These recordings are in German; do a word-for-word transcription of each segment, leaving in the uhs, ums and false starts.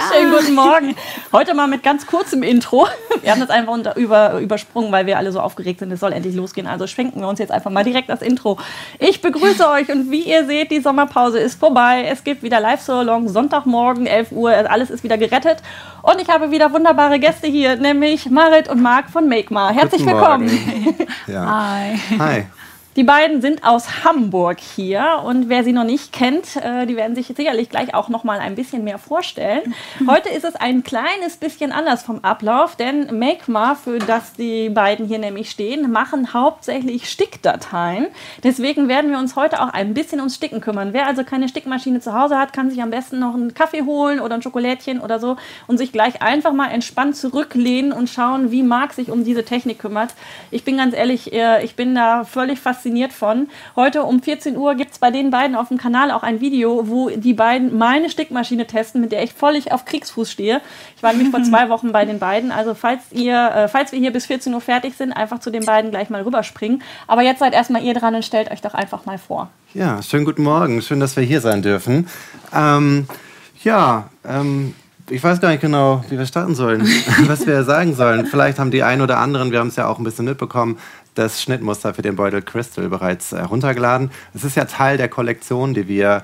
Schönen guten Morgen. Heute mal mit ganz kurzem Intro. Wir haben das einfach unter, über, übersprungen, weil wir alle so aufgeregt sind. Es soll endlich losgehen. Also schwenken wir uns jetzt einfach mal direkt das Intro. Ich begrüße euch und wie ihr seht, die Sommerpause ist vorbei. Es gibt wieder Live-So-Along, Sonntagmorgen, elf Uhr. Alles ist wieder gerettet. Und ich habe wieder wunderbare Gäste hier, nämlich Marit und Marc von Make-Ma. Herzlich Guten willkommen. Ja. Hi. Hi. Die beiden sind aus Hamburg hier und wer sie noch nicht kennt, äh, die werden sich sicherlich gleich auch noch mal ein bisschen mehr vorstellen. Heute ist es ein kleines bisschen anders vom Ablauf, denn Make-Ma, für das die beiden hier nämlich stehen, machen hauptsächlich Stickdateien. Deswegen werden wir uns heute auch ein bisschen ums Sticken kümmern. Wer also keine Stickmaschine zu Hause hat, kann sich am besten noch einen Kaffee holen oder ein Schokolädchen oder so und sich gleich einfach mal entspannt zurücklehnen und schauen, wie Marc sich um diese Technik kümmert. Ich bin ganz ehrlich, ich bin da völlig fasziniert von. Heute um vierzehn Uhr gibt es bei den beiden auf dem Kanal auch ein Video, wo die beiden meine Stickmaschine testen, mit der ich völlig auf Kriegsfuß stehe. Ich war nämlich vor zwei Wochen bei den beiden. Also falls ihr, äh, falls wir hier bis vierzehn Uhr fertig sind, einfach zu den beiden gleich mal rüberspringen. Aber jetzt seid erstmal ihr dran und stellt euch doch einfach mal vor. Ja, schönen guten Morgen. Schön, dass wir hier sein dürfen. Ähm, ja, ähm, ich weiß gar nicht genau, wie wir starten sollen, was wir sagen sollen. Vielleicht haben die einen oder anderen, wir haben es ja auch ein bisschen mitbekommen, das Schnittmuster für den Beutel Crystal bereits äh, runtergeladen. Es ist ja Teil der Kollektion, die wir,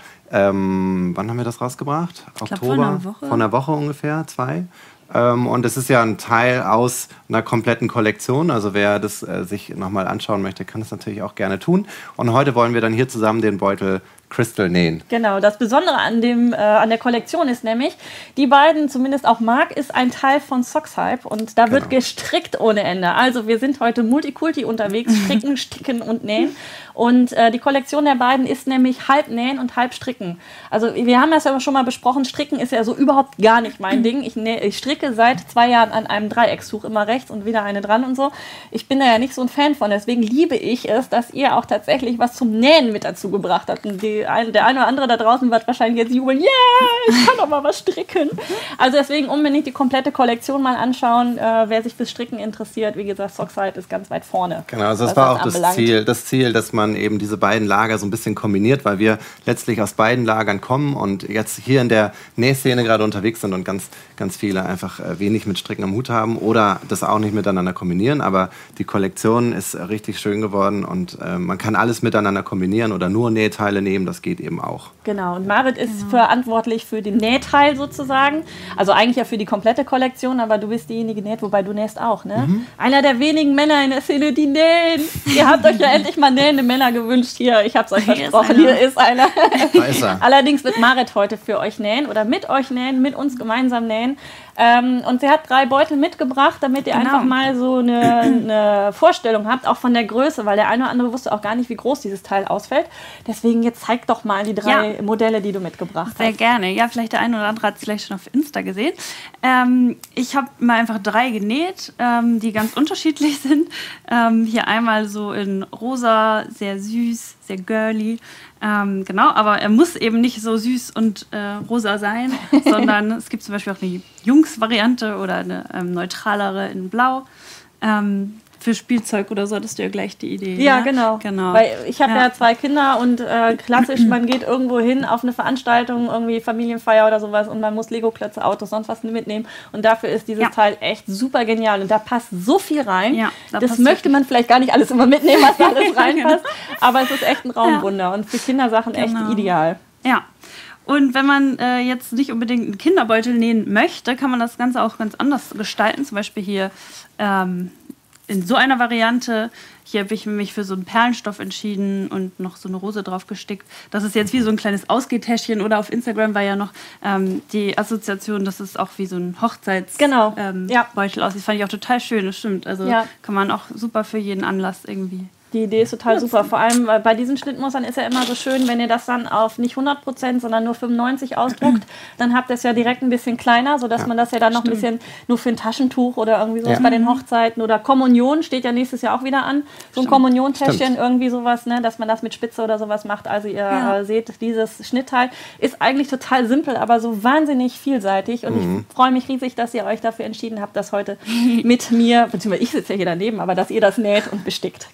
ähm, wann haben wir das rausgebracht? Ich glaub, Oktober? Vor einer Woche. Vor einer Woche ungefähr, zwei. Ähm, und es ist ja ein Teil aus einer kompletten Kollektion. Also wer das äh, sich nochmal anschauen möchte, kann das natürlich auch gerne tun. Und heute wollen wir dann hier zusammen den Beutel Crystal nähen. Genau, das Besondere an, dem, äh, an der Kollektion ist nämlich, die beiden, zumindest auch Marc, ist ein Teil von Sockshype und da wird genau gestrickt ohne Ende. Also wir sind heute Multikulti unterwegs, stricken, sticken und nähen. Und äh, die Kollektion der beiden ist nämlich halb nähen und halb stricken. Also wir haben das ja schon mal besprochen, stricken ist ja so überhaupt gar nicht mein Ding. Ich, näh, ich stricke seit zwei Jahren an einem Dreieckstuch, immer rechts und wieder eine dran und so. Ich bin da ja nicht so ein Fan von, deswegen liebe ich es, dass ihr auch tatsächlich was zum Nähen mit dazu gebracht habt. Und die, ein, der eine oder andere da draußen wird wahrscheinlich jetzt jubeln, yeah, ich kann doch mal was stricken. Also deswegen unbedingt die komplette Kollektion mal anschauen, äh, wer sich fürs Stricken interessiert. Wie gesagt, Sockside ist ganz weit vorne. Genau, also das war auch das Ziel, das Ziel, dass man eben diese beiden Lager so ein bisschen kombiniert, weil wir letztlich aus beiden Lagern kommen und jetzt hier in der Nähszene gerade unterwegs sind und ganz, ganz viele einfach wenig mit Stricken am Hut haben oder das auch nicht miteinander kombinieren, aber die Kollektion ist richtig schön geworden und äh, man kann alles miteinander kombinieren oder nur Nähteile nehmen, das geht eben auch. Genau, und Marit ist genau verantwortlich für den Nähteil sozusagen, also eigentlich ja für die komplette Kollektion, aber du bist diejenige, die näht, wobei du nähst auch, ne? Mhm. Einer der wenigen Männer in der Szene, die nähen. Ihr habt euch ja endlich mal nähende Männer gewünscht. Hier, ich habe es euch versprochen, hier ist einer. Da ist er. Allerdings wird Marit heute für euch nähen oder mit euch nähen, mit uns gemeinsam nähen. Ähm, und sie hat drei Beutel mitgebracht, damit ihr genau einfach mal so eine, eine Vorstellung habt, auch von der Größe, weil der eine oder andere wusste auch gar nicht, wie groß dieses Teil ausfällt. Deswegen jetzt zeig doch mal die drei ja Modelle, die du mitgebracht Sehr hast. Sehr gerne. Ja, vielleicht der eine oder andere hat es vielleicht schon auf Insta gesehen. Ähm, ich habe mal einfach drei genäht, ähm, die ganz unterschiedlich sind. Ähm, hier einmal so in rosa, sehr süß, sehr girly. Ähm, genau, aber er muss eben nicht so süß und äh, rosa sein, sondern es gibt zum Beispiel auch eine Jungs-Variante oder eine ähm, neutralere in Blau. Ähm, für Spielzeug oder so hattest du ja gleich die Idee. Ja, ne? genau. genau. Weil ich habe ja. ja zwei Kinder und äh, klassisch, man geht irgendwo hin auf eine Veranstaltung, irgendwie Familienfeier oder sowas und man muss Lego-Klötze, Autos, sonst was mitnehmen. Und dafür ist dieses ja. Teil echt super genial. Und da passt so viel rein. Ja, da das möchte man vielleicht gar nicht alles immer mitnehmen, was da alles reinpasst. Aber es ist echt ein Raumwunder ja. und für Kindersachen genau echt ideal. Ja. Und wenn man äh, jetzt nicht unbedingt einen Kinderbeutel nähen möchte, kann man das Ganze auch ganz anders gestalten. Zum Beispiel hier ähm, in so einer Variante. Hier habe ich mich für so einen Perlenstoff entschieden und noch so eine Rose drauf gestickt. Das ist jetzt wie so ein kleines Ausgehtäschchen. Oder auf Instagram war ja noch ähm, die Assoziation, dass es auch wie so ein Hochzeitsbeutel genau. ähm, ja. aussieht. Das fand ich auch total schön, das stimmt. Also ja. kann man auch super für jeden Anlass irgendwie. Die Idee ist total super. Vor allem weil bei diesen Schnittmustern ist ja immer so schön, wenn ihr das dann auf nicht hundert Prozent, sondern nur fünfundneunzig ausdruckt, dann habt ihr es ja direkt ein bisschen kleiner, sodass ja, man das ja dann noch stimmt. ein bisschen nur für ein Taschentuch oder irgendwie sowas ja. bei den Hochzeiten oder Kommunion steht ja nächstes Jahr auch wieder an. So ein Kommuniontäschchen, irgendwie sowas, ne, dass man das mit Spitze oder sowas macht. Also ihr ja. äh, seht, dieses Schnittteil ist eigentlich total simpel, aber so wahnsinnig vielseitig. Und mhm. ich freue mich riesig, dass ihr euch dafür entschieden habt, das heute mit mir, beziehungsweise ich sitze ja hier daneben, aber dass ihr das näht und bestickt. Genau. Ja,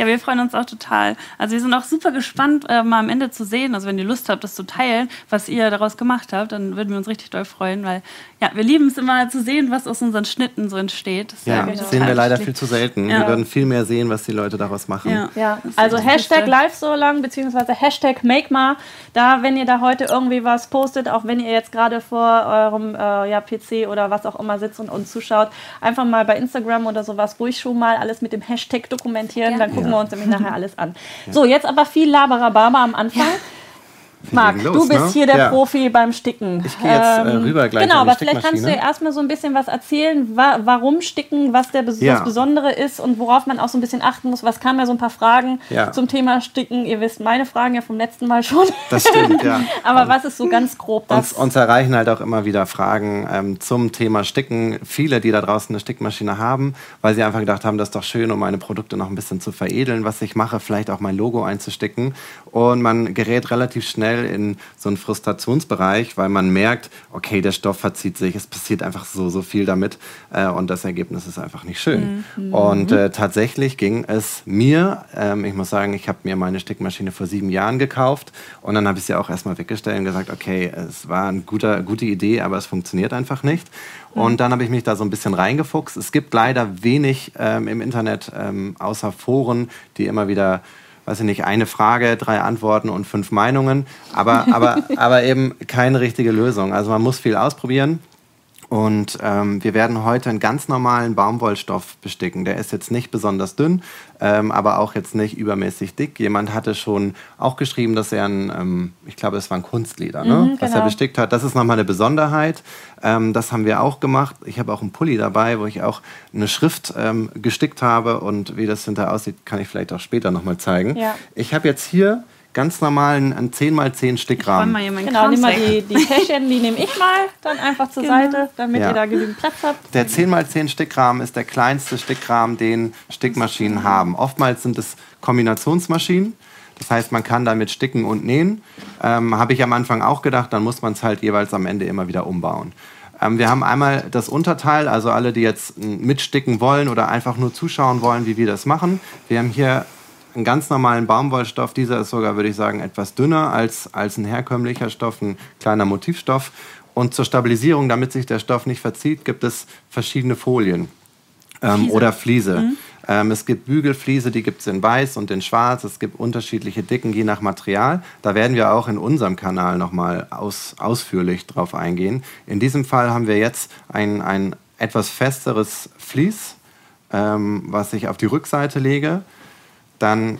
wir freuen uns auch total. Also wir sind auch super gespannt, äh, mal am Ende zu sehen, also wenn ihr Lust habt, das zu teilen, was ihr daraus gemacht habt, dann würden wir uns richtig doll freuen, weil ja, wir lieben es immer zu sehen, was aus unseren Schnitten so entsteht. Das ja, das sehen wir leider viel zu selten. Ja. Wir würden viel mehr sehen, was die Leute daraus machen. Ja, ja. Also Hashtag live so lang, beziehungsweise Hashtag MakeMa. Da, wenn ihr da heute irgendwie was postet, auch wenn ihr jetzt gerade vor eurem äh, ja, P C oder was auch immer sitzt und uns zuschaut, einfach mal bei Instagram oder sowas ruhig schon mal alles mit dem Hashtag dokumentieren, ja. dann gucken ja. wir uns nämlich nachher alles an. Ja. So, jetzt aber viel Laberababa am Anfang. Ja. Marc, los, du bist ne? hier der ja. Profi beim Sticken. Ich gehe jetzt äh, rüber gleich. Genau, aber vielleicht kannst du dir erstmal so ein bisschen was erzählen, wa- warum Sticken, was der Bes- ja. das Besondere ist und worauf man auch so ein bisschen achten muss. Was kamen ja so ein paar Fragen ja. zum Thema Sticken. Ihr wisst meine Fragen ja vom letzten Mal schon. Das stimmt, ja. aber und was ist so ganz grob das? Uns, uns erreichen halt auch immer wieder Fragen ähm, zum Thema Sticken. Viele, die da draußen eine Stickmaschine haben, weil sie einfach gedacht haben, das ist doch schön, um meine Produkte noch ein bisschen zu veredeln, was ich mache, vielleicht auch mein Logo einzusticken. Und man gerät relativ schnell in so einen Frustrationsbereich, weil man merkt, okay, der Stoff verzieht sich, es passiert einfach so, so viel damit äh, und das Ergebnis ist einfach nicht schön. Mhm. Und äh, tatsächlich ging es mir, ähm, ich muss sagen, ich habe mir meine Stickmaschine vor sieben Jahren gekauft und dann habe ich sie auch erstmal weggestellt und gesagt, okay, es war eine gute, gute Idee, aber es funktioniert einfach nicht. Mhm. Und dann habe ich mich da so ein bisschen reingefuchst. Es gibt leider wenig ähm, im Internet, ähm, außer Foren, die immer wieder weiß ich nicht, eine Frage, drei Antworten und fünf Meinungen, aber, aber, aber eben keine richtige Lösung. Also man muss viel ausprobieren. Und ähm, wir werden heute einen ganz normalen Baumwollstoff besticken. Der ist jetzt nicht besonders dünn, ähm, aber auch jetzt nicht übermäßig dick. Jemand hatte schon auch geschrieben, dass er ein, ähm, ich glaube, es war ein Kunstleder, ne? mhm, was genau. er bestickt hat. Das ist nochmal eine Besonderheit. Ähm, das haben wir auch gemacht. Ich habe auch einen Pulli dabei, wo ich auch eine Schrift ähm, gestickt habe. Und wie das hinterher aussieht, kann ich vielleicht auch später nochmal zeigen. Ja. Ich habe jetzt hier ganz normalen einen zehn mal zehn Stickrahmen. Genau, nimm mal die, die Täschchen, die nehme ich mal dann einfach zur genau. Seite, damit ja. ihr da genügend Platz habt. Der zehn mal zehn Stickrahmen ist der kleinste Stickrahmen, den Stickmaschinen haben. Oftmals sind es Kombinationsmaschinen. Das heißt, man kann damit sticken und nähen. Ähm, habe ich am Anfang auch gedacht, dann muss man es halt jeweils am Ende immer wieder umbauen. Ähm, wir haben einmal das Unterteil, also alle, die jetzt mitsticken wollen oder einfach nur zuschauen wollen, wie wir das machen. Wir haben hier einen ganz normalen Baumwollstoff. Dieser ist sogar, würde ich sagen, etwas dünner als, als ein herkömmlicher Stoff, ein kleiner Motivstoff. Und zur Stabilisierung, damit sich der Stoff nicht verzieht, gibt es verschiedene Folien ähm, Fliese. oder Fliese. Mhm. Ähm, es gibt Bügelfliese, die gibt es in weiß und in schwarz. Es gibt unterschiedliche Dicken, je nach Material. Da werden wir auch in unserem Kanal nochmal aus, ausführlich drauf eingehen. In diesem Fall haben wir jetzt ein, ein etwas festeres Vlies, ähm, was ich auf die Rückseite lege. Dann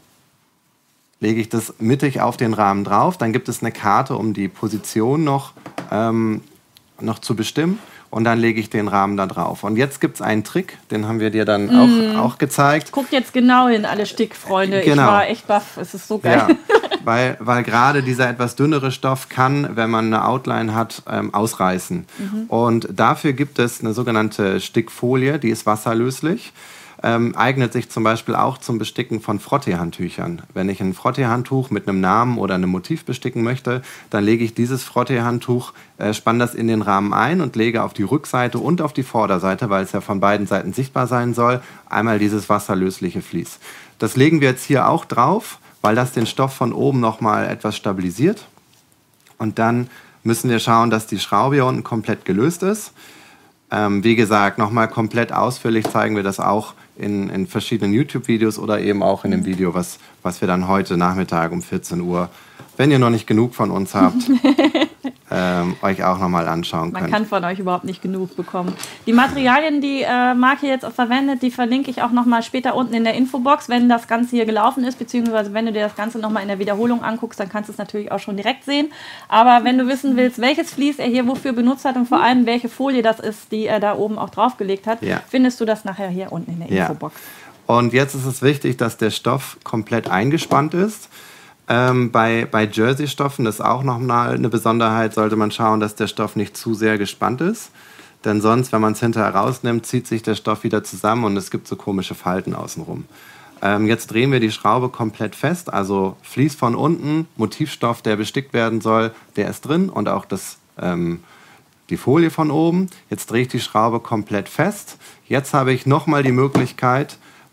lege ich das mittig auf den Rahmen drauf. Dann gibt es eine Karte, um die Position noch, ähm, noch zu bestimmen. Und dann lege ich den Rahmen da drauf. Und jetzt gibt es einen Trick, den haben wir dir dann mm. auch, auch gezeigt. Guckt jetzt genau hin, alle Stickfreunde. Genau. Ich war echt baff, es ist so geil. Ja, weil, weil gerade dieser etwas dünnere Stoff kann, wenn man eine Outline hat, ähm, ausreißen. Mhm. Und dafür gibt es eine sogenannte Stickfolie, die ist wasserlöslich. Ähm, eignet sich zum Beispiel auch zum Besticken von Frottee-Handtüchern. Wenn ich ein Frottee-Handtuch mit einem Namen oder einem Motiv besticken möchte, dann lege ich dieses Frottee-Handtuch, äh, spanne das in den Rahmen ein und lege auf die Rückseite und auf die Vorderseite, weil es ja von beiden Seiten sichtbar sein soll, einmal dieses wasserlösliche Vlies. Das legen wir jetzt hier auch drauf, weil das den Stoff von oben nochmal etwas stabilisiert. Und dann müssen wir schauen, dass die Schraube hier unten komplett gelöst ist. Ähm, wie gesagt, nochmal komplett ausführlich zeigen wir das auch in, in verschiedenen YouTube-Videos oder eben auch in dem Video, was, was wir dann heute Nachmittag um vierzehn Uhr, wenn ihr noch nicht genug von uns habt, ähm, euch auch nochmal anschauen könnt. Man kann von euch überhaupt nicht genug bekommen. Die Materialien, die äh, Marc hier jetzt auch verwendet, die verlinke ich auch nochmal später unten in der Infobox, wenn das Ganze hier gelaufen ist, beziehungsweise wenn du dir das Ganze nochmal in der Wiederholung anguckst, dann kannst du es natürlich auch schon direkt sehen. Aber wenn du wissen willst, welches Vlies er hier wofür benutzt hat und vor allem welche Folie das ist, die er da oben auch draufgelegt hat, ja. findest du das nachher hier unten in der ja. Infobox. Und jetzt ist es wichtig, dass der Stoff komplett eingespannt ist. Ähm, bei, bei Jersey-Stoffen, das ist auch nochmal eine Besonderheit, sollte man schauen, dass der Stoff nicht zu sehr gespannt ist. Denn sonst, wenn man es hinterher rausnimmt, zieht sich der Stoff wieder zusammen und es gibt so komische Falten außenrum. Ähm, jetzt drehen wir die Schraube komplett fest, also Vlies von unten, Motivstoff, der bestickt werden soll, der ist drin und auch das, ähm, die Folie von oben. Jetzt drehe ich die Schraube komplett fest. Jetzt habe ich nochmal die Möglichkeit,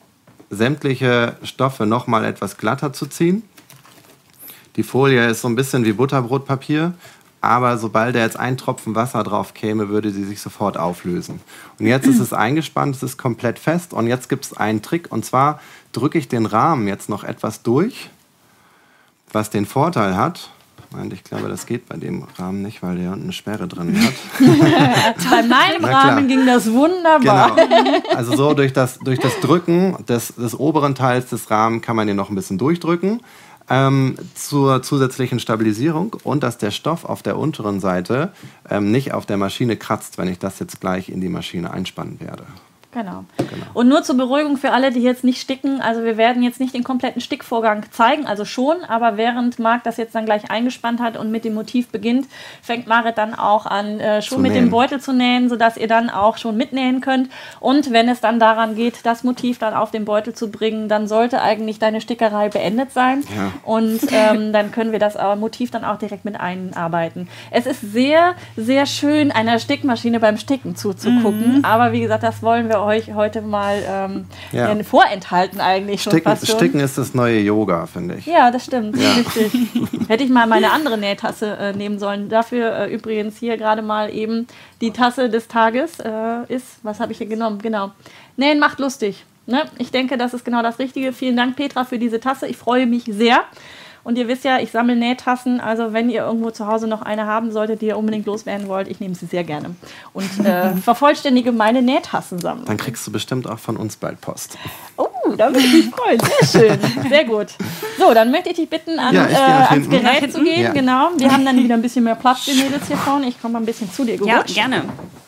sämtliche Stoffe noch mal etwas glatter zu ziehen. Die Folie ist so ein bisschen wie Butterbrotpapier, aber sobald da jetzt ein Tropfen Wasser drauf käme, würde sie sich sofort auflösen. Und jetzt ist es eingespannt, es ist komplett fest und jetzt gibt es einen Trick und zwar drücke ich den Rahmen jetzt noch etwas durch, was den Vorteil hat, ich glaube, das geht bei dem Rahmen nicht, weil der eine Sperre drin hat. Bei meinem Rahmen ging das wunderbar. Genau. Also so durch das, durch das Drücken des, des oberen Teils des Rahmens kann man den noch ein bisschen durchdrücken. Ähm, zur zusätzlichen Stabilisierung und dass der Stoff auf der unteren Seite ähm, nicht auf der Maschine kratzt, wenn ich das jetzt gleich in die Maschine einspannen werde. Genau. genau. Und nur zur Beruhigung für alle, die jetzt nicht sticken, also wir werden jetzt nicht den kompletten Stickvorgang zeigen, also schon, aber während Marc das jetzt dann gleich eingespannt hat und mit dem Motiv beginnt, fängt Marit dann auch an, äh, schon mit dem Beutel zu nähen, sodass ihr dann auch schon mitnähen könnt. Und wenn es dann daran geht, das Motiv dann auf den Beutel zu bringen, dann sollte eigentlich deine Stickerei beendet sein. Ja. Und ähm, dann können wir das äh, Motiv dann auch direkt mit einarbeiten. Es ist sehr, sehr schön, einer Stickmaschine beim Sticken zuzugucken, mhm. aber wie gesagt, das wollen wir euch heute mal ähm, ja. Ja, vorenthalten eigentlich schon Sticken, fast schon. Sticken ist das neue Yoga, finde ich. Ja, das stimmt. Ja. Richtig. Hätte ich mal meine andere Nähtasse äh, nehmen sollen. Dafür äh, übrigens hier gerade mal eben die Tasse des Tages äh, ist, was habe ich hier genommen? Genau. Nähen macht lustig. Ne? Ich denke, das ist genau das Richtige. Vielen Dank, Petra, für diese Tasse. Ich freue mich sehr. Und ihr wisst ja, ich sammle Nähtassen, also wenn ihr irgendwo zu Hause noch eine haben solltet, die ihr unbedingt loswerden wollt, ich nehme sie sehr gerne. Und äh, vervollständige meine Nähtassensammlung. Dann kriegst du bestimmt auch von uns bald Post. Oh, da würde ich mich freuen. Sehr schön. Sehr gut. So, dann möchte ich dich bitten, an, ja, äh, ans Gerät zu gehen. Ja. Genau. Wir haben dann wieder ein bisschen mehr Platz, die Mädels hier vorne. Ich komme mal ein bisschen zu dir gerutscht. Ja, gerne.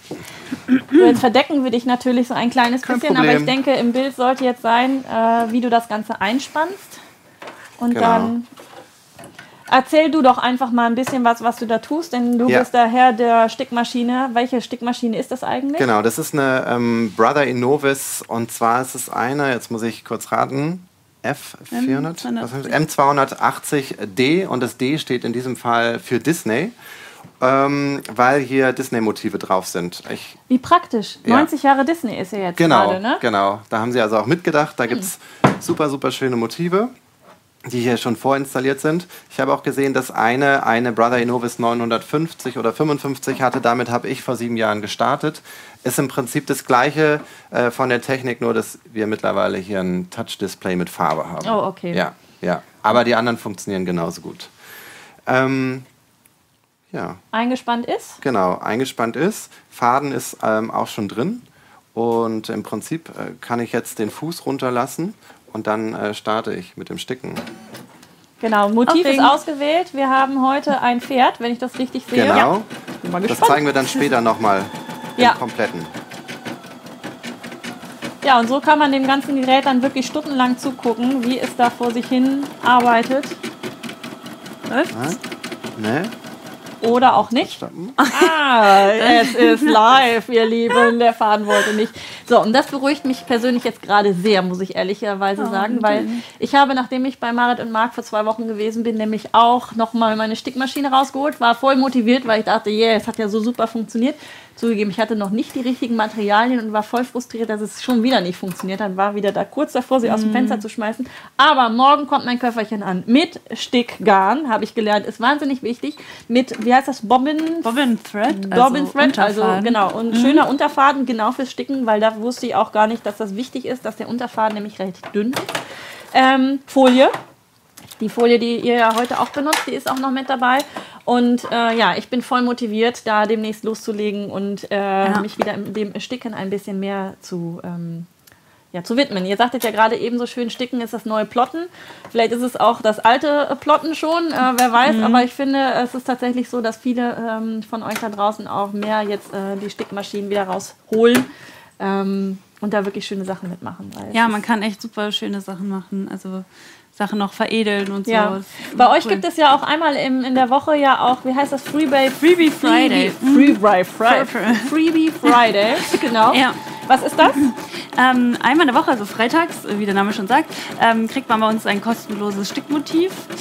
Jetzt verdecken wir dich natürlich so ein kleines Kein bisschen, Problem. Aber ich denke, im Bild sollte jetzt sein, äh, wie du das Ganze einspannst. Und genau. dann... Erzähl du doch einfach mal ein bisschen was, was du da tust, denn du ja. bist der Herr der Stickmaschine. Welche Stickmaschine ist das eigentlich? Genau, das ist eine ähm, Brother Innovis und zwar ist es eine, jetzt muss ich kurz raten, F vierhundert, M zweihundertachtzig D und das D steht in diesem Fall für Disney. Ähm, weil hier Disney-Motive drauf sind. Ich, Wie praktisch. Ja. neunzig Jahre Disney ist ja jetzt genau, gerade, ne? Genau, da haben sie also auch mitgedacht. Da hm. gibt es super, super schöne Motive, die hier schon vorinstalliert sind. Ich habe auch gesehen, dass eine, eine Brother Innovis neunhundertfünfzig oder fünfundfünfzig hatte. Damit habe ich vor sieben Jahren gestartet. Ist im Prinzip das Gleiche äh, von der Technik, nur dass wir mittlerweile hier ein Touch-Display mit Farbe haben. Oh, okay. Ja, ja. Aber die anderen funktionieren genauso gut. Ähm, ja. Eingespannt ist? Genau, eingespannt ist. Faden ist ähm, auch schon drin. Und im Prinzip äh, kann ich jetzt den Fuß runterlassen. Und dann äh, starte ich mit dem Sticken. Genau, Motiv Aufregen. ist ausgewählt. Wir haben heute ein Pferd, wenn ich das richtig sehe. Genau, ja. Bin mal gespannt. Das zeigen wir dann später nochmal ja. im Kompletten. Ja, und so kann man dem ganzen Gerät dann wirklich stundenlang zugucken, wie es da vor sich hin arbeitet. Läuft's? Ne? Oder auch nicht. Ah, es ist live, ihr Lieben. Der Faden wollte nicht. So, und das beruhigt mich persönlich jetzt gerade sehr, muss ich ehrlicherweise oh, sagen, weil okay. ich habe, nachdem ich bei Marit und Marc vor zwei Wochen gewesen bin, nämlich auch nochmal meine Stickmaschine rausgeholt, war voll motiviert, weil ich dachte, yeah, es hat ja so super funktioniert. Zugegeben, ich hatte noch nicht die richtigen Materialien und war voll frustriert, dass es schon wieder nicht funktioniert hat. War wieder da kurz davor, sie mm. aus dem Fenster zu schmeißen. Aber morgen kommt mein Köfferchen an. Mit Stickgarn, habe ich gelernt, ist wahnsinnig wichtig. Mit, wie heißt das, Bobbin? Bobbin Thread. Bobbin Thread, also, also genau. Und mhm. schöner Unterfaden, genau fürs Sticken, weil da wusste ich auch gar nicht, dass das wichtig ist, dass der Unterfaden nämlich recht dünn ist. Ähm, Folie. Die Folie, die ihr ja heute auch benutzt, die ist auch noch mit dabei. Und äh, ja, ich bin voll motiviert, da demnächst loszulegen und äh, ja. mich wieder dem Sticken ein bisschen mehr zu, ähm, ja, zu widmen. Ihr sagtet ja gerade eben so schön, Sticken ist das neue Plotten. Vielleicht ist es auch das alte Plotten schon, äh, wer weiß. Mhm. Aber ich finde, es ist tatsächlich so, dass viele ähm, von euch da draußen auch mehr jetzt äh, die Stickmaschinen wieder rausholen. Ähm, und da wirklich schöne Sachen mitmachen. Weil ja, man kann echt super schöne Sachen machen. Also Sachen noch veredeln und so. Ja. Bei euch cool. gibt es ja auch einmal im, in der Woche ja auch, wie heißt das? Freebie, Freebie Friday. Freebie Friday. Freebie Friday, genau. Ja. Was ist das? Ähm, einmal in der Woche, also freitags, wie der Name schon sagt, ähm, kriegt man bei uns ein kostenloses Stickmotiv.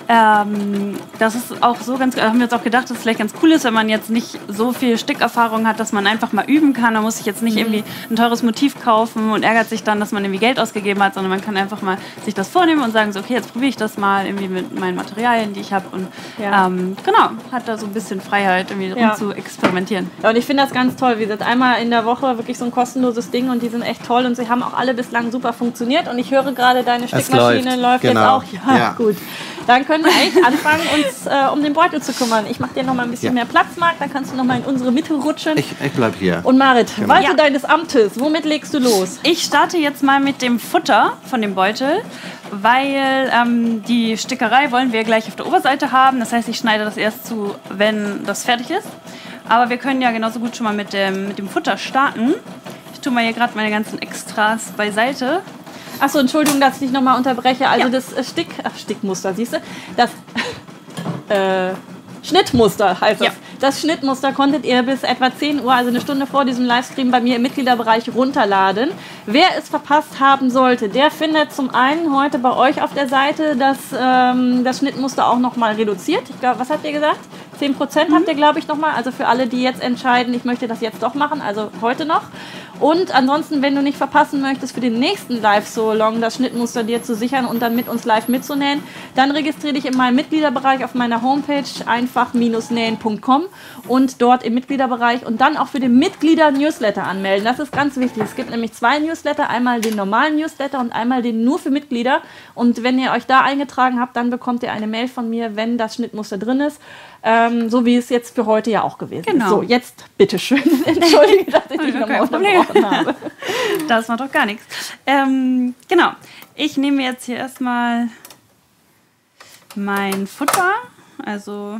Ähm, das ist auch so ganz, haben wir uns auch gedacht, dass es vielleicht ganz cool ist, wenn man jetzt nicht so viel Stickerfahrung hat, dass man einfach mal üben kann. Man muss sich jetzt nicht mhm. irgendwie ein teures Motiv kaufen und ärgert sich dann, dass man irgendwie Geld ausgegeben hat, sondern man kann einfach mal sich das vornehmen und sagen so, okay, jetzt probiere ich das mal irgendwie mit meinen Materialien, die ich habe und ja. ähm, genau, hat da so ein bisschen Freiheit, irgendwie ja. rum zu experimentieren. Ja, und ich finde das ganz toll, wie gesagt, einmal in der Woche wirklich so ein kostenloses Ding und die sind echt toll und sie haben auch alle bislang super funktioniert und ich höre gerade, deine Stickmaschine läuft, läuft genau. jetzt auch. Ja, ja, gut. Dann können wir eigentlich anfangen, uns äh, um den Beutel zu kümmern. Ich mache dir noch mal ein bisschen ja. mehr Platz, Marc, dann kannst du noch mal in unsere Mitte rutschen. Ich, ich bleib hier. Und Marit, genau. Walze ja. deines Amtes, womit legst du los? Ich starte jetzt mal mit dem Futter von dem Beutel, weil ähm, die Stickerei wollen wir gleich auf der Oberseite haben. Das heißt, ich schneide das erst zu, wenn das fertig ist. Aber wir können ja genauso gut schon mal mit dem, mit dem Futter starten. Ich tue mal hier gerade meine ganzen Extras beiseite. Achso, Entschuldigung, dass ich dich nochmal unterbreche. Also ja. das Stick, ach, Stickmuster, siehst du? Das äh, Schnittmuster heißt das. Ja. Das Schnittmuster konntet ihr bis etwa zehn Uhr, also eine Stunde vor diesem Livestream, bei mir im Mitgliederbereich runterladen. Wer es verpasst haben sollte, der findet zum einen heute bei euch auf der Seite das, ähm, das Schnittmuster auch nochmal reduziert. Ich glaube, was habt ihr gesagt? zehn Prozent mhm. habt ihr, glaube ich, nochmal. Also für alle, die jetzt entscheiden, ich möchte das jetzt doch machen, also heute noch. Und ansonsten, wenn du nicht verpassen möchtest, für den nächsten Live-So-Long das Schnittmuster dir zu sichern und dann mit uns live mitzunähen, dann registriere dich in meinem Mitgliederbereich auf meiner Homepage einfach nähen punkt com und dort im Mitgliederbereich und dann auch für den Mitglieder-Newsletter anmelden. Das ist ganz wichtig. Es gibt nämlich zwei Newsletter, einmal den normalen Newsletter und einmal den nur für Mitglieder. Und wenn ihr euch da eingetragen habt, dann bekommt ihr eine Mail von mir, wenn das Schnittmuster drin ist. Ähm, so wie es jetzt für heute ja auch gewesen genau. ist. So, jetzt bitteschön. Entschuldige, dass ich dich nochmal unterbrochen habe. Das macht doch gar nichts. Ähm, genau. Ich nehme jetzt hier erstmal mein Futter. Also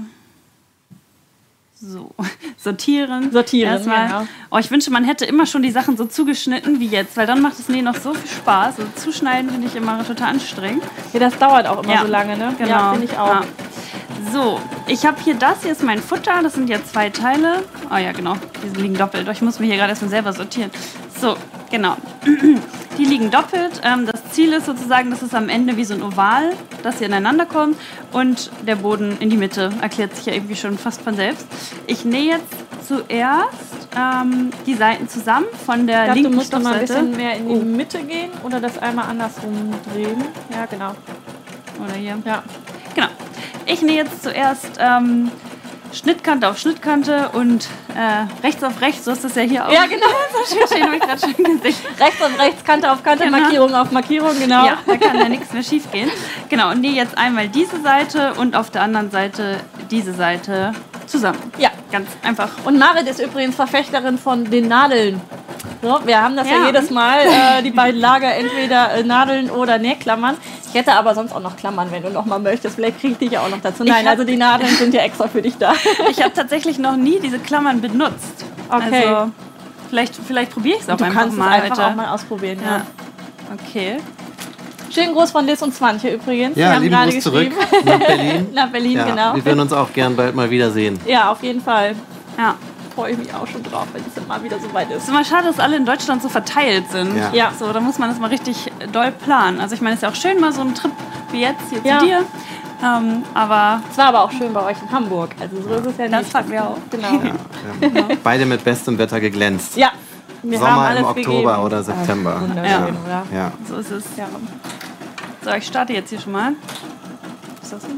so sortieren. Sortieren, erstmal. Genau. Oh, ich wünsche, man hätte immer schon die Sachen so zugeschnitten wie jetzt, weil dann macht es Nähen noch so viel Spaß. Also zuschneiden finde ich immer total anstrengend. Ja, das dauert auch immer ja. so lange, ne? Genau. Ja, finde ich auch. Ja. So, ich habe hier das, hier ist mein Futter, das sind ja zwei Teile. Oh ja, genau, die liegen doppelt. Ich muss mir hier gerade erstmal selber sortieren. So, genau. Die liegen doppelt. Das Ziel ist sozusagen, dass es am Ende wie so ein Oval, dass sie ineinander kommen und der Boden in die Mitte. Erklärt sich ja irgendwie schon fast von selbst. Ich nähe jetzt zuerst ähm, die Seiten zusammen von der ich glaub, linken du musst noch mal ein Stoffseite. bisschen mehr in die Mitte gehen oder das einmal andersrum drehen. Ja, genau. Oder hier. Ja. Genau. Ich nähe jetzt zuerst ähm, Schnittkante auf Schnittkante und äh, rechts auf rechts, so ist das ja hier auch. Ja, genau. So schön, schön habe ich gerade schon gesehen. Rechts und rechts, Kante auf Kante, Genau. Markierung auf Markierung, genau. Ja, da kann ja nichts mehr schief gehen. Genau, und nähe jetzt einmal diese Seite und auf der anderen Seite diese Seite zusammen. Ja. Ganz einfach. Und Marit ist übrigens Verfechterin von den Nadeln. So, wir haben das ja, ja jedes Mal, äh, die beiden Lager, entweder äh, Nadeln oder Nähklammern. Ich hätte aber sonst auch noch Klammern, wenn du noch mal möchtest. Vielleicht kriege ich dich ja auch noch dazu. Nein, also die Nadeln sind ja extra für dich da. Ich habe tatsächlich noch nie diese Klammern benutzt. Okay. Also, vielleicht, vielleicht probiere ich es auch du einfach kannst mal. es einfach heute. auch mal ausprobieren. Ja. Ja. Okay. Schönen Gruß von Liz und Swantje übrigens. Ja, wir haben lieben gerade Gruß zurück geschrieben. nach Berlin. Nach Berlin, ja, genau. Wir würden uns auch gern bald mal wiedersehen. Ja, auf jeden Fall. Ja. Freue ich mich auch schon drauf, wenn es mal wieder so weit Es ist. ist immer schade, dass alle in Deutschland so verteilt sind. Ja. Ja. So, da muss man das mal richtig doll planen. Also ich meine, es ist ja auch schön, mal so einen Trip wie jetzt hier Ja. zu dir. Ähm, aber Es war aber auch schön bei euch in Hamburg. Also so ist es ja nicht. das fanden wir auch. Genau. Ja, wir haben beide mit bestem Wetter geglänzt. Ja. Wir haben Sommer alles im Oktober gegeben. oder September. Ach, wunderschön, Ja. oder? Ja. So ist es. Ja. So, ich starte jetzt hier schon mal. Ist das so?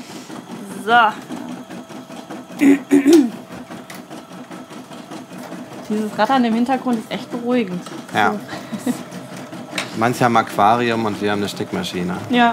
So. Dieses Rattern im Hintergrund ist echt beruhigend. Ja. Manche haben Aquarium und wir haben eine Stickmaschine. Ja.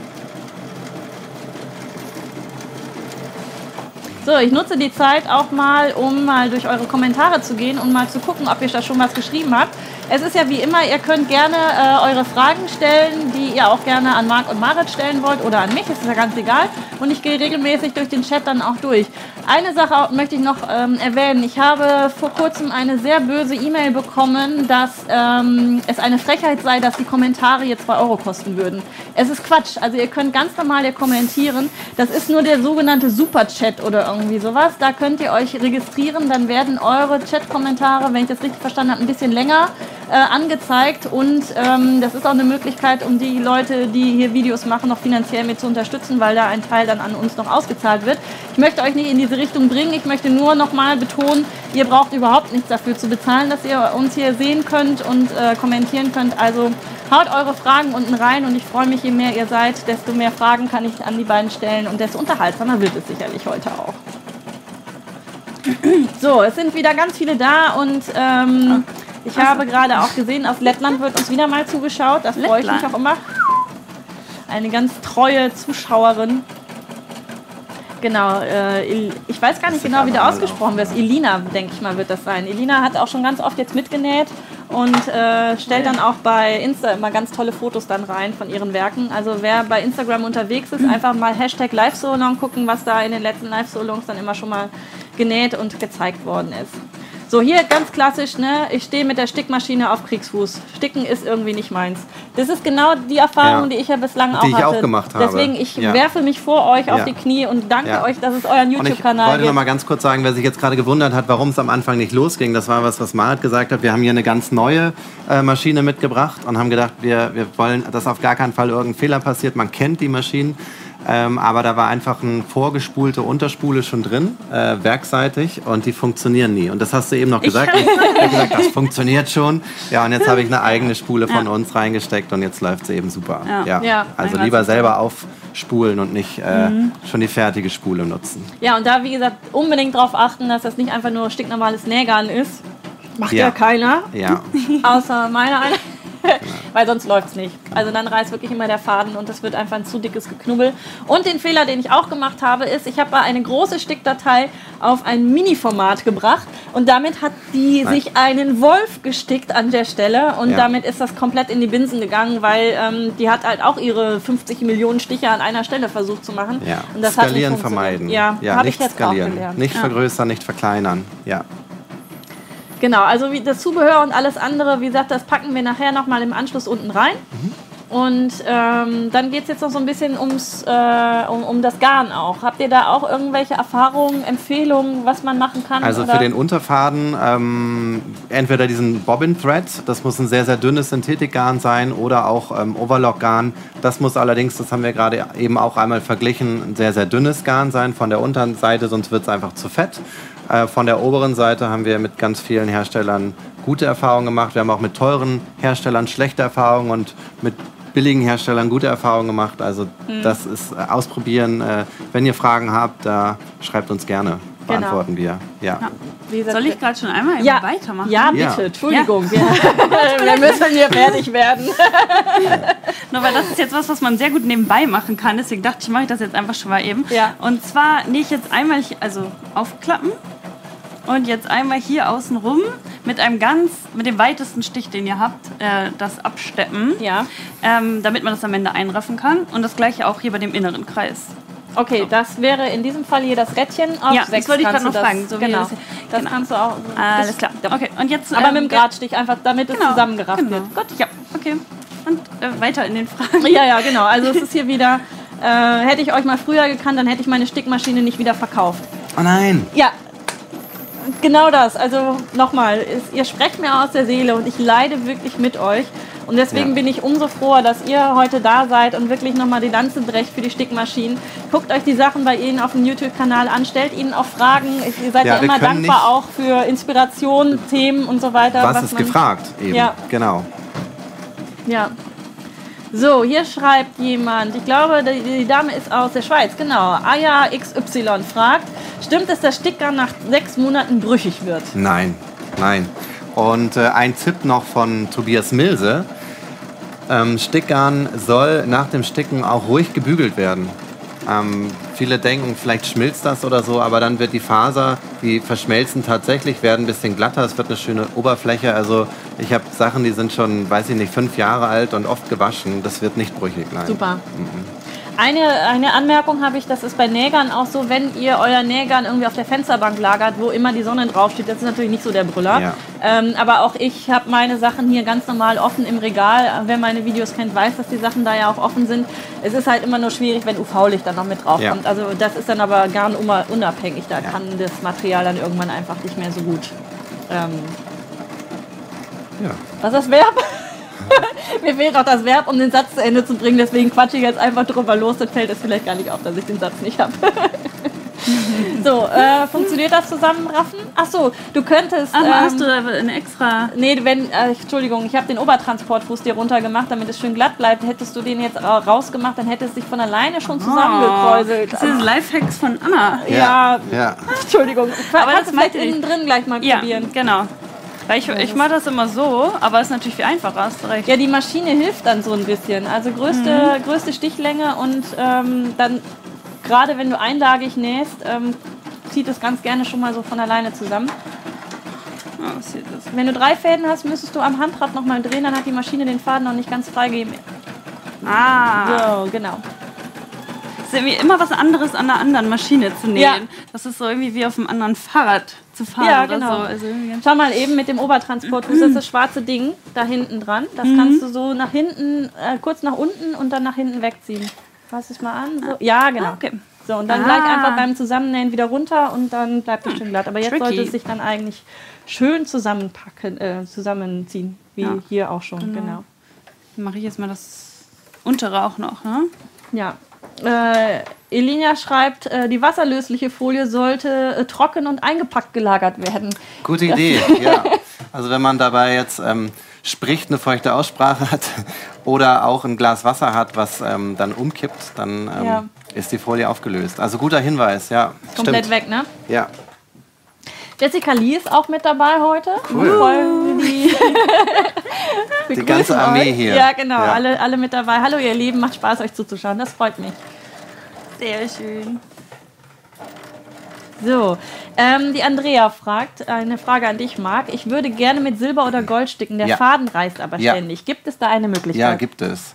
So, ich nutze die Zeit auch mal, um mal durch eure Kommentare zu gehen und mal zu gucken, ob ihr da schon was geschrieben habt. Es ist ja wie immer, ihr könnt gerne äh, eure Fragen stellen, die ihr auch gerne an Marc und Marit stellen wollt oder an mich, das ist ja ganz egal. Und ich gehe regelmäßig durch den Chat dann auch durch. Eine Sache möchte ich noch ähm, erwähnen. Ich habe vor kurzem eine sehr böse E-Mail bekommen, dass ähm, es eine Frechheit sei, dass die Kommentare jetzt zwei Euro kosten würden. Es ist Quatsch. Also ihr könnt ganz normal hier kommentieren. Das ist nur der sogenannte Superchat oder irgendwie sowas. Da könnt ihr euch registrieren. Dann werden eure Chat-Kommentare, wenn ich das richtig verstanden habe, ein bisschen länger äh, angezeigt und ähm, das ist auch eine Möglichkeit, um die Leute, die hier Videos machen, noch finanziell mit zu unterstützen, weil da ein Teil dann an uns noch ausgezahlt wird. Ich möchte euch nicht in diese Richtung bringen, ich möchte nur noch mal betonen, ihr braucht überhaupt nichts dafür zu bezahlen, dass ihr uns hier sehen könnt und äh, kommentieren könnt. Also haut eure Fragen unten rein und ich freue mich, je mehr ihr seid, desto mehr Fragen kann ich an die beiden stellen und desto unterhaltsamer wird es sicherlich heute auch. So, es sind wieder ganz viele da und ähm, ich Ach. habe gerade auch gesehen, aus Lettland wird uns wieder mal zugeschaut. Das freue ich mich auch immer. Eine ganz treue Zuschauerin. Genau, äh, ich weiß gar nicht genau, wie der ausgesprochen wird. Elina, denke ich mal, wird das sein. Elina hat auch schon ganz oft jetzt mitgenäht und äh, stellt dann auch bei Insta immer ganz tolle Fotos dann rein von ihren Werken. Also wer bei Instagram unterwegs ist, einfach mal Hashtag Live-Solong gucken, was da in den letzten Live-Solongs dann immer schon mal genäht und gezeigt worden ist. So, hier ganz klassisch, ne? Ich stehe mit der Stickmaschine auf Kriegsfuß. Sticken ist irgendwie nicht meins. Das ist genau die Erfahrung, ja, die ich ja bislang auch die ich hatte. auch gemacht habe. Deswegen, ich ja. werfe mich vor euch ja. auf die Knie und danke ja. euch, dass es euren YouTube-Kanal gibt. Ich wollte noch mal ganz kurz sagen, wer sich jetzt gerade gewundert hat, warum es am Anfang nicht losging. Das war was, was Marit gesagt hat. Wir haben hier eine ganz neue äh, Maschine mitgebracht und haben gedacht, wir, wir wollen, dass auf gar keinen Fall irgendein Fehler passiert. Man kennt die Maschinen. Ähm, aber da war einfach eine vorgespulte Unterspule schon drin, äh, werkseitig, und die funktionieren nie. Und das hast du eben noch gesagt. Ich habe gesagt, das funktioniert schon. Ja, und jetzt habe ich eine eigene Spule von ja. uns reingesteckt und jetzt läuft sie eben super. Ja. Ja. Ja. Also lieber selber aufspulen und nicht äh, mhm. schon die fertige Spule nutzen. Ja, und da, wie gesagt, unbedingt darauf achten, dass das nicht einfach nur stinknormales Nähgarn ist. Macht ja, ja keiner. Ja. Außer meiner eine. Weil sonst läuft es nicht. Also dann reißt wirklich immer der Faden und das wird einfach ein zu dickes Geknubbel. Und den Fehler, den ich auch gemacht habe, ist, ich habe eine große Stickdatei auf ein Mini-Format gebracht und damit hat die Nein. sich einen Wolf gestickt an der Stelle und ja. damit ist das komplett in die Binsen gegangen, weil ähm, die hat halt auch ihre fünfzig Millionen Stiche an einer Stelle versucht zu machen. Ja. Und das skalieren hat nicht vermeiden. Ja, ja habe nicht ich jetzt skalieren. auch gelernt. Nicht ja. vergrößern, nicht verkleinern. Ja. Genau, also wie das Zubehör und alles andere, wie gesagt, das packen wir nachher nochmal im Anschluss unten rein. Mhm. Und ähm, dann geht es jetzt noch so ein bisschen ums, äh, um, um das Garn auch. Habt ihr da auch irgendwelche Erfahrungen, Empfehlungen, was man machen kann? Also oder? Für den Unterfaden ähm, entweder diesen Bobbin Thread, das muss ein sehr, sehr dünnes Synthetikgarn sein, oder auch ähm, Overlock-Garn. Das muss allerdings, das haben wir gerade eben auch einmal verglichen, ein sehr, sehr dünnes Garn sein von der unteren Seite, sonst wird es einfach zu fett. Von der oberen Seite haben wir mit ganz vielen Herstellern gute Erfahrungen gemacht. Wir haben auch mit teuren Herstellern schlechte Erfahrungen und mit billigen Herstellern gute Erfahrungen gemacht. Also mhm. das ist äh, ausprobieren. Äh, wenn ihr Fragen habt, da schreibt uns gerne. Beantworten genau. wir. Ja. Ja. Soll ich gerade schon einmal ja. weitermachen? Ja, bitte. Ja. Entschuldigung. Ja. Wir müssen hier fertig werden. Nur weil das ist jetzt was, was man sehr gut nebenbei machen kann. Deswegen dachte ich, mache ich das jetzt einfach schon mal eben. Ja. Und zwar nähe ich jetzt einmal, also aufklappen. Und jetzt einmal hier außen rum mit einem ganz, mit dem weitesten Stich, den ihr habt, äh, das absteppen, ja. ähm, damit man das am Ende einraffen kann. Und das gleiche auch hier bei dem inneren Kreis. Okay, so. Das wäre in diesem Fall hier das Rädchen auf ja, sechs. Das wollte ich gerade noch das, fragen. So genau, das, das genau. kannst du auch. So Alles klar. Okay, und jetzt, aber ähm, mit dem Gradstich einfach, damit genau, es zusammengerafft genau. wird. Gut, ja, okay. Und äh, weiter in den Fragen. Ja, ja, genau. Also es ist hier wieder, äh, hätte ich euch mal früher gekannt, dann hätte ich meine Stickmaschine nicht wieder verkauft. Oh nein! Ja. Genau das, also nochmal, ihr sprecht mir aus der Seele und ich leide wirklich mit euch und deswegen ja. bin ich umso froher, dass ihr heute da seid und wirklich nochmal die Lanze brecht für die Stickmaschinen. Guckt euch die Sachen bei ihnen auf dem YouTube-Kanal an, stellt ihnen auch Fragen, ihr seid ja, ja immer dankbar auch für Inspiration, Themen und so weiter. Was, was ist man, gefragt eben, ja. genau. Ja. So, hier schreibt jemand, ich glaube, die, die Dame ist aus der Schweiz, genau. Aya X Y fragt, stimmt es, dass Stickgarn nach sechs Monaten brüchig wird? Nein, nein. Und äh, ein Tipp noch von Tobias Milse. Ähm, Stickgarn soll nach dem Sticken auch ruhig gebügelt werden. Ähm, viele denken, vielleicht schmilzt das oder so, aber dann wird die Faser, die verschmelzen tatsächlich, werden ein bisschen glatter, es wird eine schöne Oberfläche. Also ich habe Sachen, die sind schon, weiß ich nicht, fünf Jahre alt und oft gewaschen. Das wird nicht brüchig, nein. Super. Mhm. Eine, eine Anmerkung habe ich, das ist bei Nähgarn auch so, wenn ihr euer Nähgarn irgendwie auf der Fensterbank lagert, wo immer die Sonne draufsteht, das ist natürlich nicht so der Brüller. Ja. Ähm, aber auch ich habe meine Sachen hier ganz normal offen im Regal. Wer meine Videos kennt, weiß, dass die Sachen da ja auch offen sind. Es ist halt immer nur schwierig, wenn U V-Licht dann noch mit drauf kommt. Ja. Also das ist dann aber garnunabhängig. Da ja. kann das Material dann irgendwann einfach nicht mehr so gut ähm, Ja. Was ist das Verb? Mir fehlt auch das Verb, um den Satz zu Ende zu bringen. Deswegen quatsche ich jetzt einfach drüber los. Dann fällt es vielleicht gar nicht auf, dass ich den Satz nicht habe. So, äh, funktioniert das Zusammenraffen? Ach so, du könntest... Ach, ähm, hast du eine extra... Nee, wenn, äh, Entschuldigung, ich habe den Obertransportfuß dir runter gemacht, damit es schön glatt bleibt. Hättest du den jetzt ra- rausgemacht, dann hätte es sich von alleine schon zusammengekräuselt. Das sind Lifehacks von Anna. Ja, ja. Entschuldigung. Aber Kannst das du vielleicht meinte ich. innen drin gleich mal Ja, probieren. genau. Weil ich, ich mache das immer so, aber es ist natürlich viel einfacher, hast du recht. Ja, die Maschine hilft dann so ein bisschen. Also größte, mhm. größte Stichlänge und ähm, dann, gerade wenn du einlagig nähst, ähm, zieht es ganz gerne schon mal so von alleine zusammen. Oh, was hier ist. Wenn du drei Fäden hast, müsstest du am Handrad nochmal drehen, dann hat die Maschine den Faden noch nicht ganz freigegeben. Ah, So, genau. es ist irgendwie immer was anderes an einer anderen Maschine zu nähen. Ja. Das ist so irgendwie wie auf einem anderen Fahrrad zu fahren Ja, oder genau. so. Also irgendwie ganz Schau mal eben mit dem Obertransportfuß, das ist das schwarze Ding da hinten dran. Das kannst du so nach hinten, äh, kurz nach unten und dann nach hinten wegziehen. Fass es mal an. So. Ja, genau. Ah, okay. So, und dann Ah. gleich einfach beim Zusammennähen wieder runter und dann bleibt es schön glatt. Aber jetzt Tricky. sollte es sich dann eigentlich schön zusammenpacken, äh, zusammenziehen, wie Ja. hier auch schon. Genau. Genau. Dann mache ich jetzt mal das untere auch noch, ne? Ja. Äh, Elinia schreibt, äh, die wasserlösliche Folie sollte äh, trocken und eingepackt gelagert werden. Gute Idee, ja. Also wenn man dabei jetzt ähm, spricht, eine feuchte Aussprache hat oder auch ein Glas Wasser hat, was ähm, dann umkippt, dann ähm, Ja. ist die Folie aufgelöst. Also guter Hinweis, ja. Komplett Stimmt. weg, ne? Ja. Jessica Lee ist auch mit dabei heute. Cool. Voll die, Die ganze Armee euch. hier. Ja, genau. Ja. Alle, alle mit dabei. Hallo ihr Lieben, macht Spaß euch zuzuschauen. Das freut mich. Sehr schön. So, ähm, die Andrea fragt, eine Frage an dich, Marc. Ich würde gerne mit Silber- oder Gold sticken. Der Ja. Faden reißt aber Ja. ständig. Gibt es da eine Möglichkeit? Ja, gibt es.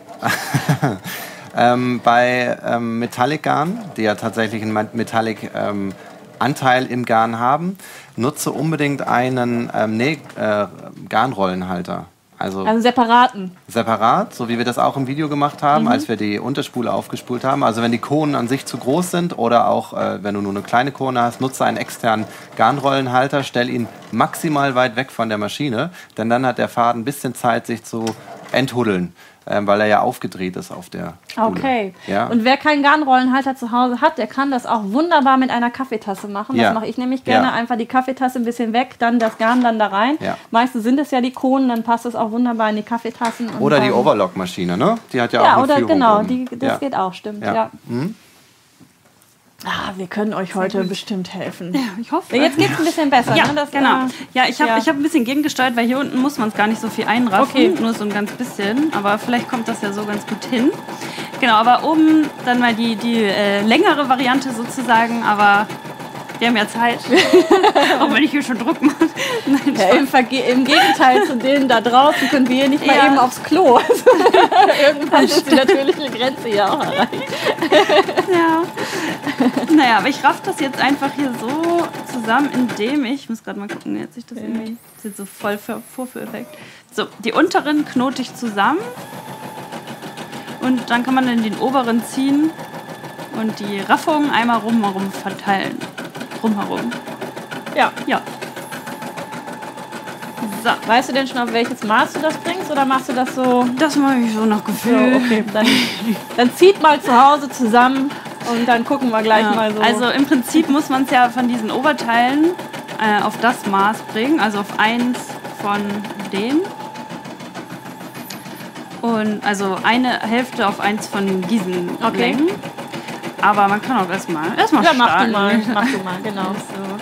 ähm, bei ähm, Metallic-Garn, die ja tatsächlich einen Metallic-Anteil ähm, im Garn haben, nutze unbedingt einen ähm, nee, äh, Garnrollenhalter. Also, Also separaten. separat, so wie wir das auch im Video gemacht haben, Mhm. als wir die Unterspule aufgespult haben. Also wenn die Kohlen an sich zu groß sind oder auch äh, wenn du nur eine kleine Kohne hast, nutze einen externen Garnrollenhalter, stell ihn maximal weit weg von der Maschine, denn dann hat der Faden ein bisschen Zeit, sich zu enthuddeln, ähm, weil er ja aufgedreht ist auf der Spule. Okay. Ja? Und wer keinen Garnrollenhalter zu Hause hat, der kann das auch wunderbar mit einer Kaffeetasse machen. Ja. Das mache ich nämlich gerne. Ja. Einfach die Kaffeetasse ein bisschen weg, dann das Garn dann da rein. Ja. Meistens sind es ja die Kohlen, dann passt es auch wunderbar in die Kaffeetassen. Und Oder die ähm, Overlock-Maschine, ne? Die hat ja, auch Ja, eine oder Führung genau, oben. die, das ja. geht auch, stimmt. Ja. Ja. Mhm. Ah, wir können euch heute bestimmt helfen. Ja, ich hoffe. Jetzt geht es ein bisschen besser. Ja, ne? Das, genau. äh, Ja, ich habe ja. ich hab ein bisschen gegengesteuert, weil hier unten muss man es gar nicht so viel einraffen. Okay. Nur so ein ganz bisschen. Aber vielleicht kommt das ja so ganz gut hin. Genau, aber oben dann mal die, die äh, längere Variante sozusagen. Aber wir haben ja Zeit. Auch wenn ich hier schon Druck mache. Nein, Ja, im, Verge Im Gegenteil zu denen da draußen können wir hier nicht mal Ja. eben aufs Klo. Also, irgendwann ist die natürliche Grenze hier auch erreicht. Ja. Naja, aber ich raff das jetzt einfach hier so zusammen, indem ich, ich muss gerade mal gucken, jetzt sich das irgendwie, das ist so voll für Vorführeffekt. So, die unteren knote ich zusammen und dann kann man dann den oberen ziehen und die Raffung einmal rumherum verteilen. Rumherum. Ja. Ja. So, Weißt du denn schon, auf welches Maß du das bringst oder machst du das so? das mache ich so nach So, Gefühl. okay, dann, dann zieht mal zu Hause zusammen und dann gucken wir gleich Ja. mal so. Also im Prinzip muss man es ja von diesen Oberteilen äh, auf das Maß bringen, also auf eins von denen. Und also eine Hälfte auf eins von diesen Okay. Längen. Aber man kann auch erstmal erstmal ja, mach du starten. mal, mach du mal, genau. So.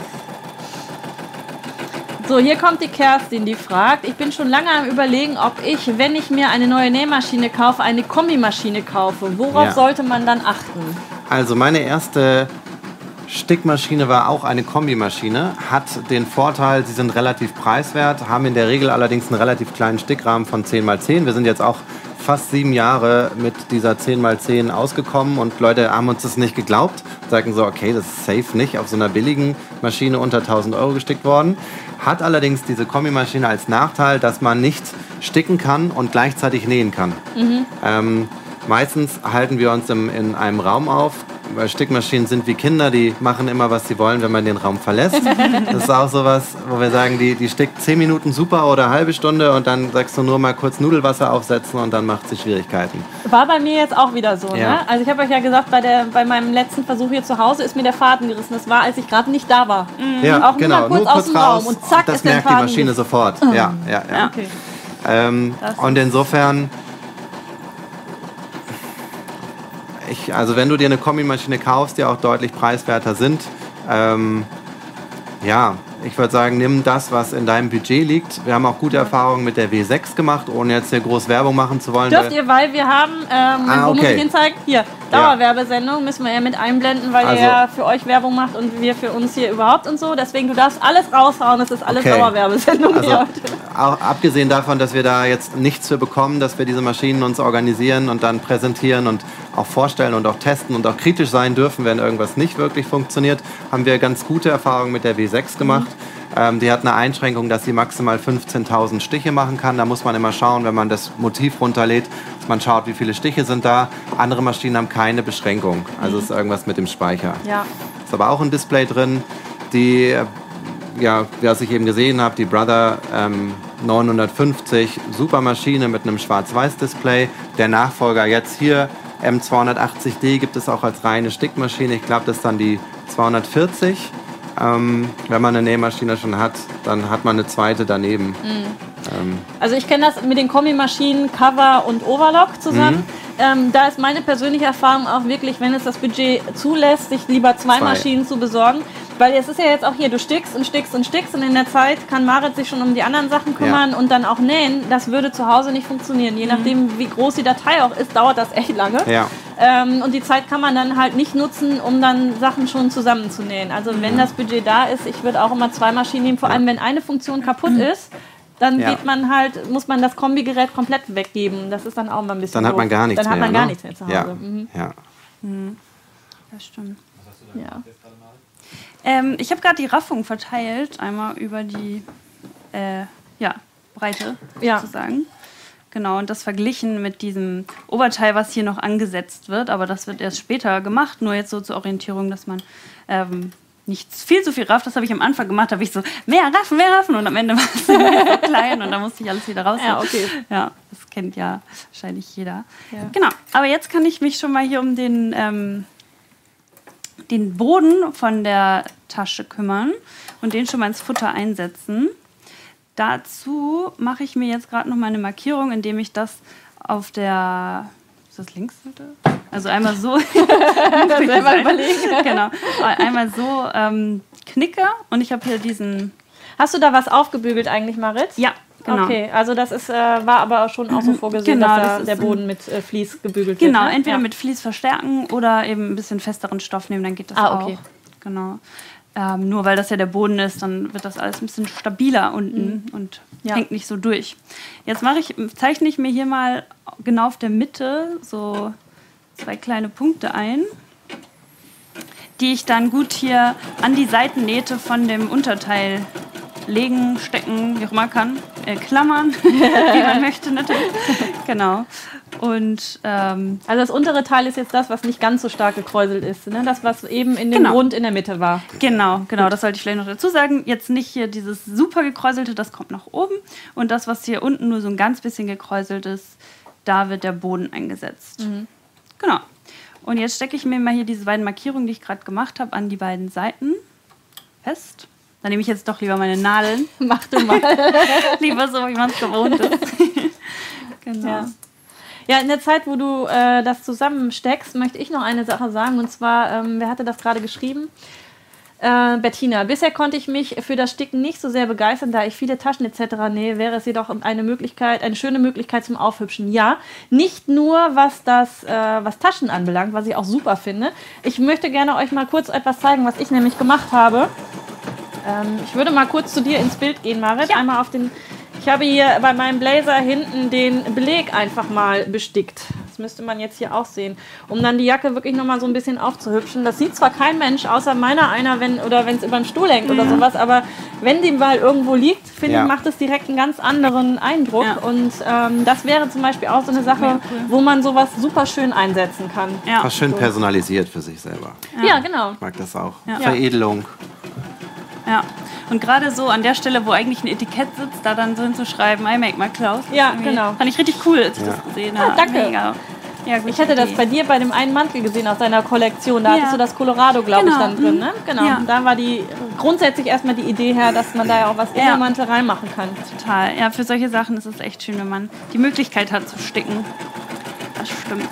So, hier kommt die Kerstin, die fragt, ich bin schon lange am Überlegen, ob ich, wenn ich mir eine neue Nähmaschine kaufe, eine Kombimaschine kaufe. Worauf Ja. sollte man dann achten? Also meine erste Stickmaschine war auch eine Kombimaschine, hat den Vorteil, sie sind relativ preiswert, haben in der Regel allerdings einen relativ kleinen Stickrahmen von zehn mal zehn. Wir sind jetzt auch fast sieben Jahre mit dieser zehn mal zehn ausgekommen und Leute haben uns das nicht geglaubt, sagen so, okay, das ist safe nicht auf so einer billigen Maschine unter tausend Euro gestickt worden. Hat allerdings diese Kombimaschine als Nachteil, dass man nicht sticken kann und gleichzeitig nähen kann. Mhm. Ähm, meistens halten wir uns im, in einem Raum auf, weil Stickmaschinen sind wie Kinder, die machen immer, was sie wollen, wenn man den Raum verlässt. Das ist auch sowas, wo wir sagen, die, die stickt zehn Minuten super oder eine halbe Stunde und dann sagst du nur mal kurz Nudelwasser aufsetzen und dann macht sie Schwierigkeiten. War bei mir jetzt auch wieder so. Ja. Ne? Also ich habe euch ja gesagt, bei, der, bei meinem letzten Versuch hier zu Hause ist mir der Faden gerissen. Das war, als ich gerade nicht da war. Mhm. Ja, auch genau. Nur kurz, nur kurz aus dem raus, Raum und zack das ist der merkt Faden die Maschine gerissen. sofort. Oh. Ja, ja, ja. Okay. Ähm, und insofern, ich, also wenn du dir eine Kombimaschine kaufst, die auch deutlich preiswerter sind, ähm, ja, ich würde sagen, nimm das, was in deinem Budget liegt. Wir haben auch gute Erfahrungen mit der W sechs gemacht, ohne jetzt hier groß Werbung machen zu wollen. Dürft ihr, weil wir haben, ähm, ah, wo muss okay. ich hinzeigen? Hier, Dauerwerbesendung müssen wir ja mit einblenden, weil Also- ihr ja für euch Werbung macht und wir für uns hier überhaupt und so. Deswegen, du darfst alles raushauen, es ist alles Okay. Dauerwerbesendung Also, hier heute. auch abgesehen davon, dass wir da jetzt nichts für bekommen, dass wir diese Maschinen uns organisieren und dann präsentieren und auch vorstellen und auch testen und auch kritisch sein dürfen, wenn irgendwas nicht wirklich funktioniert, haben wir ganz gute Erfahrungen mit der W sechs gemacht. Mhm. Ähm, die hat eine Einschränkung, dass sie maximal fünfzehntausend Stiche machen kann. Da muss man immer schauen, wenn man das Motiv runterlädt, dass man schaut, wie viele Stiche sind da. Andere Maschinen haben keine Beschränkung. Also ist irgendwas mit dem Speicher. Ja. Ist aber auch ein Display drin, die, ja, was ich eben gesehen habe, die Brother ähm, neunhundertfünfzig, super Maschine mit einem Schwarz-Weiß-Display. Der Nachfolger jetzt hier, M zweihundertachtzig D, gibt es auch als reine Stickmaschine. Ich glaube, das ist dann die zweihundertvierzig. Ähm, wenn man eine Nähmaschine schon hat, dann hat man eine zweite daneben. Mhm. Ähm, Also ich kenne das mit den Kombimaschinen Cover und Overlock zusammen. Mhm. Ähm, da ist meine persönliche Erfahrung auch wirklich, wenn es das Budget zulässt, sich lieber zwei, Zwei. Maschinen zu besorgen. Weil es ist ja jetzt auch hier, du stickst und stickst und stickst und in der Zeit kann Marit sich schon um die anderen Sachen kümmern Ja. und dann auch nähen. Das würde zu Hause nicht funktionieren. Je nachdem, wie groß die Datei auch ist, dauert das echt lange. ja. Ähm, und die Zeit kann man dann halt nicht nutzen, um dann Sachen schon zusammenzunähen. Also wenn das Budget da ist, ich würde auch immer zwei Maschinen nehmen, vor allem wenn eine Funktion kaputt ist. Dann Ja. geht man halt, muss man das Kombigerät komplett weggeben. Das ist dann auch mal ein bisschen Dann hat man doof. gar nichts Dann hat mehr. man gar ne? nichts mehr zu Hause. Ja. Mhm. Ja. Das stimmt. Ja. Ähm, ich habe gerade die Raffung verteilt, einmal über die äh, ja, Breite Ja. sozusagen. Genau, und das verglichen mit diesem Oberteil, was hier noch angesetzt wird. Aber das wird erst später gemacht, nur jetzt so zur Orientierung, dass man ähm, nicht viel zu viel rafft. Das habe ich am Anfang gemacht, da habe ich so, mehr raffen, mehr raffen. Und am Ende war es so klein und da musste ich alles wieder raus. Ja, okay. Ja, das kennt ja wahrscheinlich jeder. Ja. Genau, aber jetzt kann ich mich schon mal hier um den... Ähm, den Boden von der Tasche kümmern und den schon mal ins Futter einsetzen. Dazu mache ich mir jetzt gerade noch mal eine Markierung, indem ich das auf der, ist das Linksseite? Also einmal so, selber überlegen. genau, einmal so ähm, knicke und ich habe hier diesen, Hast du da was aufgebügelt eigentlich, Marit? ja, genau. Okay, also das ist, äh, war aber schon auch so vorgesehen, Genau, dass da das ist der ein- Boden mit äh, Vlies gebügelt Genau, wird. Ne? entweder ja. mit Vlies verstärken oder eben ein bisschen festeren Stoff nehmen, dann geht das Ah, auch. okay. Genau. Ähm, nur weil das ja der Boden ist, dann wird das alles ein bisschen stabiler unten und Ja. hängt nicht so durch. Jetzt mache ich, zeichne ich mir hier mal genau auf der Mitte so zwei kleine Punkte ein, die ich dann gut hier an die Seitennähte von dem Unterteil legen, stecken, wie auch immer kann, äh, klammern, wie man möchte natürlich. Genau. Und ähm, Also das untere Teil ist jetzt das, was nicht ganz so stark gekräuselt ist. Ne? Das, was eben in dem Genau. Grund in der Mitte war. Genau, genau, das sollte ich vielleicht noch dazu sagen. Jetzt nicht hier dieses super gekräuselte, das kommt nach oben. Und das, was hier unten nur so ein ganz bisschen gekräuselt ist, da wird der Boden eingesetzt. Genau. Und jetzt stecke ich mir mal hier diese beiden Markierungen, die ich gerade gemacht habe, an die beiden Seiten fest. Dann nehme ich jetzt doch lieber meine Nadeln. Mach du mal. Lieber so, wie man es gewohnt ist. Genau. Ja. Ja, in der Zeit, wo du äh, das zusammensteckst, möchte ich noch eine Sache sagen. Und zwar, ähm, wer hatte das gerade geschrieben? Äh, Bettina. Bisher konnte ich mich für das Sticken nicht so sehr begeistern, da ich viele Taschen et cetera nähe, wäre es jedoch eine Möglichkeit, eine schöne Möglichkeit zum Aufhübschen. Ja, nicht nur was das, äh, was Taschen anbelangt, was ich auch super finde. Ich möchte gerne euch mal kurz etwas zeigen, was ich nämlich gemacht habe. Ähm, ich würde mal kurz zu dir ins Bild gehen, Marit. Ja. Einmal auf den. Ich habe hier bei meinem Blazer hinten den Beleg einfach mal bestickt. Jetzt Das müsste man jetzt hier auch sehen. Um dann die Jacke wirklich nochmal so ein bisschen aufzuhübschen. Das sieht zwar kein Mensch, außer meiner einer, wenn, oder wenn es über den Stuhl hängt oder sowas, aber wenn die mal irgendwo liegt, finde Ja. ich, macht es direkt einen ganz anderen Eindruck. Ja. Und ähm, das wäre zum Beispiel auch so eine Sache, Cool. wo man sowas super schön einsetzen kann. Ja. Was schön So. personalisiert für sich selber. Ja, genau. Ich mag das auch. Ja. Veredelung. Ja. Und gerade so an der Stelle, wo eigentlich ein Etikett sitzt, da dann so hinzuschreiben, I make my clothes. Ja, Irgendwie genau. Fand ich richtig cool, als ich Ja. das gesehen Ah, habe. danke. Mega. Ja, gute Ich hatte das Idee. bei dir bei dem einen Mantel gesehen aus deiner Kollektion. Da Ja. hattest du das Colorado, glaube ich, Genau. dann drin. Ne? Genau. Ja. Da war die grundsätzlich erstmal die Idee her, dass man da ja auch was in Ja. den Mantel reinmachen kann. Total. Ja, für solche Sachen ist es echt schön, wenn man die Möglichkeit hat zu sticken. Das stimmt.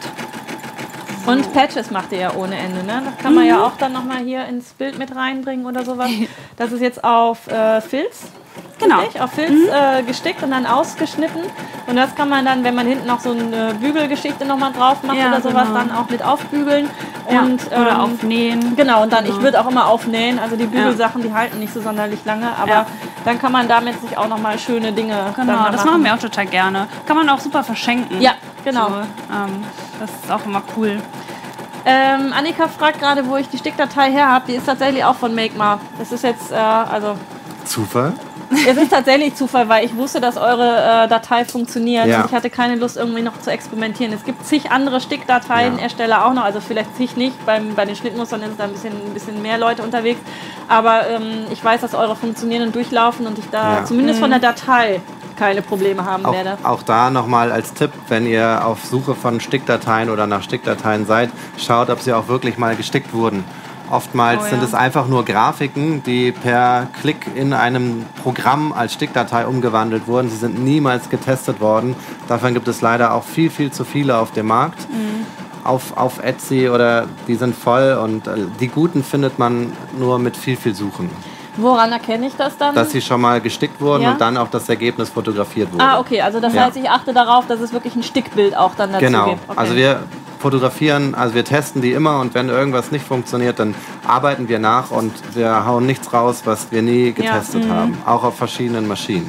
Und Patches macht ihr ja ohne Ende. Ne? Das kann man ja auch dann nochmal hier ins Bild mit reinbringen oder sowas. Das ist jetzt auf äh, Filz. Genau. Richtig? Auf Filz äh, gestickt und dann ausgeschnitten. Und das kann man dann, wenn man hinten noch so eine Bügelgeschichte nochmal drauf macht Ja, oder sowas, genau. dann auch mit aufbügeln. Ja. Und, Oder ähm, aufnähen. Genau, und dann, Genau. ich würde auch immer aufnähen. Also die Bügelsachen, die halten nicht so sonderlich lange. Aber Ja. dann kann man damit sich auch nochmal schöne Dinge dann Genau, mal das machen wir auch total gerne. Kann man auch super verschenken. Ja, genau. So, ähm, das ist auch immer cool. Ähm, Annika fragt gerade, wo ich die Stickdatei her habe. Die ist tatsächlich auch von MakeMar. Das ist jetzt, äh, also Zufall? es ist tatsächlich Zufall, weil ich wusste, dass eure äh, Datei funktioniert. Ja. Und ich hatte keine Lust, irgendwie noch zu experimentieren. Es gibt zig andere Stickdateienersteller auch noch. Also vielleicht zig nicht. Beim, bei den Schnittmustern ist da ein bisschen, ein bisschen mehr Leute unterwegs. Aber ähm, ich weiß, dass eure funktionieren und durchlaufen und ich da Ja. zumindest von der Datei keine Probleme haben Auch, werde. auch da nochmal als Tipp, wenn ihr auf Suche von Stickdateien oder nach Stickdateien seid, schaut, ob sie auch wirklich mal gestickt wurden. Oftmals Oh, ja. sind es einfach nur Grafiken, die per Klick in einem Programm als Stickdatei umgewandelt wurden. Sie sind niemals getestet worden. Davon gibt es leider auch viel, viel zu viele auf dem Markt. Mhm. Auf, auf Etsy oder die sind voll und äh, die guten findet man nur mit viel, viel Suchen. Woran erkenne ich das dann? Dass sie schon mal gestickt wurden Ja. und dann auch das Ergebnis fotografiert wurde. Ah, okay. Also das Ja. heißt, ich achte darauf, dass es wirklich ein Stickbild auch dann dazu Genau. gibt. Okay. Also wir fotografieren, also wir testen die immer und wenn irgendwas nicht funktioniert, dann arbeiten wir nach und wir hauen nichts raus, was wir nie getestet mhm. haben. Auch auf verschiedenen Maschinen.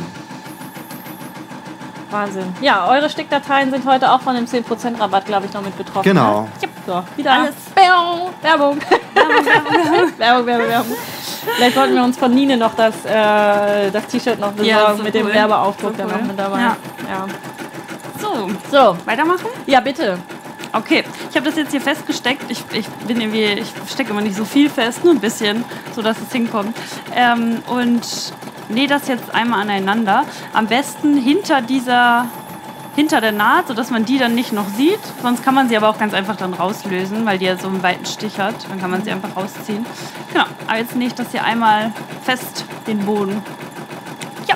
Wahnsinn. Ja, eure Stickdateien sind heute auch von dem zehn Prozent Rabatt, glaube ich, noch mit betroffen. Genau. Ne? Ja, so, wieder alles. Werbung, Werbung. Werbung, Werbung, Werbung. Vielleicht sollten wir uns von Nine noch das, äh, das T-Shirt noch besorgen Ja, so mit dem cool. Werbeaufdruck So dann cool. noch mit dabei. Ja. Ja. So, So, weitermachen? ja bitte. Okay, ich habe das jetzt hier festgesteckt. Ich, ich bin irgendwie, ich stecke immer nicht so viel fest, nur ein bisschen, so dass es hinkommt. Ähm, und nähe das jetzt einmal aneinander. Am besten hinter dieser, hinter der Naht, sodass man die dann nicht noch sieht. Sonst kann man sie aber auch ganz einfach dann rauslösen, weil die ja so einen weiten Stich hat. Dann kann man sie einfach rausziehen. Genau, aber jetzt nähe ich das hier einmal fest, den Boden. Ja.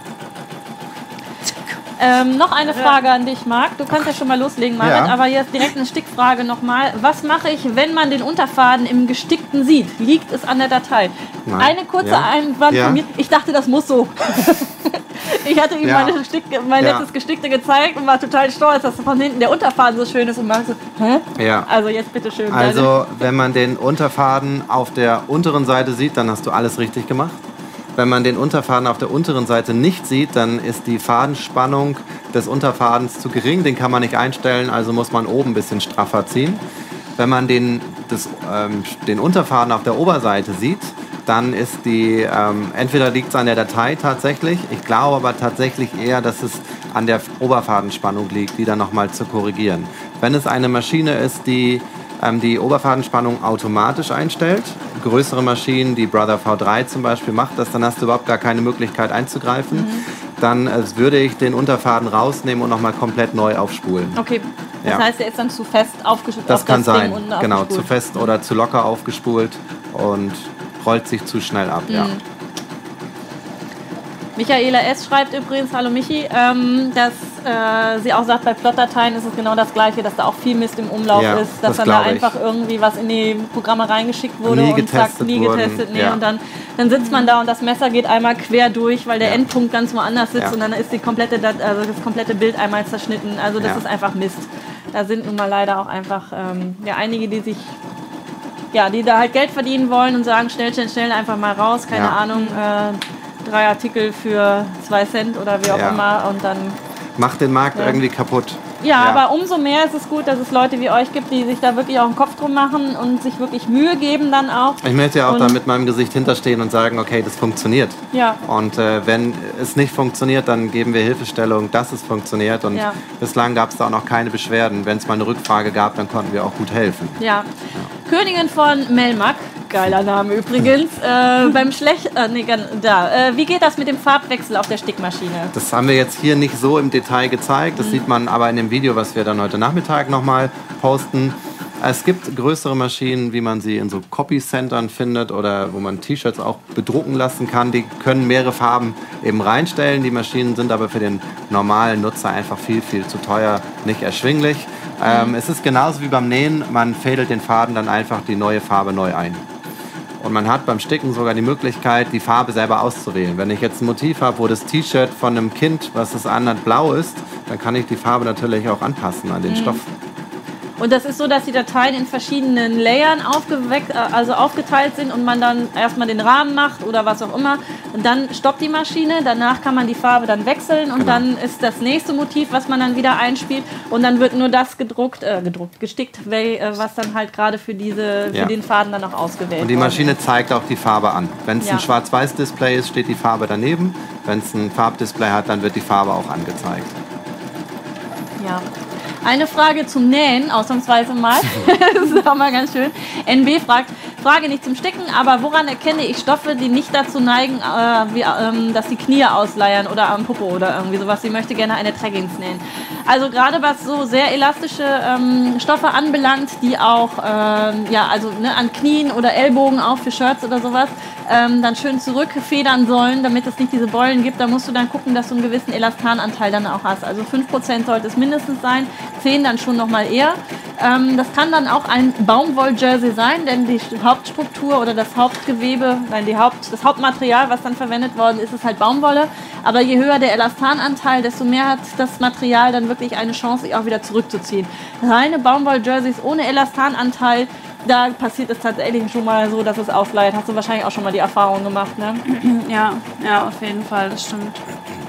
Ähm, noch eine Frage an dich, Marc. Du kannst ja schon mal loslegen, Marit, Ja. aber jetzt direkt eine Stickfrage nochmal. Was mache ich, wenn man den Unterfaden im Gestickten sieht? Liegt es an der Datei? Nein. Eine kurze Ja. Einwand Ja. von mir. Ich dachte, das muss so. Ich hatte ihm Ja. meine Stick, mein Ja. letztes Gestickte gezeigt und war total stolz, dass von hinten der Unterfaden so schön ist und Marc so, hä? Ja. Also jetzt bitte schön. deine- Also wenn man den Unterfaden auf der unteren Seite sieht, dann hast du alles richtig gemacht. Wenn man den Unterfaden auf der unteren Seite nicht sieht, dann ist die Fadenspannung des Unterfadens zu gering. Den kann man nicht einstellen, also muss man oben ein bisschen straffer ziehen. Wenn man den, das, ähm, den Unterfaden auf der Oberseite sieht, dann ist die, ähm, entweder liegt es an der Datei tatsächlich, ich glaube aber tatsächlich eher, dass es an der Oberfadenspannung liegt, die dann nochmal zu korrigieren. Wenn es eine Maschine ist, die ähm, die Oberfadenspannung automatisch einstellt, größere Maschinen, die Brother V drei zum Beispiel macht das, dann hast du überhaupt gar keine Möglichkeit einzugreifen. Mhm. Dann äh, würde ich den Unterfaden rausnehmen und nochmal komplett neu aufspulen. Okay, das Ja. heißt, der ist dann zu fest aufgespult. Das auf kann das Ding sein, unten genau, aufgespult. zu fest oder zu locker aufgespult und rollt sich zu schnell ab. Ja. Mhm. Michaela S. schreibt übrigens, hallo Michi, ähm, dass äh, sie auch sagt, bei Plotdateien ist es genau das Gleiche, dass da auch viel Mist im Umlauf Ja, ist, dass das dann da glaub ich. einfach irgendwie was in die Programme reingeschickt wurde Nie und zack, getestet nie wurden, getestet, nee, ja. und dann, dann sitzt man da und das Messer geht einmal quer durch, weil der Ja. Endpunkt ganz woanders sitzt Ja. und dann ist die komplette, Dat- also das komplette Bild einmal zerschnitten, also das Ja. ist einfach Mist. Da sind nun mal leider auch einfach ähm, ja, einige, die sich ja, die da halt Geld verdienen wollen und sagen, schnell, schnell, schnell einfach mal raus, keine Ja. Ahnung, äh, drei Artikel für zwei Cent oder wie auch Ja. immer und dann, Macht den Markt Ja. irgendwie kaputt. Ja, ja, aber umso mehr ist es gut, dass es Leute wie euch gibt, die sich da wirklich auch einen Kopf drum machen und sich wirklich Mühe geben dann auch. Ich möchte ja auch und da mit meinem Gesicht hinterstehen und sagen, okay, das funktioniert. Ja. Und äh, wenn es nicht funktioniert, dann geben wir Hilfestellung, dass es funktioniert. Und ja. bislang gab es da auch noch keine Beschwerden. Wenn es mal eine Rückfrage gab, dann konnten wir auch gut helfen. Ja. ja. Königin von Melmac, geiler Name übrigens, äh, beim Schlecht... Äh, nee, da. Äh, wie geht das mit dem Farbwechsel auf der Stickmaschine? Das haben wir jetzt hier nicht so im Detail gezeigt. Das mhm. sieht man aber in dem Video, was wir dann heute Nachmittag nochmal posten. Es gibt größere Maschinen, wie man sie in so Copy-Centern findet oder wo man T-Shirts auch bedrucken lassen kann. Die können mehrere Farben eben reinstellen. Die Maschinen sind aber für den normalen Nutzer einfach viel, viel zu teuer, nicht erschwinglich. Mhm. Ähm, es ist genauso wie beim Nähen. Man fädelt den Faden dann einfach die neue Farbe neu ein. Und man hat beim Sticken sogar die Möglichkeit, die Farbe selber auszuwählen. Wenn ich jetzt ein Motiv habe, wo das T-Shirt von einem Kind, was es anhat, blau ist, dann kann ich die Farbe natürlich auch anpassen an den mhm. Stoff. Und das ist so, dass die Dateien in verschiedenen Layern aufgeweckt, also aufgeteilt sind und man dann erstmal den Rahmen macht oder was auch immer. Und dann stoppt die Maschine, danach kann man die Farbe dann wechseln und genau. dann ist das nächste Motiv, was man dann wieder einspielt. Und dann wird nur das gedruckt, äh, gedruckt, gestickt, was dann halt gerade für, diese, für ja. den Faden dann auch ausgewählt wird. Und die Maschine ist. zeigt auch die Farbe an. Wenn es ja. ein Schwarz-Weiß-Display ist, steht die Farbe daneben. Wenn es ein Farbdisplay hat, dann wird die Farbe auch angezeigt. Ja. Eine Frage zum Nähen, ausnahmsweise mal. Das ist auch mal ganz schön. N B fragt, Frage nicht zum Sticken, aber woran erkenne ich Stoffe, die nicht dazu neigen, äh, wie, ähm, dass die Knie ausleiern oder am Popo oder irgendwie sowas. Sie möchte gerne eine Traggings nähen. Also gerade was so sehr elastische ähm, Stoffe anbelangt, die auch ähm, ja, also, ne, an Knien oder Ellbogen auch für Shirts oder sowas, ähm, dann schön zurückfedern sollen, damit es nicht diese Beulen gibt. Da musst du dann gucken, dass du einen gewissen Elastananteil dann auch hast. Also fünf Prozent sollte es mindestens sein, zehn dann schon noch mal eher. Ähm, das kann dann auch ein Baumwoll-Jersey sein, denn die Hauptstruktur oder das Hauptgewebe, nein, die Haupt, das Hauptmaterial, was dann verwendet worden ist, ist halt Baumwolle. Aber je höher der Elastananteil, desto mehr hat das Material dann wirklich eine Chance, sich auch wieder zurückzuziehen. Reine Baumwoll-Jerseys ohne Elastananteil, da passiert es tatsächlich schon mal so, dass es ausleiht. Hast du wahrscheinlich auch schon mal die Erfahrung gemacht, ne? Ja, ja, auf jeden Fall, das stimmt.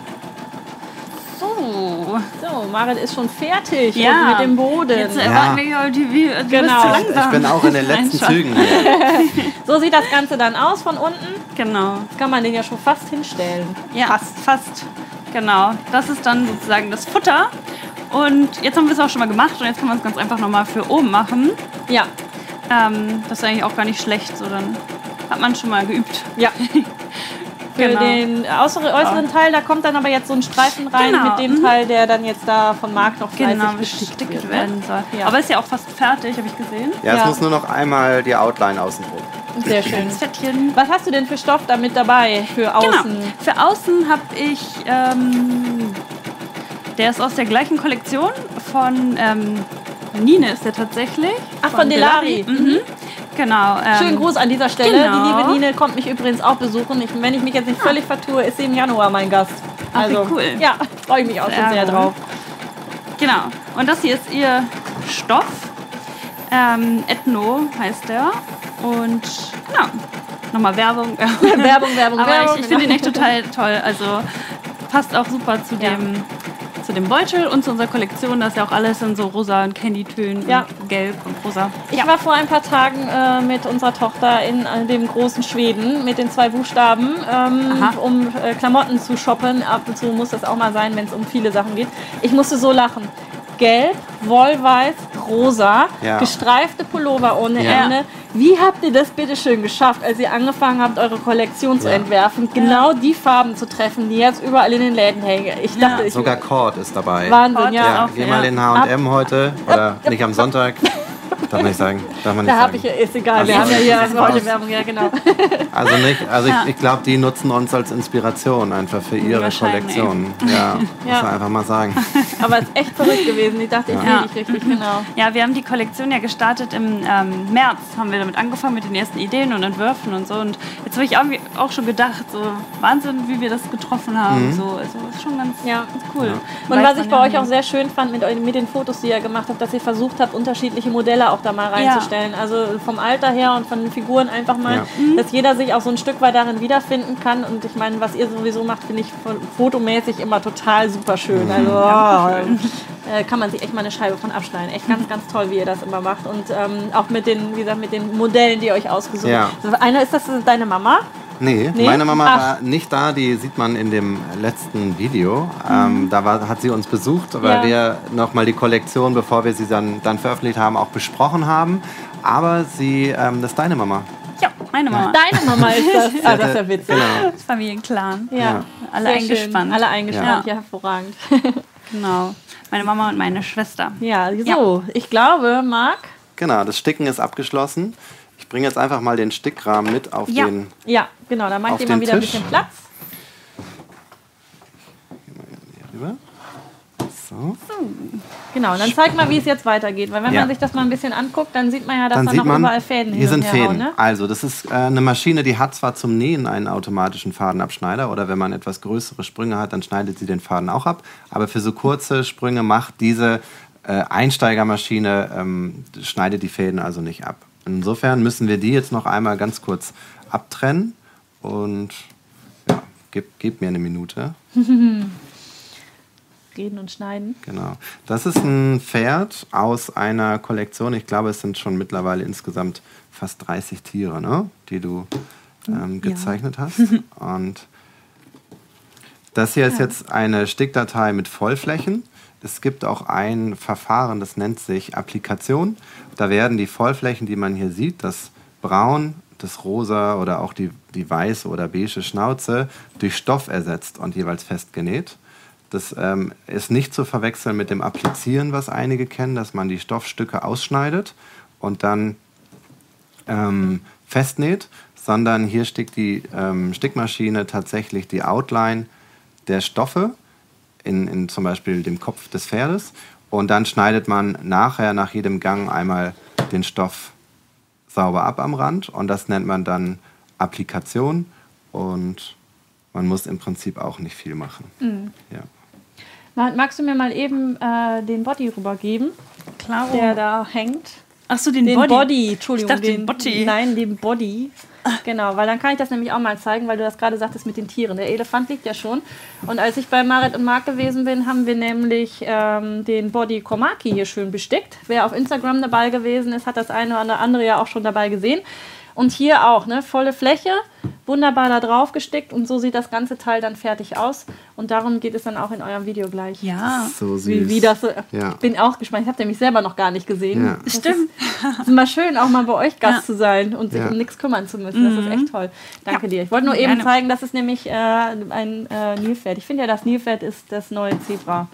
So, so, Marit ist schon fertig ja. mit dem Boden. Jetzt erwarten ja. wir die wie, du genau. bist zu langsam. Ich bin auch in den letzten Zügen. So sieht das Ganze dann aus von unten. Genau. Jetzt kann man den ja schon fast hinstellen. Ja, fast, fast. Genau. Das ist dann sozusagen das Futter. Und jetzt haben wir es auch schon mal gemacht und jetzt können wir es ganz einfach nochmal für oben machen. Ja. Ähm, das ist eigentlich auch gar nicht schlecht. So, dann hat man schon mal geübt. Ja. Für genau. den äußeren, äußeren Teil, da kommt dann aber jetzt so ein Streifen rein genau. mit dem mhm. Teil, der dann jetzt da von Marc noch fleißig genau, gestickt wird, werden soll. Ja. Aber ist ja auch fast fertig, habe ich gesehen. Ja, es ja. muss nur noch einmal die Outline außen drum. Sehr schön. Fettchen. Was hast du denn für Stoff da mit dabei für außen? Genau. Für außen habe ich, ähm, der ist aus der gleichen Kollektion von ähm, Nine ist der tatsächlich. Ach, von, von Delari. Delari. Mhm. Genau. Ähm, Schönen Gruß an dieser Stelle. Genau. Die liebe Nine kommt mich übrigens auch besuchen. Ich, wenn ich mich jetzt nicht völlig vertue, ist sie im Januar mein Gast. Ach, also wie cool. Ja, freue ich mich auch schon sehr drauf. Genau. Und das hier ist ihr Stoff. Ähm, Ethno heißt der. Und genau. Nochmal Werbung. Werbung, Werbung, Aber Werbung. ich, ich finde ihn echt total toll. Also passt auch super zu ja. dem... zu dem Beutel und zu unserer Kollektion. Das ist ja auch alles in so rosa und Candy-Tönen, ja. und gelb und rosa. Ich ja. war vor ein paar Tagen äh, mit unserer Tochter in äh, dem großen Schweden mit den zwei Buchstaben, ähm, um äh, Klamotten zu shoppen. Ab und zu muss das auch mal sein, wenn es um viele Sachen geht. Ich musste so lachen. Gelb, Wollweiß, rosa, ja. gestreifte Pullover ohne ja. Ende. Wie habt ihr das bitte schön geschafft, als ihr angefangen habt, eure Kollektion zu ja. entwerfen, genau die Farben zu treffen, die jetzt überall in den Läden hängen? Ich dachte, ja. ich Sogar Cord ist dabei. Wahnsinn, ja. ja. Geh mal in H und M heute oder ab, nicht am Sonntag. Darf man nicht sagen. Darf man nicht da habe ich, ist egal, also wir haben ja hier also heute Werbung, ja genau. Also nicht, also ja. ich, ich glaube, die nutzen uns als Inspiration einfach für ihre Kollektion. Ja, muss ja. man einfach mal sagen. Aber es ist echt verrückt gewesen, ich dachte, ich sehe ja. nicht richtig, genau. Ja, wir haben die Kollektion ja gestartet im ähm, März, haben wir damit angefangen mit den ersten Ideen und Entwürfen und so und jetzt habe ich auch, auch schon gedacht, so Wahnsinn, wie wir das getroffen haben, mhm. so, also ist schon ganz ja. cool. Ja. Und was ich bei euch auch sehr schön fand mit, mit den Fotos, die ihr gemacht habt, dass ihr versucht habt, unterschiedliche Modelle Modelle auch da mal reinzustellen. Ja. Also vom Alter her und von den Figuren einfach mal, ja. dass jeder sich auch so ein Stück weit darin wiederfinden kann. Und ich meine, was ihr sowieso macht, finde ich fotomäßig immer total super schön. Also oh, äh, kann man sich echt mal eine Scheibe von abschneiden. Echt ganz, ganz toll, wie ihr das immer macht. Und ähm, auch mit den, wie gesagt, mit den Modellen, die ihr euch ausgesucht habt. Ja. Einer ist das deine Mama? Nee, nee, meine Mama Ach. war nicht da, die sieht man in dem letzten Video. Mhm. Ähm, da war, hat sie uns besucht, weil ja. wir nochmal die Kollektion, bevor wir sie dann, dann veröffentlicht haben, auch besprochen haben. Aber sie, ähm, das ist deine Mama. Ja, meine Mama. Deine Mama ist das. Ah, das ist ja witzig. Genau. Das Familienclan. Ja. ja. Alle Sehr eingespannt. Schön. Alle eingespannt, ja, ja hervorragend. Genau. Meine Mama und meine Schwester. Ja, so, ja. ich glaube, Marc. Genau, das Sticken ist abgeschlossen. Ich bringe jetzt einfach mal den Stickrahmen mit auf ja. den Ja, genau, da mache ich dir mal wieder Tisch. Ein bisschen Platz. Hier rüber. So. so. Genau, und dann zeig mal, wie es jetzt weitergeht. Weil wenn ja. man sich das mal ein bisschen anguckt, dann sieht man ja, dass dann da noch man, überall Fäden Hier sind herhauen, Fäden. Ne? Also, das ist äh, eine Maschine, die hat zwar zum Nähen einen automatischen Fadenabschneider. Oder wenn man etwas größere Sprünge hat, dann schneidet sie den Faden auch ab. Aber für so kurze Sprünge macht diese äh, Einsteigermaschine, ähm, schneidet die Fäden also nicht ab. Insofern müssen wir die jetzt noch einmal ganz kurz abtrennen und ja, gib, gib mir eine Minute. Reden und schneiden. Genau. Das ist ein Pferd aus einer Kollektion. Ich glaube, es sind schon mittlerweile insgesamt fast dreißig Tiere, ne, die du ähm, gezeichnet ja. hast. Und das hier ja. ist jetzt eine Stickdatei mit Vollflächen. Es gibt auch ein Verfahren, das nennt sich Applikation. Da werden die Vollflächen, die man hier sieht, das Braun, das Rosa oder auch die, die weiße oder beige Schnauze, durch Stoff ersetzt und jeweils festgenäht. Das ähm, ist nicht zu verwechseln mit dem Applizieren, was einige kennen, dass man die Stoffstücke ausschneidet und dann ähm, festnäht, sondern hier stickt die ähm, Stickmaschine tatsächlich die Outline der Stoffe, In, in zum Beispiel dem Kopf des Pferdes. Und dann schneidet man nachher, nach jedem Gang, einmal den Stoff sauber ab am Rand. Und das nennt man dann Applikation. Und man muss im Prinzip auch nicht viel machen. Mhm. Ja. Magst du mir mal eben äh, den Body rübergeben, Klar. der da hängt? Ach so, den, den Body. Body. Entschuldigung. Ich dachte, den, den Body. Nein, den Body. Genau, weil dann kann ich das nämlich auch mal zeigen, weil du das gerade sagtest mit den Tieren. Der Elefant liegt ja schon. Und als ich bei Marit und Marc gewesen bin, haben wir nämlich ähm, den Body Komaki hier schön bestickt. Wer auf Instagram dabei gewesen ist, hat das eine oder andere ja auch schon dabei gesehen. Und hier auch, ne, volle Fläche, wunderbar da drauf gestickt und so sieht das ganze Teil dann fertig aus. Und darum geht es dann auch in eurem Video gleich. Ja, so süß. Wie, wie das so, ja. Ich bin auch gespannt, ich habe nämlich selber noch gar nicht gesehen. Ja. Das Stimmt. Ist, ist immer schön, auch mal bei euch Gast ja. zu sein und sich ja. um nichts kümmern zu müssen. Das mhm. ist echt toll. Danke ja. dir. Ich wollte nur eben Gerne. zeigen, das ist nämlich äh, ein äh, Nilpferd. Ich finde ja, das Nilpferd ist das neue Zebra.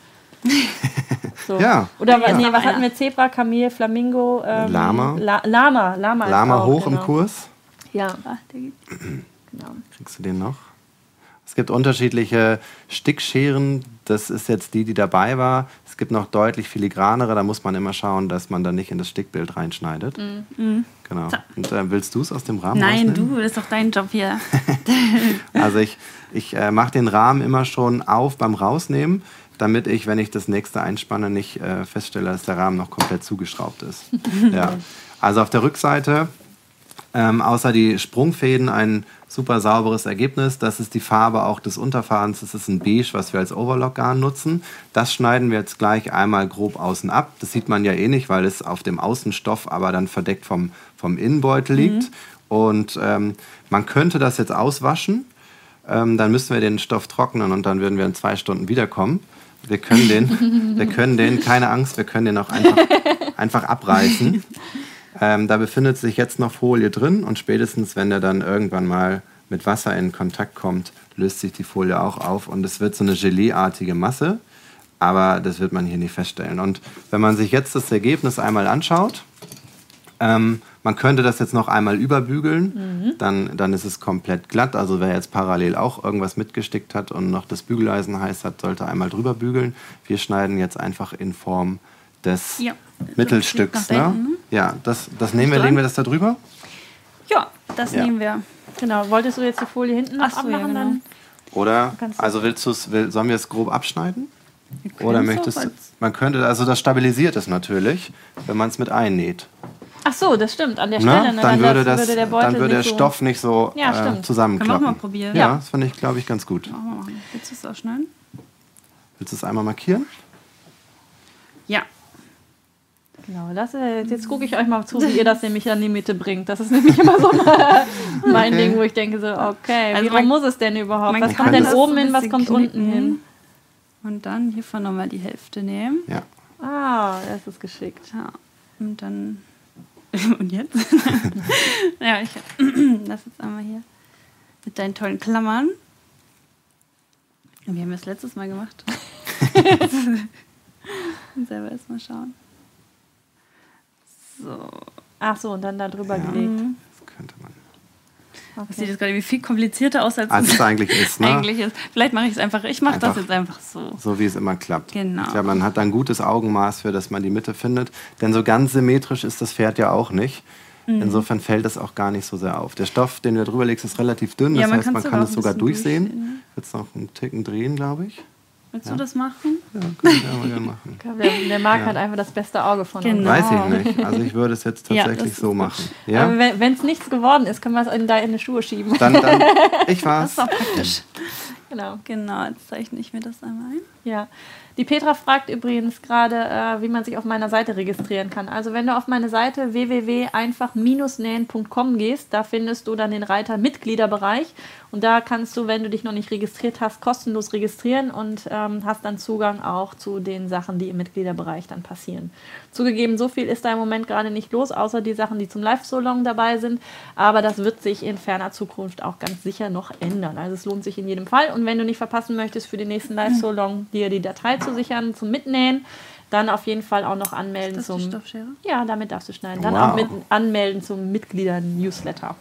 So. Ja. Oder ja. nee, was hatten wir? Zebra, Kamel, Flamingo, ähm, Lama. La Lama. Lama, Lama auch, hoch genau. im Kurs. Ja. Ach, der geht. Genau. Kriegst du den noch? Es gibt unterschiedliche Stickscheren. Das ist jetzt die, die dabei war. Es gibt noch deutlich filigranere. Da muss man immer schauen, dass man dann nicht in das Stickbild reinschneidet. Mhm. Genau. Und äh, willst du es aus dem Rahmen Nein, rausnehmen? du, das ist doch dein Job hier. Also ich, ich äh, mache den Rahmen immer schon auf beim Rausnehmen, damit ich, wenn ich das nächste einspanne, nicht äh, feststelle, dass der Rahmen noch komplett zugeschraubt ist. Ja. Also auf der Rückseite, ähm, außer die Sprungfäden, ein super sauberes Ergebnis. Das ist die Farbe auch des Unterfadens. Das ist ein Beige, was wir als Overlock-Garn nutzen. Das schneiden wir jetzt gleich einmal grob außen ab. Das sieht man ja eh nicht, weil es auf dem Außenstoff aber dann verdeckt vom, vom Innenbeutel liegt. Mhm. Und ähm, man könnte das jetzt auswaschen. Ähm, dann müssten wir den Stoff trocknen und dann würden wir in zwei Stunden wiederkommen. Wir können den, wir können den, keine Angst, wir können den auch einfach, einfach abreißen. Ähm, da befindet sich jetzt noch Folie drin und spätestens, wenn der dann irgendwann mal mit Wasser in Kontakt kommt, löst sich die Folie auch auf und es wird so eine Gelee-artige Masse, aber das wird man hier nicht feststellen. Und wenn man sich jetzt das Ergebnis einmal anschaut, ähm, man könnte das jetzt noch einmal überbügeln, mhm. dann, dann ist es komplett glatt. Also wer jetzt parallel auch irgendwas mitgestickt hat und noch das Bügeleisen heiß hat, sollte einmal drüber bügeln. Wir schneiden jetzt einfach in Form des ja. Mittelstücks. Ne? Ja, das, das nehmen wir, legen wir das da drüber? Ja, das ja. nehmen wir. Genau, wolltest du jetzt die Folie hinten noch Ach so, abmachen? ja, genau. Dann Oder, also willst du's, will, sollen wir es grob abschneiden? Oder möchtest du, man könnte, also das stabilisiert es natürlich, wenn man es mit einnäht. Ach so, das stimmt, an der Stelle. Ne? Ne? Dann, würde das, würde der, Beutel dann würde der so Stoff nicht so ja, äh, zusammenklappen. Können wir auch mal probieren. Ja, das finde ich, glaube ich, ganz gut. Machen wir mal. Willst du es ausschneiden? Willst du es einmal markieren? Ja. Genau, das, jetzt gucke ich euch mal zu, wie ihr das nämlich an die Mitte bringt. Das ist nämlich immer so mein okay. Ding, wo ich denke so, okay, also wie rum muss es denn überhaupt? Was kommt denn oben hin, was kommt knicken. unten hin? Und dann hiervon nochmal die Hälfte nehmen. Ja. Ah, das ist geschickt. Ja. Und dann... Und jetzt? Ja, ich lass jetzt einmal hier mit deinen tollen Klammern. Wir haben das letztes Mal gemacht. Und selber erstmal schauen. So. Ach so, und dann da drüber ja. gelegt. Das könnte man. Okay. Das sieht jetzt gerade irgendwie viel komplizierter aus, als, als es eigentlich ist. Ne? eigentlich ist. Vielleicht mache ich es einfach, ich mache das jetzt einfach so. So wie es immer klappt. Genau. Ich glaube, man hat da ein gutes Augenmaß für, dass man die Mitte findet. Denn so ganz symmetrisch ist das Pferd ja auch nicht. Mhm. Insofern fällt es auch gar nicht so sehr auf. Der Stoff, den du drüber legst, ist relativ dünn. Das ja, heißt, man kann es sogar durchsehen. durchsehen. Jetzt noch einen Ticken drehen, glaube ich. Willst ja. du das machen? Ja, kann ich aber gerne machen. Der, der Marc ja. hat einfach das beste Auge von uns. Genau. Weiß ich nicht. Also ich würde es jetzt tatsächlich ja, so machen. Ja? Aber wenn es nichts geworden ist, können wir es in deine Schuhe schieben. Dann, dann ich war's. Das ist auch praktisch. Genau. Genau, jetzt zeichne ich mir das einmal ein. Ja. Die Petra fragt übrigens gerade, äh, wie man sich auf meiner Seite registrieren kann. Also wenn du auf meine Seite w w w punkt einfach nähen punkt com gehst, da findest du dann den Reiter Mitgliederbereich. Und da kannst du, wenn du dich noch nicht registriert hast, kostenlos registrieren und ähm, hast dann Zugang auch zu den Sachen, die im Mitgliederbereich dann passieren. Zugegeben, so viel ist da im Moment gerade nicht los, außer die Sachen, die zum Live-Salon dabei sind. Aber das wird sich in ferner Zukunft auch ganz sicher noch ändern. Also es lohnt sich in jedem Fall. Und wenn du nicht verpassen möchtest, für den nächsten Live-Salon dir die Datei zu sichern, zum Mitnähen, dann auf jeden Fall auch noch anmelden das zum... Die Stoffschere? Ja, damit darfst du schneiden. Dann wow. auch mit anmelden zum Mitglieder-Newsletter.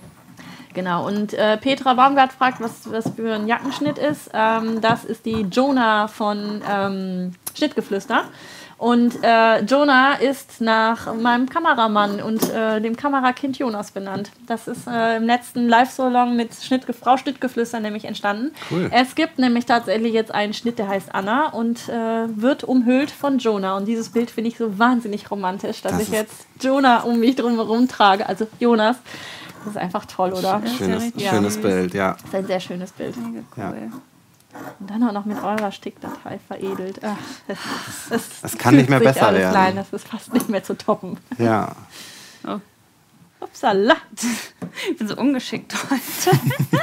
Genau, und äh, Petra Baumgart fragt, was was für ein Jackenschnitt ist. Ähm, das ist die Jonah von ähm, Schnittgeflüster. Und äh, Jonah ist nach meinem Kameramann und äh, dem Kamerakind Jonas benannt. Das ist äh, im letzten Live-Salon mit Schnittge- Frau Schnittgeflüster nämlich entstanden. Cool. Es gibt nämlich tatsächlich jetzt einen Schnitt, der heißt Anna und äh, wird umhüllt von Jonah. Und dieses Bild finde ich so wahnsinnig romantisch, dass das ich jetzt Jonah um mich drumherum trage, also Jonas. Das ist einfach toll, oder? Schönes, ja. schönes Bild, ja. Das ist ein sehr schönes Bild. Mega cool. Ja. Und dann auch noch mit eurer Stickdatei veredelt. Ach, das, das, das kann nicht mehr besser alles werden. Klein. Das ist fast nicht mehr zu toppen. Ja. Oh. Upsala. Ich bin so ungeschickt heute.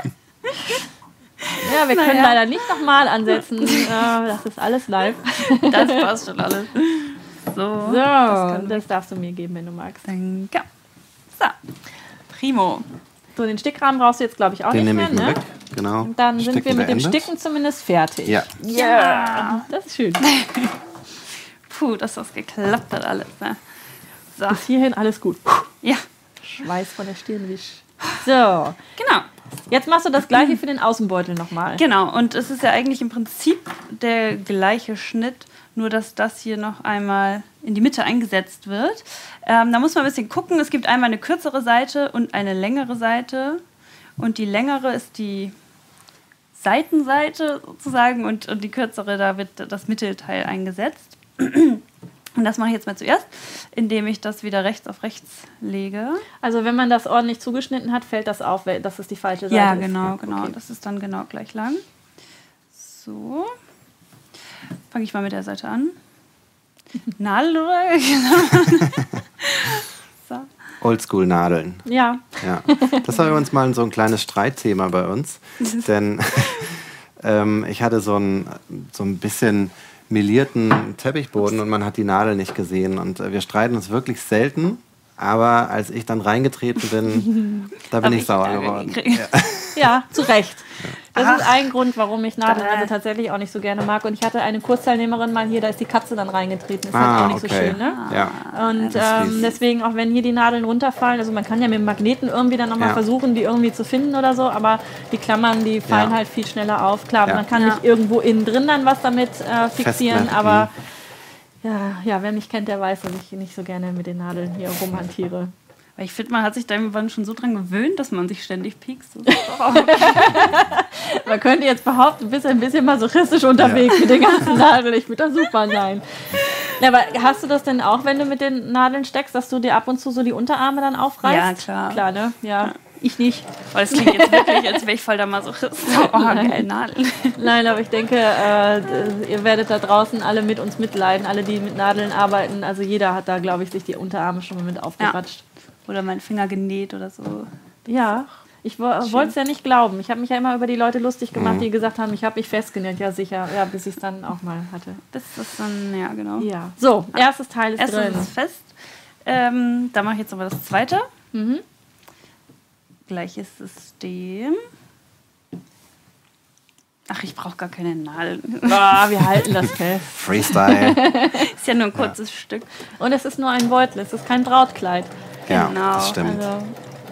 Ja, wir können naja. leider nicht nochmal ansetzen. Das ist alles live. Das passt schon alles. So, so das, das darfst du mir geben, wenn du magst. Danke. So, primo. So, den Stickrahmen brauchst du jetzt, glaube ich, auch den nicht nehme mehr. ich mir Ne? weg. Genau. Und dann sind Sticken wir mit dem beendet. Sticken zumindest fertig. Ja. Ja, das ist schön. Puh, dass das geklappt hat alles. Ne? So. Bis hierhin alles gut. Ja. Schweiß von der Stirn wisch. So. Genau. Jetzt machst du das gleiche für den Außenbeutel nochmal. Genau, und es ist ja eigentlich im Prinzip der gleiche Schnitt, nur dass das hier noch einmal in die Mitte eingesetzt wird. Ähm, da muss man ein bisschen gucken. Es gibt einmal eine kürzere Seite und eine längere Seite. Und die längere ist die Seitenseite sozusagen und, und die kürzere, da wird das Mittelteil eingesetzt. Und das mache ich jetzt mal zuerst, indem ich das wieder rechts auf rechts lege. Also wenn man das ordentlich zugeschnitten hat, fällt das auf, dass es die falsche Seite ja, ist. genau, genau. Okay. Das ist dann genau gleich lang. So. Fange ich mal mit der Seite an. Nadel oder? So. Oldschool-Nadeln. Ja. Ja. Das war übrigens mal so ein kleines Streitthema bei uns. Denn ähm, ich hatte so ein, so ein bisschen melierten Teppichboden und man hat die Nadel nicht gesehen. Und äh, wir streiten uns wirklich selten. Aber als ich dann reingetreten bin, da bin ich, ich sauer geworden. Ja. Ja, zu Recht. Das Ach. ist ein Grund, warum ich Nadeln also tatsächlich auch nicht so gerne mag. Und ich hatte eine Kursteilnehmerin mal hier, da ist die Katze dann reingetreten. Ist ah, halt auch nicht okay. so schön, ne? Ja. Und ähm, deswegen, auch wenn hier die Nadeln runterfallen, also man kann ja mit dem Magneten irgendwie dann nochmal ja. versuchen, die irgendwie zu finden oder so, aber die Klammern, die fallen ja. halt viel schneller auf. Klar, ja. man kann ja. nicht irgendwo innen drin dann was damit äh, fixieren, Festmachen. aber ja, ja, wer mich kennt, der weiß, dass ich nicht so gerne mit den Nadeln hier rumhantiere. Weil ich finde, man hat sich da irgendwann schon so dran gewöhnt, dass man sich ständig piekst. Man könnte jetzt behaupten, du bist ein bisschen masochistisch unterwegs ja. mit den ganzen Nadeln. Ich finde das super, nein. Ja, aber hast du das denn auch, wenn du mit den Nadeln steckst, dass du dir ab und zu so die Unterarme dann aufreißt? Ja, klar. Klar, ne? Ja. ja. Ich nicht. Weil es klingt jetzt wirklich, als wäre ich voll der Masochist. Oh, geil, Nadeln. Nein, aber ich denke, äh, ihr werdet da draußen alle mit uns mitleiden, alle, die mit Nadeln arbeiten. Also jeder hat da, glaube ich, sich die Unterarme schon mal mit aufgeratscht. Ja. Oder meinen Finger genäht oder so. Ja, ich wollte es ja nicht glauben. Ich habe mich ja immer über die Leute lustig gemacht, die gesagt haben, ich habe mich festgenäht. Ja, sicher. Ja, bis ich es dann auch mal hatte. Bis das dann, ja, genau. Ja. So, erstes Teil ist Erstes drin. Erstes ist fest. Ähm, da mache ich jetzt aber das zweite. Mhm. Gleiches System. Ach, ich brauche gar keine Nadeln. Oh, wir halten das fest. Freestyle. Ist ja nur ein kurzes ja. Stück. Und es ist nur ein Beutel, es ist kein Brautkleid. Ja, genau. das stimmt. Also.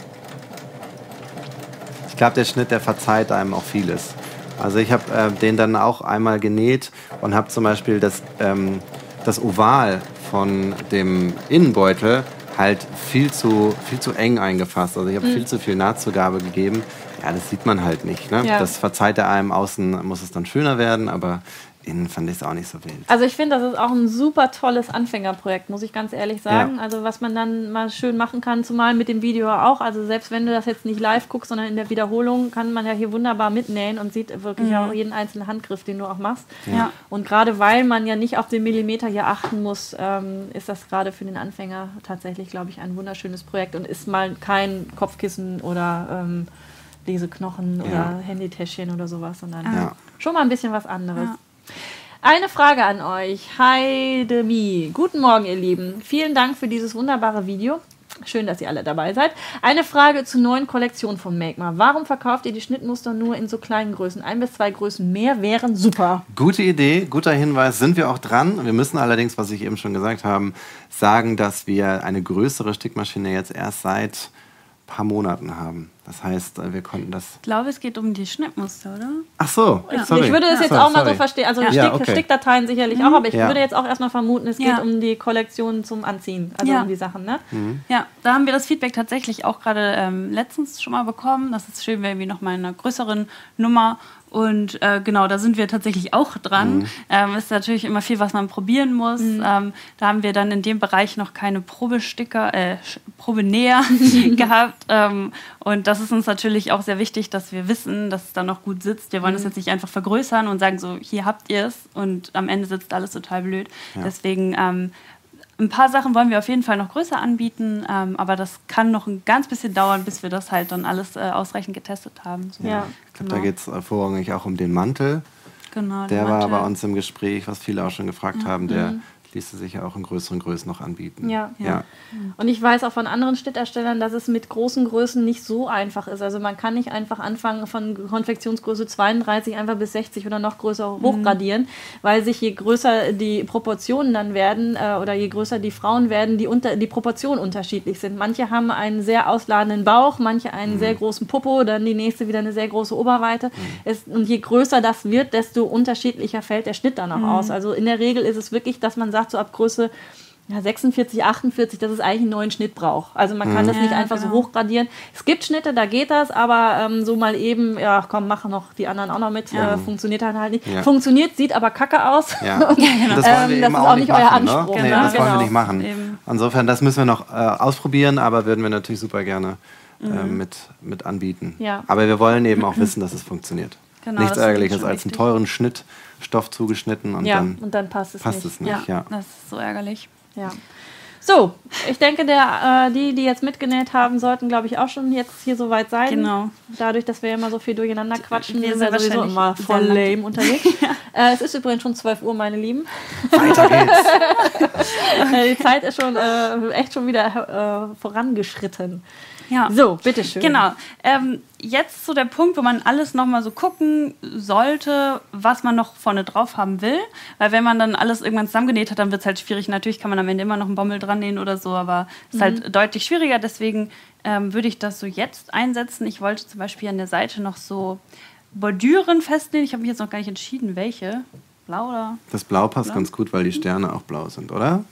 Ich glaube, der Schnitt, der verzeiht einem auch vieles. Also ich habe äh, den dann auch einmal genäht und habe zum Beispiel das, ähm, das Oval von dem Innenbeutel halt viel zu, viel zu eng eingefasst. Also ich habe mhm. viel zu viel Nahtzugabe gegeben. Ja, das sieht man halt nicht. Ne? Ja. Das verzeiht er einem. Außen muss es dann schöner werden, aber innen fand ich es auch nicht so wild. Also ich finde, das ist auch ein super tolles Anfängerprojekt, muss ich ganz ehrlich sagen. Ja. Also was man dann mal schön machen kann, zumal mit dem Video auch. Also selbst wenn du das jetzt nicht live guckst, sondern in der Wiederholung, kann man ja hier wunderbar mitnähen und sieht wirklich mhm. auch jeden einzelnen Handgriff, den du auch machst. Ja. Und gerade weil man ja nicht auf den Millimeter hier achten muss, ähm, ist das gerade für den Anfänger tatsächlich, glaube ich, ein wunderschönes Projekt und ist mal kein Kopfkissen oder ähm, Leseknochen ja. oder Handytäschchen oder sowas, sondern ja. schon mal ein bisschen was anderes. Ja. Eine Frage an euch. Hi Demi. Guten Morgen, ihr Lieben. Vielen Dank für dieses wunderbare Video. Schön, dass ihr alle dabei seid. Eine Frage zur neuen Kollektion von Make-Ma. Warum verkauft ihr die Schnittmuster nur in so kleinen Größen? Ein bis zwei Größen mehr wären super. Gute Idee, guter Hinweis. Sind wir auch dran. Wir müssen allerdings, was ich eben schon gesagt habe, sagen, dass wir eine größere Stickmaschine jetzt erst seit ein paar Monaten haben. Das heißt, wir konnten das... Ich glaube, es geht um die Schnittmuster, oder? Ach so, ja. sorry. Ich würde es jetzt sorry, auch mal sorry. so verstehen. Also ja. Stick, Ja, okay. Stickdateien sicherlich mhm. auch, aber ich ja. würde jetzt auch erstmal vermuten, es geht ja. um die Kollektion zum Anziehen, also ja. um die Sachen, ne? Mhm. Ja, da haben wir das Feedback tatsächlich auch gerade ähm, letztens schon mal bekommen. Das ist schön, wenn wir noch mal in einer größeren Nummer. Und äh, genau, da sind wir tatsächlich auch dran. Mhm. Ähm, ist natürlich immer viel, was man probieren muss. Mhm. Ähm, da haben wir dann in dem Bereich noch keine Probesticker, äh, Probenäher gehabt. Ähm, und das ist uns natürlich auch sehr wichtig, dass wir wissen, dass es dann noch gut sitzt. Wir wollen es mhm. jetzt nicht einfach vergrößern und sagen so, hier habt ihr es. Und am Ende sitzt alles total blöd. Ja. Deswegen... Ähm, Ein paar Sachen wollen wir auf jeden Fall noch größer anbieten, ähm, aber das kann noch ein ganz bisschen dauern, bis wir das halt dann alles äh, ausreichend getestet haben. So. Ja, ich glaube, genau. Da geht es äh, vorrangig auch um den Mantel. Genau, der Mantel. war bei uns im Gespräch, was viele auch schon gefragt ja. haben, der mhm. ließe sich ja auch in größeren Größen noch anbieten. Ja. Ja. ja. Und ich weiß auch von anderen Schnitterstellern, dass es mit großen Größen nicht so einfach ist. Also man kann nicht einfach anfangen von Konfektionsgröße zweiunddreißig einfach bis sechzig oder noch größer mhm. hochgradieren, weil sich je größer die Proportionen dann werden äh, oder je größer die Frauen werden, die, unter, die Proportionen unterschiedlich sind. Manche haben einen sehr ausladenden Bauch, manche einen mhm. sehr großen Popo, dann die nächste wieder eine sehr große Oberweite. Mhm. Es, und je größer das wird, desto unterschiedlicher fällt der Schnitt dann auch mhm. aus. Also in der Regel ist es wirklich, dass man sagt, so ab Größe ja, sechsundvierzig, achtundvierzig, dass es eigentlich einen neuen Schnitt braucht. Also man kann mhm. das nicht ja, einfach genau. so hochgradieren. Es gibt Schnitte, da geht das, aber ähm, so mal eben, ja komm, mach noch die anderen auch noch mit, ja. äh, funktioniert halt, halt nicht. Ja. Funktioniert, sieht aber kacke aus. Ja. Und das wollen wir ähm, eben das ist auch auch nicht nicht euer machen, Anspruch. Ne? Ne? Nee, das genau. wollen wir nicht machen. Eben. Insofern, das müssen wir noch äh, ausprobieren, aber würden wir natürlich super gerne äh, mhm. mit, mit anbieten. Ja. Aber wir wollen eben auch wissen, dass es funktioniert. Genau, Nichts Ärgerliches als einen wichtig. teuren Schnittstoff zugeschnitten und, ja, dann, und dann passt es passt nicht. es nicht. Ja, Ja. das ist so ärgerlich. Ja. So, ich denke, der, äh, die, die jetzt mitgenäht haben, sollten, glaube ich, auch schon jetzt hier soweit sein. Genau. Dadurch, dass wir immer so viel durcheinander quatschen, Wir sind sind wir sowieso wahrscheinlich immer voll sehr lang. lame unterwegs. ja. äh, es ist übrigens schon zwölf Uhr, meine Lieben. Weiter geht's. Die Zeit ist schon äh, echt schon wieder äh, vorangeschritten. Ja. So, bitteschön. Genau. Ähm, jetzt so der Punkt, wo man alles nochmal so gucken sollte, was man noch vorne drauf haben will. Weil wenn man dann alles irgendwann zusammengenäht hat, dann wird es halt schwierig. Natürlich kann man am Ende immer noch einen Bommel dran nähen oder so, aber es ist Mhm. halt deutlich schwieriger. Deswegen ähm, würde ich das so jetzt einsetzen. Ich wollte zum Beispiel an der Seite noch so Bordüren festlegen. Ich habe mich jetzt noch gar nicht entschieden, welche. Blau oder? Das Blau passt Blau? ganz gut, weil die Sterne auch blau sind, oder?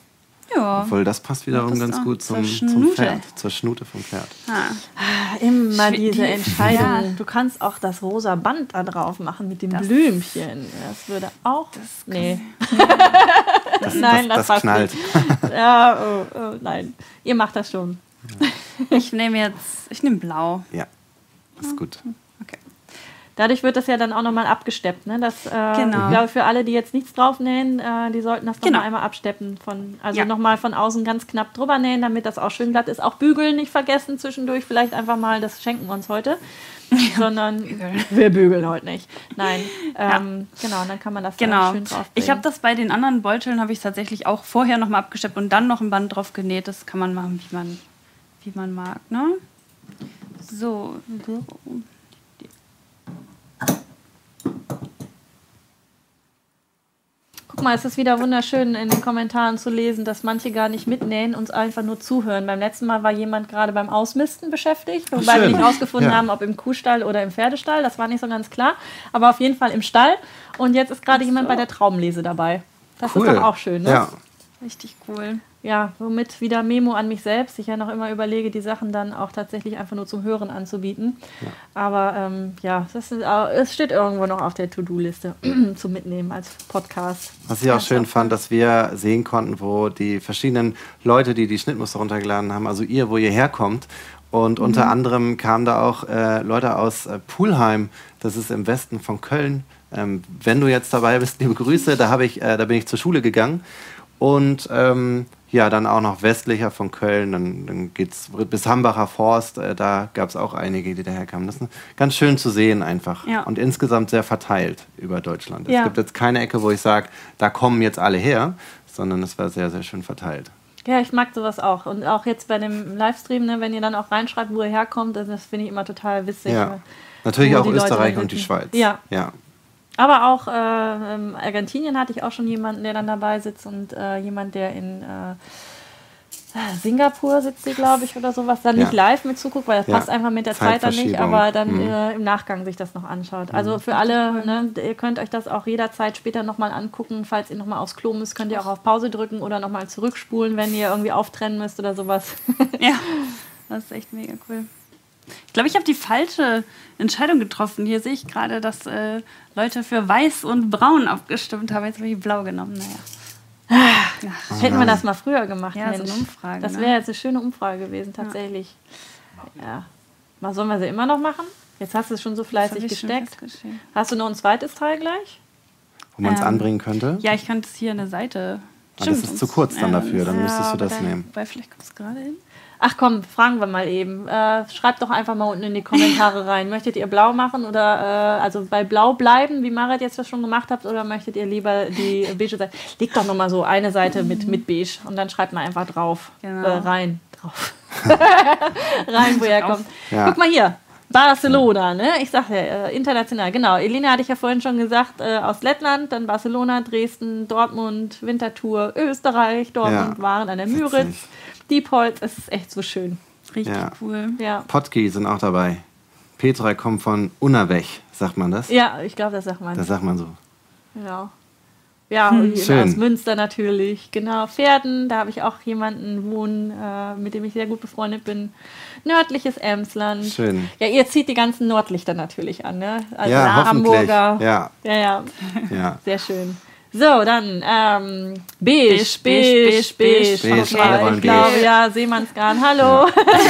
Ja. Obwohl, das passt wiederum das ganz gut zum, zur zum Schnute. Pferd, zur Schnute vom Pferd. Ah, immer Schwi- diese die- Entscheidung. Ja. Du kannst auch das rosa Band da drauf machen mit dem Das- Blümchen. Das würde auch... nee. Das, Nein, das, das, das passt knallt. nicht. Ja, oh, oh, nein. Ihr macht das schon. Ich nehme jetzt, ich nehme blau. Ja, ist gut. Okay. Dadurch wird das ja dann auch nochmal abgesteppt. Ne? Das, äh, Genau. Ich glaube, für alle, die jetzt nichts drauf nähen, äh, die sollten das nochmal Genau. einmal absteppen. Von, also Ja. nochmal von außen ganz knapp drüber nähen, damit das auch schön glatt ist. Auch bügeln nicht vergessen zwischendurch. Vielleicht einfach mal, das schenken wir uns heute. Sondern wir bügeln heute nicht. Nein, ähm, genau, und dann kann man das Genau. dann schön draufbringen. Ich habe das bei den anderen Beuteln, habe ich tatsächlich auch vorher nochmal abgesteppt und dann noch ein Band drauf genäht. Das kann man machen, wie man, wie man mag. Ne? So. Guck mal, es ist wieder wunderschön in den Kommentaren zu lesen, dass manche gar nicht mitnähen, uns einfach nur zuhören. Beim letzten Mal war jemand gerade beim Ausmisten beschäftigt, wobei schön. wir nicht rausgefunden Ja. haben, ob im Kuhstall oder im Pferdestall. Das war nicht so ganz klar, aber auf jeden Fall im Stall. Und jetzt ist gerade jemand bei der Traubenlese dabei. Das Cool. ist doch auch schön, ne? Ja. Richtig cool. Ja, womit wieder Memo an mich selbst. Ich ja noch immer überlege, die Sachen dann auch tatsächlich einfach nur zum Hören anzubieten. Ja. Aber ähm, ja, das ist, äh, es steht irgendwo noch auf der To-Do-Liste zum Mitnehmen als Podcast. Was ich auch Ja, schön ist auch fand, dass wir sehen konnten, wo die verschiedenen Leute, die die Schnittmuster runtergeladen haben, also ihr, wo ihr herkommt. Und unter Mhm. anderem kamen da auch äh, Leute aus äh, Pulheim, das ist im Westen von Köln. Ähm, wenn du jetzt dabei bist, liebe Grüße, da, hab ich, äh, da bin ich zur Schule gegangen. Und ähm, ja, dann auch noch westlicher von Köln, dann, dann geht es bis Hambacher Forst, äh, da gab es auch einige, die daherkamen. Das ist ganz schön zu sehen einfach Ja. und insgesamt sehr verteilt über Deutschland. Ja. Es gibt jetzt keine Ecke, wo ich sage, da kommen jetzt alle her, sondern es war sehr, sehr schön verteilt. Ja, ich mag sowas auch. Und auch jetzt bei dem Livestream, ne, wenn ihr dann auch reinschreibt, wo ihr herkommt, das, das finde ich immer total witzig. Ja. Natürlich wo auch die Leute Österreich dann und die sitzen. Schweiz. Ja. ja. Aber auch äh, ähm, Argentinien hatte ich auch schon jemanden, der dann dabei sitzt und äh, jemand, der in äh, Singapur sitzt, glaube ich, oder sowas. Dann Ja. nicht live mit zuguckt, weil das Ja. passt einfach mit der Zeit dann nicht, Zeitverschiebung. aber dann Mhm. äh, im Nachgang sich das noch anschaut. Also für alle, ne, ihr könnt euch das auch jederzeit später nochmal angucken. Falls ihr nochmal aufs Klo müsst, könnt ihr auch auf Pause drücken oder nochmal zurückspulen, wenn ihr irgendwie auftrennen müsst oder sowas. Ja, das ist echt mega cool. Ich glaube, ich habe die falsche Entscheidung getroffen. Hier sehe ich gerade, dass äh, Leute für weiß und braun abgestimmt haben. Jetzt habe ich blau genommen. Naja. Ach, Hätten wir das mal früher gemacht, Ja, so Mensch. eine Umfrage, Das ne? wäre jetzt eine schöne Umfrage gewesen, tatsächlich. Ja. Mal, sollen wir sie immer noch machen? Jetzt hast du es schon so das fleißig hab ich schon gesteckt. festgestellt. Hast du noch ein zweites Teil gleich? Wo man es Ähm, anbringen könnte. Ja, ich könnte es hier an der Seite. Ah, das ist zu kurz dann dafür, dann Ja, müsstest du aber das dann- nehmen. Wobei, vielleicht kommt es gerade hin. Ach komm, fragen wir mal eben. Äh, schreibt doch einfach mal unten in die Kommentare rein. Möchtet ihr blau machen oder äh, also bei blau bleiben, wie Marit jetzt das schon gemacht habt, oder möchtet ihr lieber die beige Seite? Legt doch nochmal so eine Seite mit, mit beige und dann schreibt mal einfach drauf. Genau. Äh, rein. Drauf. rein, wo ihr Drauf. kommt. Ja. Guck mal hier. Barcelona, ne? Ich sag ja, äh, international, genau. Elina hatte ich ja vorhin schon gesagt, äh, aus Lettland, dann Barcelona, Dresden, Dortmund, Winterthur, Österreich, Dortmund Ja. waren an der Müritz, Witzig. Diepholz, es ist echt so schön. Richtig Ja. cool. Ja, Potki sind auch dabei. Petra kommt von Unnerwech, sagt man das? ja, ich glaube, das sagt man. Das sagt man so. Ja, ja Hm. und Schön. aus Münster natürlich. Genau, Pferden, da habe ich auch jemanden wohnen, äh, mit dem ich sehr gut befreundet bin. Nördliches Emsland. Schön. Ja, ihr zieht die ganzen Nordlichter natürlich an, ne? Also Ja, hoffentlich. Hamburger. Ja, Ja, ja, ja. sehr schön. So, dann ähm, beige, beige, beige, beige. beige, beige. Okay, Alle wollen ich glaube, beige. ja, Seemannsgarn, hallo.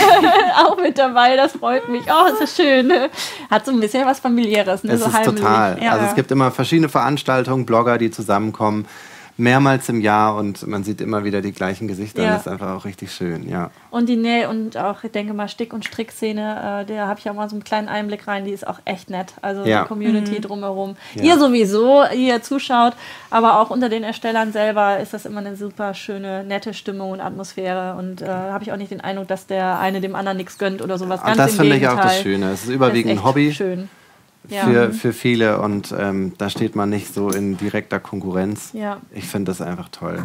Auch mit dabei, das freut mich. Oh, ist das schön. Hat so ein bisschen was Familiäres, ne? Es so ist heimlich. total. Ja. Also es gibt immer verschiedene Veranstaltungen, Blogger, die zusammenkommen, mehrmals im Jahr und man sieht immer wieder die gleichen Gesichter. Ja. Das ist einfach auch richtig schön, ja. Und die Näh- und auch, ich denke mal, Stick- und Strickszene, äh, da habe ich auch mal so einen kleinen Einblick rein, die ist auch echt nett. Also Ja. die Community drumherum. Ja. Ihr sowieso, ihr zuschaut, aber auch unter den Erstellern selber ist das immer eine super schöne, nette Stimmung und Atmosphäre. Und äh, habe ich auch nicht den Eindruck, dass der eine dem anderen nichts gönnt oder sowas. Ganz Und das im finde ich Gegenteil. auch das Schöne. Es ist überwiegend Das ein ist echt Hobby Schön. Ja. für, für viele und ähm, da steht man nicht so in direkter Konkurrenz. Ja. Ich finde das einfach toll.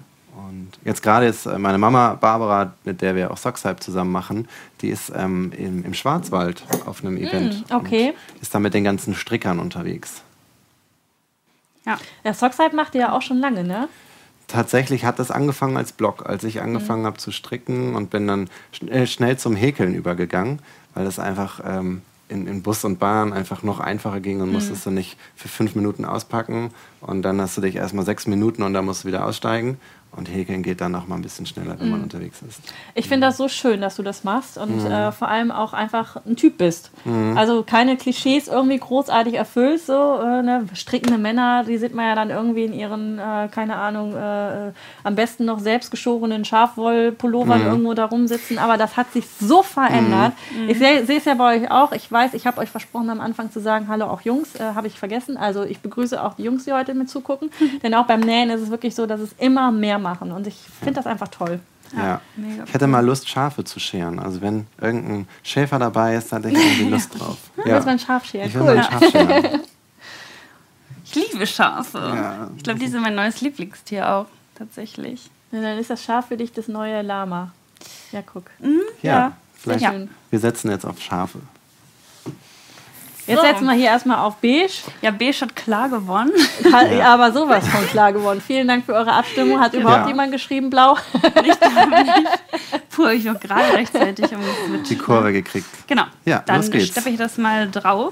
Und jetzt gerade ist äh, meine Mama Barbara, mit der wir auch Sockshype zusammen machen, die ist ähm, im, im Schwarzwald auf einem Event. okay. Und ist da mit den ganzen Strickern unterwegs. Ja. Ja, Sockside macht ihr ja auch schon lange, ne? tatsächlich hat das angefangen als Blog, als ich angefangen mhm. habe zu stricken und bin dann schnell, schnell zum Häkeln übergegangen, weil das einfach ähm, in, in Bus und Bahn einfach noch einfacher ging und mhm. musstest du nicht für fünf Minuten auspacken und dann hast du dich erstmal sechs Minuten und dann musst du wieder aussteigen. Und Häkeln geht dann auch mal ein bisschen schneller, wenn mm. man unterwegs ist. Ich finde das so schön, dass du das machst und mm. äh, vor allem auch einfach ein Typ bist. Mm. Also keine Klischees irgendwie großartig erfüllst. So, äh, ne? Strickende Männer, die sieht man ja dann irgendwie in ihren, äh, keine Ahnung, äh, am besten noch selbstgeschorenen Schafwollpullovern mm. irgendwo da rumsitzen. Aber das hat sich so verändert. Mm. Ich sehe es ja bei euch auch. Ich weiß, ich habe euch versprochen am Anfang zu sagen, hallo auch Jungs, äh, habe ich vergessen. Also ich begrüße auch die Jungs, die heute mit zugucken. Denn auch beim Nähen ist es wirklich so, dass es immer mehr machen und ich finde das einfach toll. Ja, ja. Mega ich hätte mal Lust, Schafe zu scheren. Also wenn irgendein Schäfer dabei ist, dann hätte ich irgendwie Lust drauf. Du willst mal ein Schaf scheren. Ich will cool. mal ein Schaf scheren. Ich liebe Schafe. Ja. Ich glaube, die sind mein neues Lieblingstier auch, tatsächlich. Ja, dann ist das Schaf für dich das neue Lama. Ja, guck. Mhm. Ja, ja, vielleicht. Ja. Wir setzen jetzt auf Schafe. Jetzt setzen wir hier erstmal auf Beige. Ja, Beige hat klar gewonnen. Ja, aber sowas von klar gewonnen. Vielen Dank für eure Abstimmung. Hat überhaupt ja. jemand geschrieben Blau? Nicht, nicht. Puh, ich noch gerade rechtzeitig um die Kurve gekriegt. Genau. Ja, dann steppe ich das mal drauf.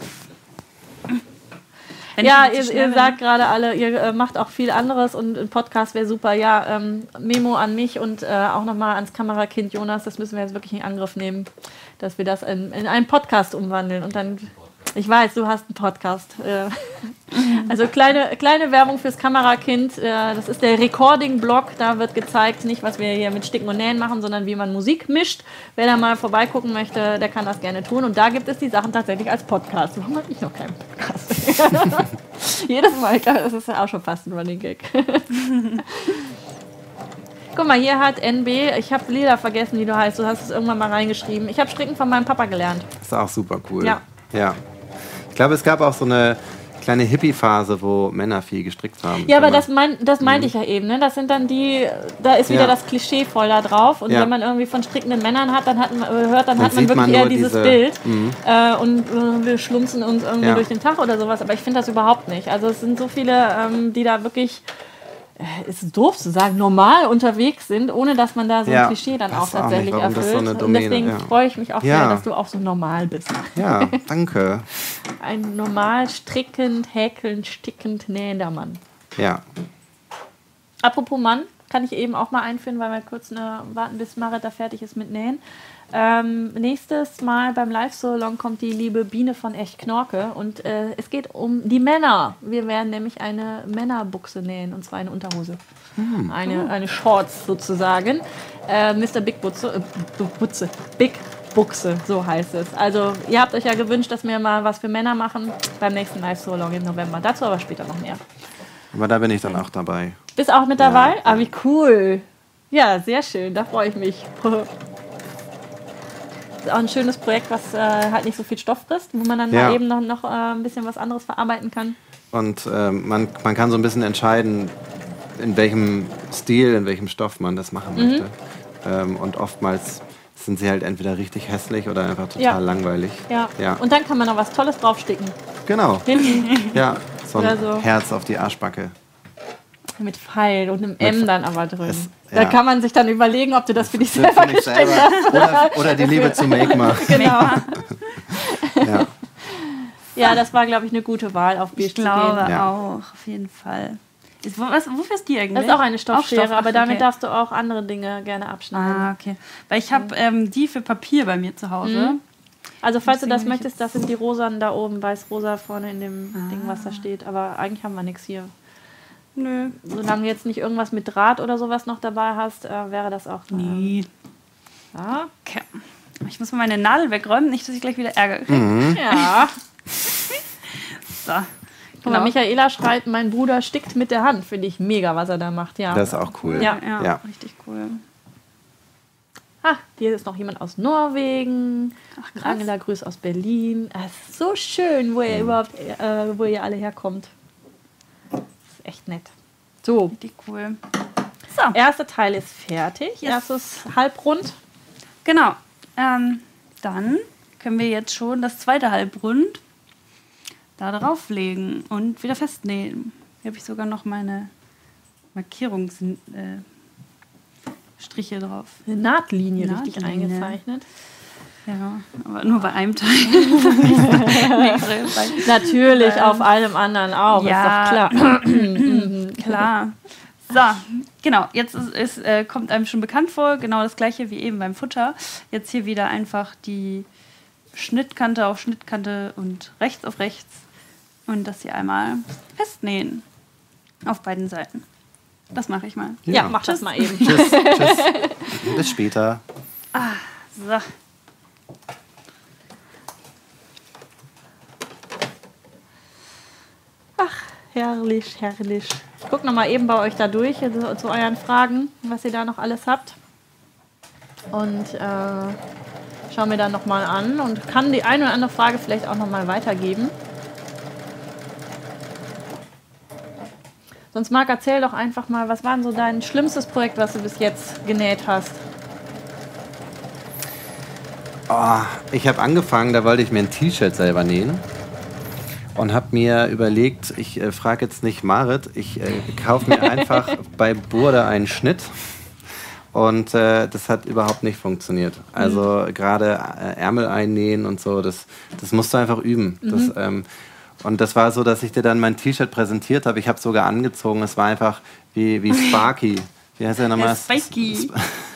Wenn ja, ihr, ihr sagt gerade alle, ihr äh, macht auch viel anderes und ein Podcast wäre super. Ja, ähm, Memo an mich und äh, auch nochmal ans Kamerakind Jonas. Das müssen wir jetzt wirklich in Angriff nehmen, dass wir das in, in einen Podcast umwandeln und dann... Ich weiß, du hast einen Podcast. Also kleine, kleine Werbung fürs Kamerakind. Das ist der Recording-Blog. Da wird gezeigt, nicht was wir hier mit Sticken und Nähen machen, sondern wie man Musik mischt. Wer da mal vorbeigucken möchte, der kann das gerne tun. Und da gibt es die Sachen tatsächlich als Podcast. Warum habe ich noch keinen Podcast? Jedes Mal, klar, das ist ja auch schon fast ein Running Gag. Guck mal, hier hat N B, ich habe Lila vergessen, wie du heißt. Du hast es irgendwann mal reingeschrieben. Ich habe Stricken von meinem Papa gelernt. Das ist auch super cool. Ja. Ja. Ich glaube, es gab auch so eine kleine Hippie-Phase, wo Männer viel gestrickt haben. Ja, aber das, mein, das meinte mhm. ich ja eben. Ne? Das sind dann die, da ist wieder ja. das Klischee voll da drauf. Und ja. wenn man irgendwie von strickenden Männern hat, dann hat man, hört, dann, dann hat man wirklich man eher dieses diese, Bild. Mhm. Äh, und äh, wir schlunzen uns irgendwie ja. durch den Tag oder sowas. Aber ich finde das überhaupt nicht. Also es sind so viele, ähm, die da wirklich... ist doof zu sagen, normal unterwegs sind, ohne dass man da so ja, ein Klischee dann auch tatsächlich auch nicht, erfüllt. So und deswegen ja. freue ich mich auch ja. sehr, dass du auch so normal bist. Ja, danke. Ein normal strickend, häkelnd, stickend, nähender Mann. Ja. Apropos Mann, kann ich eben auch mal einführen, weil wir kurz eine, warten, bis Marit da fertig ist mit Nähen. Ähm, nächstes Mal beim Live-Salon kommt die liebe Biene von Echt Knorke und äh, es geht um die Männer. Wir werden nämlich eine Männerbuchse nähen und zwar eine Unterhose. Hm. Eine, eine Shorts sozusagen. Äh, Mister Big Butze, äh, Butze, Big Buchse, so heißt es. Also ihr habt euch ja gewünscht, dass wir mal was für Männer machen beim nächsten Live-Salon im November. Dazu aber später noch mehr. Aber da bin ich dann auch dabei. Bist auch mit dabei? Ja. Ah, wie cool. Ja, sehr schön. Da freue ich mich. Ist auch ein schönes Projekt, was äh, halt nicht so viel Stoff frisst, wo man dann ja. mal eben noch, noch äh, ein bisschen was anderes verarbeiten kann. Und äh, man, man kann so ein bisschen entscheiden, in welchem Stil, in welchem Stoff man das machen möchte. Mhm. Ähm, und oftmals sind sie halt entweder richtig hässlich oder einfach total ja. langweilig. Ja. ja. Und dann kann man noch was Tolles draufsticken. Genau. Hinten. Ja, so ein so. Herz auf die Arschbacke. Mit Pfeil und einem Mit M dann aber drin. Es, ja. Da kann man sich dann überlegen, ob du das für dich das selber gestrickt hast. Oder, oder die Liebe zu Make machst. Genau. ja. ja, das war, glaube ich, eine gute Wahl, auf Beige zu gehen. Ich glaube ja. auch, auf jeden Fall. Ist, was, wofür ist die eigentlich? Das ist auch eine Stoffschere, Stoff, aber damit okay. darfst du auch andere Dinge gerne abschneiden. Ah, okay. Weil ich habe ähm, die für Papier bei mir zu Hause. Mhm. Also falls du das möchtest, das sind die rosanen da oben, weiß-rosa vorne in dem ah. Ding, was da steht. Aber eigentlich haben wir nichts hier. Nö. Solange du jetzt nicht irgendwas mit Draht oder sowas noch dabei hast, äh, wäre das auch... Nee. Ähm, ja. Okay. Ich muss mal meine Nadel wegräumen, nicht, dass ich gleich wieder Ärger kriege. Mhm. Ja. So. Guck mal, Michaela schreibt, mein Bruder stickt mit der Hand. Finde ich mega, was er da macht. Ja. Das ist auch cool. Ja, ja, ja. richtig cool. Ah, hier ist noch jemand aus Norwegen. Ach, krass. Angela grüßt aus Berlin. Es ist so schön, wo ihr mhm. überhaupt, äh, wo ihr alle herkommt. Das ist echt nett. So. Richtig cool. So. Erster Teil ist fertig. Yes. Erstes halbrund. Genau. Ähm, dann können wir jetzt schon das zweite Halbrund da drauflegen und wieder festnähen. Hier habe ich sogar noch meine Markierungsstriche äh, drauf. Eine Nahtlinie, Nahtlinie richtig eingezeichnet. Ja, aber nur bei einem Teil. Natürlich, ähm, auf allem anderen auch, ja, ist doch klar. Klar. So, genau, jetzt ist, ist, äh, kommt einem schon bekannt vor, genau das gleiche wie eben beim Futter. Jetzt hier wieder einfach die Schnittkante auf Schnittkante und rechts auf rechts und das hier einmal festnähen auf beiden Seiten. Das mache ich mal. Ja, ja mach tschüss. Das mal eben. Tschüss, tschüss. Bis später. Ah, so. Ach, herrlich, herrlich. Ich gucke nochmal eben bei euch da durch, also zu euren Fragen, was ihr da noch alles habt. Und äh, schaue mir dann nochmal an und kann die eine oder andere Frage vielleicht auch nochmal weitergeben. Sonst, Marc, erzähl doch einfach mal, was war denn so dein schlimmstes Projekt, was du bis jetzt genäht hast? Oh, ich habe angefangen, da wollte ich mir ein T-Shirt selber nähen. Und habe mir überlegt, ich äh, frage jetzt nicht Marit, ich äh, kaufe mir einfach bei Burda einen Schnitt. Und äh, das hat überhaupt nicht funktioniert. Also mhm. gerade äh, Ärmel einnähen und so, das, das musst du einfach üben. Mhm. Das, ähm, und das war so, dass ich dir dann mein T-Shirt präsentiert habe. Ich habe sogar angezogen. Es war einfach wie, wie Sparky. Wie heißt er nochmal? Spiky.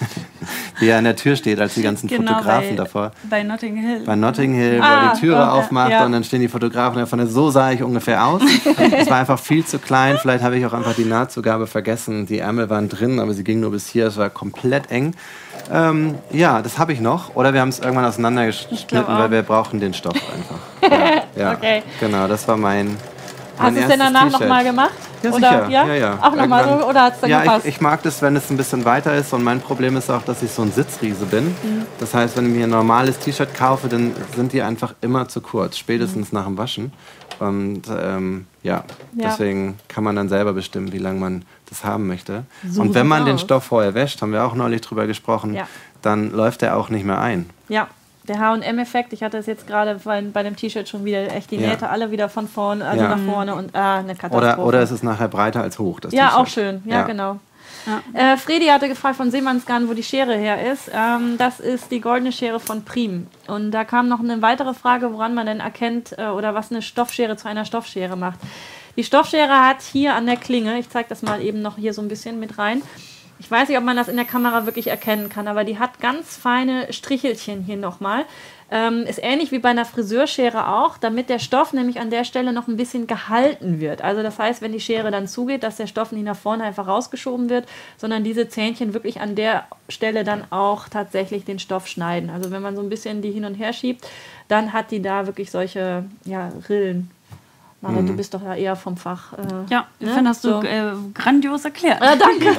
Wie er an der Tür steht, als die ganzen genau, Fotografen bei, davor. Bei Notting Hill. Bei Notting Hill, wo ah, er die Türe oh, aufmacht ja. und dann stehen die Fotografen davon. So sah ich ungefähr aus. Es war einfach viel zu klein. Vielleicht habe ich auch einfach die Nahtzugabe vergessen. Die Ärmel waren drin, aber sie gingen nur bis hier. Es war komplett eng. Ähm, ja, das habe ich noch. Oder wir haben es irgendwann auseinandergeschnitten, weil wir brauchen den Stoff einfach. Ja, ja. Okay. Genau, das war mein. Hast du es denn danach nochmal gemacht? Ja, oder, sicher. Ja? Ja, ja. Auch nochmal so? Oder hat es dann ja, gepasst? Ich, ich mag das, wenn es ein bisschen weiter ist. Und mein Problem ist auch, dass ich so ein Sitzriese bin. Mhm. Das heißt, wenn ich mir ein normales T-Shirt kaufe, dann sind die einfach immer zu kurz. Spätestens mhm. nach dem Waschen. Und ähm, ja, ja, deswegen kann man dann selber bestimmen, wie lange man das haben möchte. So und wenn man aus. den Stoff vorher wäscht, haben wir auch neulich drüber gesprochen, ja. dann läuft er auch nicht mehr ein. Ja. Der H und M-Effekt, ich hatte es jetzt gerade bei, bei dem T-Shirt schon wieder, echt die ja. Nähte alle wieder von vorne, also ja. nach vorne und ah, eine Katastrophe. Oder, oder ist es nachher breiter als hoch, das Ja, T-Shirt. auch schön, ja, ja. genau. Ja. Äh, Fredi hatte gefragt von Seemannsgarn, wo die Schere her ist. Ähm, das ist die goldene Schere von Prim. Und da kam noch eine weitere Frage, woran man denn erkennt äh, oder was eine Stoffschere zu einer Stoffschere macht. Die Stoffschere hat hier an der Klinge, ich zeige das mal eben noch hier so ein bisschen mit rein, ich weiß nicht, ob man das in der Kamera wirklich erkennen kann, aber die hat ganz feine Strichelchen hier nochmal. Ähm, ist ähnlich wie bei einer Friseurschere auch, damit der Stoff nämlich an der Stelle noch ein bisschen gehalten wird. Also das heißt, wenn die Schere dann zugeht, dass der Stoff nicht nach vorne einfach rausgeschoben wird, sondern diese Zähnchen wirklich an der Stelle dann auch tatsächlich den Stoff schneiden. Also wenn man so ein bisschen die hin und her schiebt, dann hat die da wirklich solche ja, Rillen. Marit, mhm. du bist doch ja eher vom Fach. Äh, ja, ich ne? finde, hast so. du äh, grandios erklärt. Ja, danke.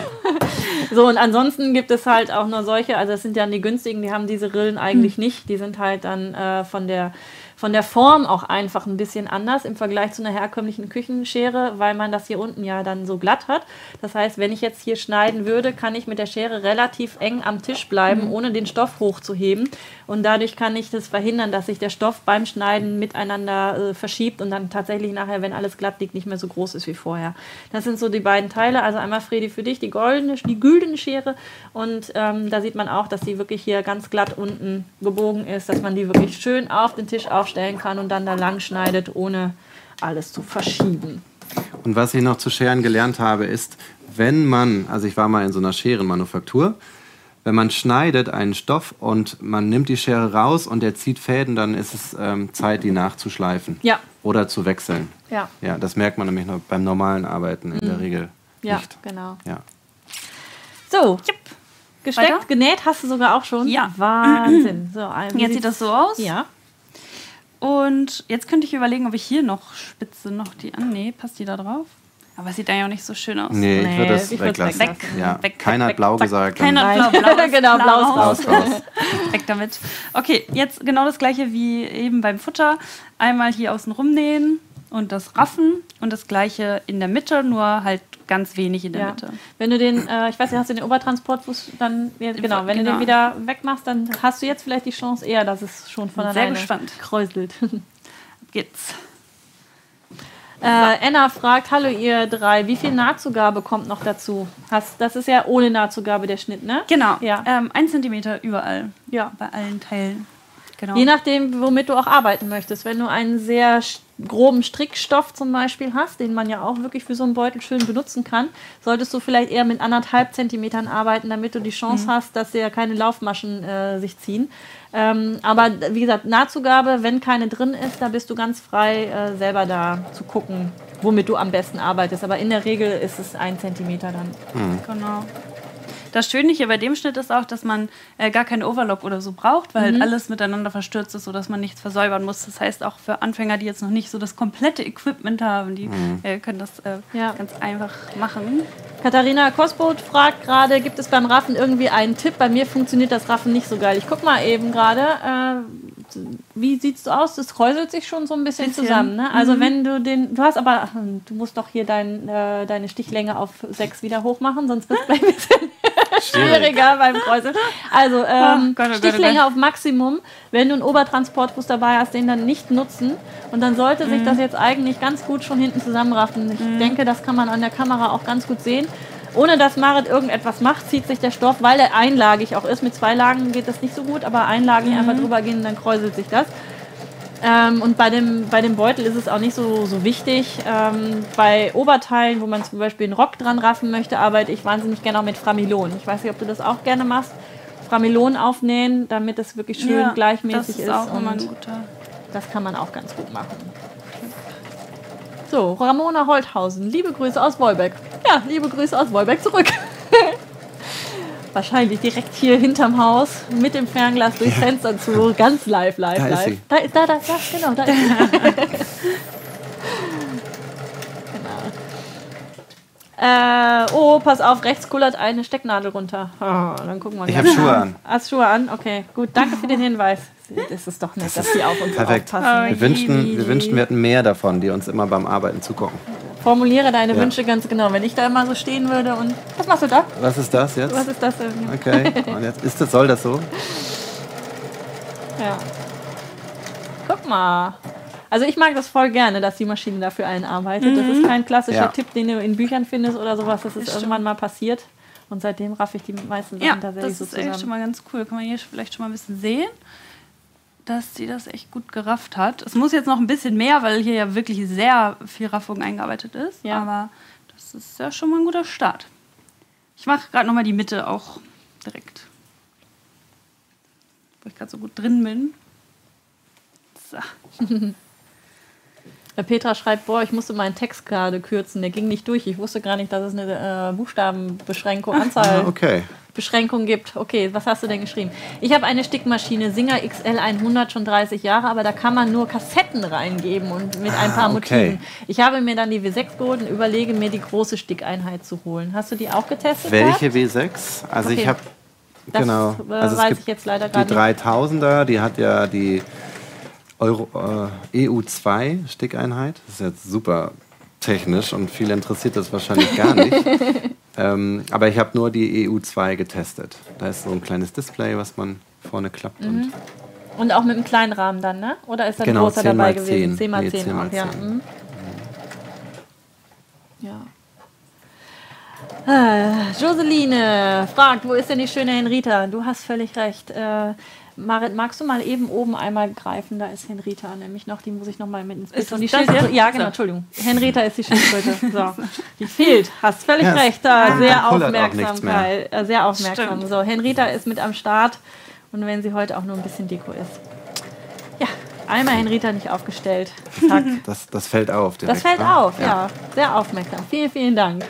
So, und ansonsten gibt es halt auch nur solche, also das sind ja die günstigen, die haben diese Rillen eigentlich mhm. nicht. Die sind halt dann äh, von der von der Form auch einfach ein bisschen anders im Vergleich zu einer herkömmlichen Küchenschere, weil man das hier unten ja dann so glatt hat. Das heißt, wenn ich jetzt hier schneiden würde, kann ich mit der Schere relativ eng am Tisch bleiben, mhm. ohne den Stoff hochzuheben. Und dadurch kann ich das verhindern, dass sich der Stoff beim Schneiden miteinander äh, verschiebt und dann tatsächlich nachher, wenn alles glatt liegt, nicht mehr so groß ist wie vorher. Das sind so die beiden Teile. Also einmal, Fredi, für dich die goldene, die güldene Schere. Und ähm, da sieht man auch, dass sie wirklich hier ganz glatt unten gebogen ist, dass man die wirklich schön auf den Tisch aufstellen kann und dann da lang schneidet, ohne alles zu verschieben. Und was ich noch zu Scheren gelernt habe, ist, wenn man, also ich war mal in so einer Scherenmanufaktur, wenn man schneidet einen Stoff und man nimmt die Schere raus und der zieht Fäden, dann ist es ähm, Zeit, die nachzuschleifen. Ja. Oder zu wechseln. Ja. Ja, das merkt man nämlich noch beim normalen Arbeiten in mhm. der Regel ja, nicht. Genau. Ja, genau. So, yep. Gesteckt, Weiter? Genäht hast du sogar auch schon? Ja. Wahnsinn. So, jetzt sieht das so aus. Ja. Und jetzt könnte ich überlegen, ob ich hier noch spitze noch die an. Nee, passt die da drauf? Aber es sieht da ja auch nicht so schön aus. Nee, nee ich würde das ich weglassen. Weg, ja. weg, Keiner weg, hat blau zack. gesagt. Keiner hat blau, blau, genau, blau ist raus. raus. Weg damit. Okay, jetzt genau das gleiche wie eben beim Futter. Einmal hier außen rumnähen und das Raffen und das gleiche in der Mitte, nur halt ganz wenig in der ja. Mitte. Wenn du den, äh, ich weiß nicht, hast du den Obertransportfuß dann, ja, genau, wenn genau. du den wieder wegmachst, dann hast du jetzt vielleicht die Chance eher, dass es schon von Sehr alleine gespannt. kräuselt. Geht's. Äh, Anna fragt, hallo ihr drei, wie viel Nahtzugabe kommt noch dazu? Hast, das ist ja ohne Nahtzugabe der Schnitt, ne? Genau, Ja. ähm, ein Zentimeter überall, Ja. bei allen Teilen. Genau. Je nachdem, womit du auch arbeiten möchtest. Wenn du einen sehr groben Strickstoff zum Beispiel hast, den man ja auch wirklich für so einen Beutel schön benutzen kann, solltest du vielleicht eher mit anderthalb Zentimetern arbeiten, damit du die Chance mhm. hast, dass ja keine Laufmaschen äh, sich ziehen. Ähm, aber wie gesagt, Nahtzugabe, wenn keine drin ist, da bist du ganz frei, äh, selber da zu gucken, womit du am besten arbeitest. Aber in der Regel ist es ein Zentimeter dann. Mhm. Genau. Das Schöne hier bei dem Schnitt ist auch, dass man äh, gar keinen Overlock oder so braucht, weil mhm. halt alles miteinander verstürzt ist, sodass man nichts versäubern muss. Das heißt, auch für Anfänger, die jetzt noch nicht so das komplette Equipment haben, die mhm. äh, können das äh, ja. ganz einfach machen. Katharina Kosboth fragt gerade, gibt es beim Raffen irgendwie einen Tipp? Bei mir funktioniert das Raffen nicht so geil. Ich guck mal eben gerade, äh, wie sieht's so aus? Das kräuselt sich schon so ein bisschen, bisschen. zusammen. Ne? Also mhm. wenn du den, du hast aber, du musst doch hier dein, äh, deine Stichlänge auf sechs wieder hoch machen, sonst wird es gleich ein bisschen schwieriger beim Kräuseln. Also ähm, oh Gott, oh Stichlänge Gott, oh auf Maximum. Wenn du einen Obertransportfuß dabei hast, den dann nicht nutzen. Und dann sollte mhm. sich das jetzt eigentlich ganz gut schon hinten zusammenraffen. Ich mhm. denke, das kann man an der Kamera auch ganz gut sehen. Ohne dass Marit irgendetwas macht, zieht sich der Stoff, weil er einlagig auch ist. Mit zwei Lagen geht das nicht so gut, aber einlagig mhm. einfach drüber gehen, dann kräuselt sich das. Ähm, und bei dem, bei dem Beutel ist es auch nicht so, so wichtig. Ähm, bei Oberteilen, wo man zum Beispiel einen Rock dran raffen möchte, arbeite ich wahnsinnig gerne auch mit Framilon. Ich weiß nicht, ob du das auch gerne machst. Framilon aufnähen, damit es wirklich schön ja, gleichmäßig ist. Das ist auch und immer ein guter. Das kann man auch ganz gut machen. So, Ramona Holthausen, liebe Grüße aus Wolbeck. Ja, liebe Grüße aus Wolbeck zurück. Wahrscheinlich direkt hier hinterm Haus mit dem Fernglas durchs ja. Fenster zu, ganz live, live, da live. Ist sie. Da ist da, da, da, genau, da ist sie. genau. Äh, oh, pass auf, rechts kullert eine Stecknadel runter. Oh, dann gucken wir Ich habe Schuhe an. Hast Schuhe an? Okay, gut. Danke für den Hinweis. Das ist doch nett, dass die auf uns perfekt. aufpassen. Oh, wir, wünschten, wir wünschten, wir hätten mehr davon, die uns immer beim Arbeiten zugucken. Formuliere deine ja. Wünsche ganz genau. Wenn ich da immer so stehen würde und... Was machst du da? Was ist das jetzt? Was ist das denn? Okay, und jetzt ist das, soll das so? Ja. Guck mal. Also ich mag das voll gerne, dass die Maschine dafür einen arbeitet. Mhm. Das ist kein klassischer ja. Tipp, den du in Büchern findest oder sowas. Das ist, ist irgendwann stimmt. mal passiert. Und seitdem raff ich die meisten Sachen ja, tatsächlich so zusammen. Das ist echt schon mal ganz cool. Kann man hier vielleicht schon mal ein bisschen sehen, dass sie das echt gut gerafft hat. Es muss jetzt noch ein bisschen mehr, weil hier ja wirklich sehr viel Raffung eingearbeitet ist. Ja. Aber das ist ja schon mal ein guter Start. Ich mache gerade noch mal die Mitte auch direkt. Wo ich gerade so gut drin bin. So. Petra schreibt, boah, ich musste meinen Text gerade kürzen, der ging nicht durch. Ich wusste gar nicht, dass es eine äh, Buchstabenbeschränkung, Anzahl ah, okay. Beschränkung gibt. Okay, was hast du denn geschrieben? Ich habe eine Stickmaschine, Singer X L hundert, schon dreißig Jahre, aber da kann man nur Kassetten reingeben und mit ein paar ah, okay. Motiven. Ich habe mir dann die W sechs geholt und überlege mir, die große Stickeinheit zu holen. Hast du die auch getestet? Welche gehabt? W sechs? Also okay. ich habe, genau, also weiß es gibt ich jetzt leider gar die dreitausender, die hat ja die Euro, äh, E U zwei Stickeinheit. Das ist jetzt super technisch und viele interessiert das wahrscheinlich gar nicht. ähm, aber ich habe nur die E U zwei getestet. Da ist so ein kleines Display, was man vorne klappt. Mhm. Und, und auch mit einem kleinen Rahmen dann, ne? Oder ist da ein genau, großer dabei gewesen? zehn zehn mal nee, zehn auch, ja. Mhm. Ja. Äh, Joseline fragt, wo ist denn die schöne Henrita? Du hast völlig recht. Äh, Marit, magst du mal eben oben einmal greifen? Da ist Henrita nämlich noch. Die muss ich noch mal mit ins Bild. Ist die das das ja, genau, Entschuldigung. Henrita ist die Schildkröte. So. Die fehlt. Hast völlig ja, recht. Da sehr Aufmerksamkeit. Äh, sehr aufmerksam. Stimmt. So, Henrita ist mit am Start. Und wenn sie heute auch nur ein bisschen Deko ist. Ja, einmal Henrita nicht aufgestellt. Zack. Das, das fällt auf. Direkt. Das fällt ah, auf, ja. ja. Sehr aufmerksam. Vielen, vielen Dank.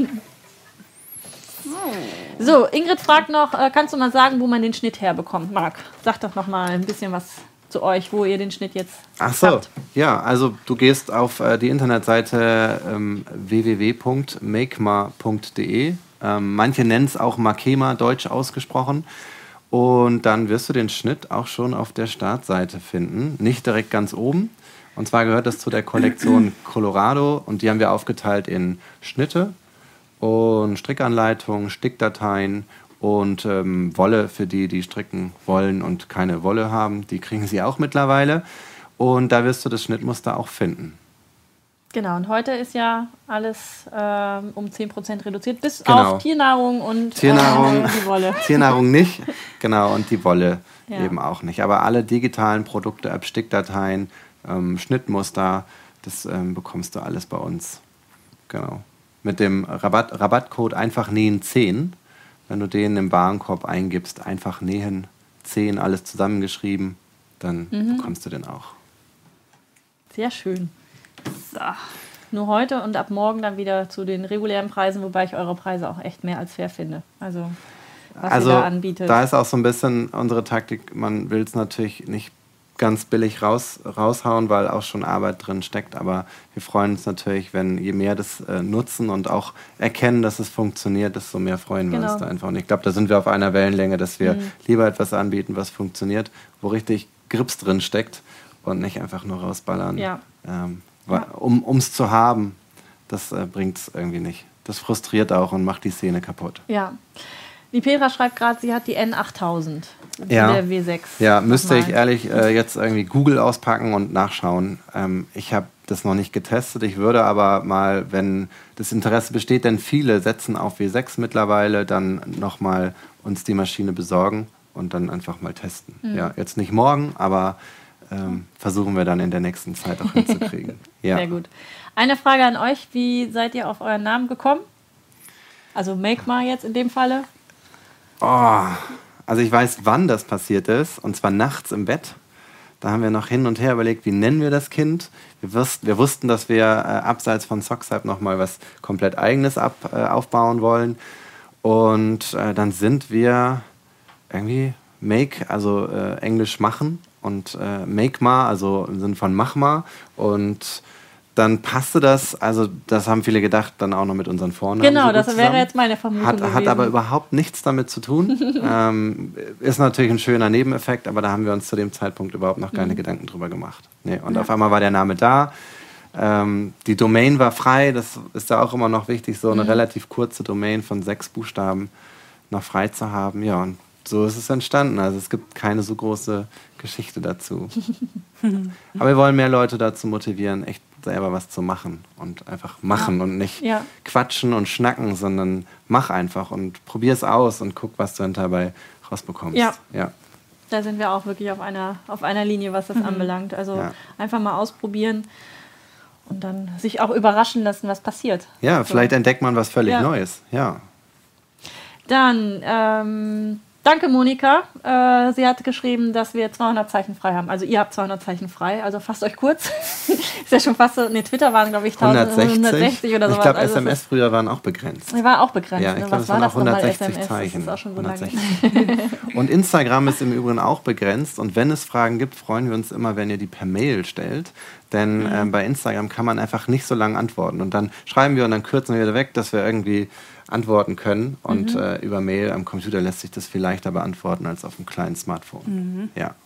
So, Ingrid fragt noch, äh, kannst du mal sagen, wo man den Schnitt herbekommt? Marc, sag doch noch mal ein bisschen was zu euch, wo ihr den Schnitt jetzt Ach so, habt. Ja, also du gehst auf äh, die Internetseite ähm, w w w punkt makema punkt d e. Ähm, manche nennen es auch Makema, deutsch ausgesprochen. Und dann wirst du den Schnitt auch schon auf der Startseite finden. Nicht direkt ganz oben. Und zwar gehört das zu der Kollektion Colorado. Und die haben wir aufgeteilt in Schnitte und Strickanleitungen, Stickdateien und ähm, Wolle für die, die stricken wollen und keine Wolle haben. Die kriegen sie auch mittlerweile. Und da wirst du das Schnittmuster auch finden. Genau, und heute ist ja alles ähm, um zehn Prozent reduziert, bis Genau. auf Tiernahrung und Tiernahrung, äh, die Wolle. Tiernahrung nicht, genau, und die Wolle Ja. eben auch nicht. Aber alle digitalen Produkte, Abstickdateien, ähm, Schnittmuster, das ähm, bekommst du alles bei uns. Genau. Mit dem Rabatt, Rabattcode einfach nähen zehn, wenn du den im Warenkorb eingibst, einfach nähen zehn, alles zusammengeschrieben, dann mhm. bekommst du den auch. Sehr schön. So. Nur heute und ab morgen dann wieder zu den regulären Preisen, wobei ich eure Preise auch echt mehr als fair finde. Also, was also, ihr da anbietet. Da ist auch so ein bisschen unsere Taktik, man will es natürlich nicht ganz billig raus, raushauen, weil auch schon Arbeit drin steckt, aber wir freuen uns natürlich, wenn je mehr das äh, nutzen und auch erkennen, dass es funktioniert, desto mehr freuen wir genau. uns da einfach. Und ich glaube, da sind wir auf einer Wellenlänge, dass wir mhm. lieber etwas anbieten, was funktioniert, wo richtig Grips drin steckt und nicht einfach nur rausballern. Ja. Ähm, Ja. Um es zu haben, das äh, bringt es irgendwie nicht. Das frustriert auch und macht die Szene kaputt. Ja. Die Petra schreibt gerade, sie hat die N achttausend. Ja. Der W sechs. Ja, müsste ich ehrlich äh, jetzt irgendwie Google auspacken und nachschauen. Ähm, ich habe das noch nicht getestet. Ich würde aber mal, wenn das Interesse besteht, denn viele setzen auf W sechs mittlerweile, dann nochmal uns die Maschine besorgen und dann einfach mal testen. Mhm. Ja, jetzt nicht morgen, aber Ähm, versuchen wir dann in der nächsten Zeit auch hinzukriegen. Ja. Sehr gut. Eine Frage an euch, wie seid ihr auf euren Namen gekommen? Also Make-Ma jetzt in dem Falle. Oh, also ich weiß, wann das passiert ist, und zwar nachts im Bett. Da haben wir noch hin und her überlegt, wie nennen wir das Kind. Wir, wussten, wir wussten, dass wir äh, abseits von Socksype noch mal was komplett Eigenes ab, äh, aufbauen wollen. Und äh, dann sind wir irgendwie Make, also äh, Englisch machen, und äh, Make-Ma, also im Sinne von Mach-Ma. Und dann passte das, also das haben viele gedacht, dann auch noch mit unseren Vornamen. Genau, so das zusammen. wäre jetzt meine Vermutung Hat, gewesen. hat aber überhaupt nichts damit zu tun. ähm, ist natürlich ein schöner Nebeneffekt, aber da haben wir uns zu dem Zeitpunkt überhaupt noch keine mhm. Gedanken drüber gemacht. Nee, und ja. auf einmal war der Name da. Ähm, die Domain war frei, das ist ja auch immer noch wichtig, so eine mhm. relativ kurze Domain von sechs Buchstaben noch frei zu haben. Ja, und so ist es entstanden. Also es gibt keine so große Geschichte dazu. Aber wir wollen mehr Leute dazu motivieren, echt selber was zu machen und einfach machen ja. und nicht ja. quatschen und schnacken, sondern mach einfach und probier es aus und guck, was du dann dabei rausbekommst. Ja. ja. Da sind wir auch wirklich auf einer, auf einer Linie, was das mhm. anbelangt. Also ja. einfach mal ausprobieren und dann sich auch überraschen lassen, was passiert. Ja, so. Vielleicht entdeckt man was völlig ja. Neues. Ja. Dann, ähm, danke Monika. Äh, sie hat geschrieben, dass wir zweihundert Zeichen frei haben. Also ihr habt zweihundert Zeichen frei, also fasst euch kurz. Ist ja schon fast so, ne, Twitter waren glaube ich hundertsechzig oder so. Ich glaube, also S M S früher waren auch begrenzt. Die war auch begrenzt. Ja, ich ne? glaub, Was war das nochmal, S M S? Zeichen. Das ist auch schon so lange. Und Instagram ist im Übrigen auch begrenzt. Und wenn es Fragen gibt, freuen wir uns immer, wenn ihr die per Mail stellt. Denn mhm. ähm, bei Instagram kann man einfach nicht so lange antworten. Und dann schreiben wir und dann kürzen wir wieder weg, dass wir irgendwie antworten können. Und mhm. äh, über Mail am Computer lässt sich das viel leichter beantworten als auf einem kleinen Smartphone. Mhm. Ja.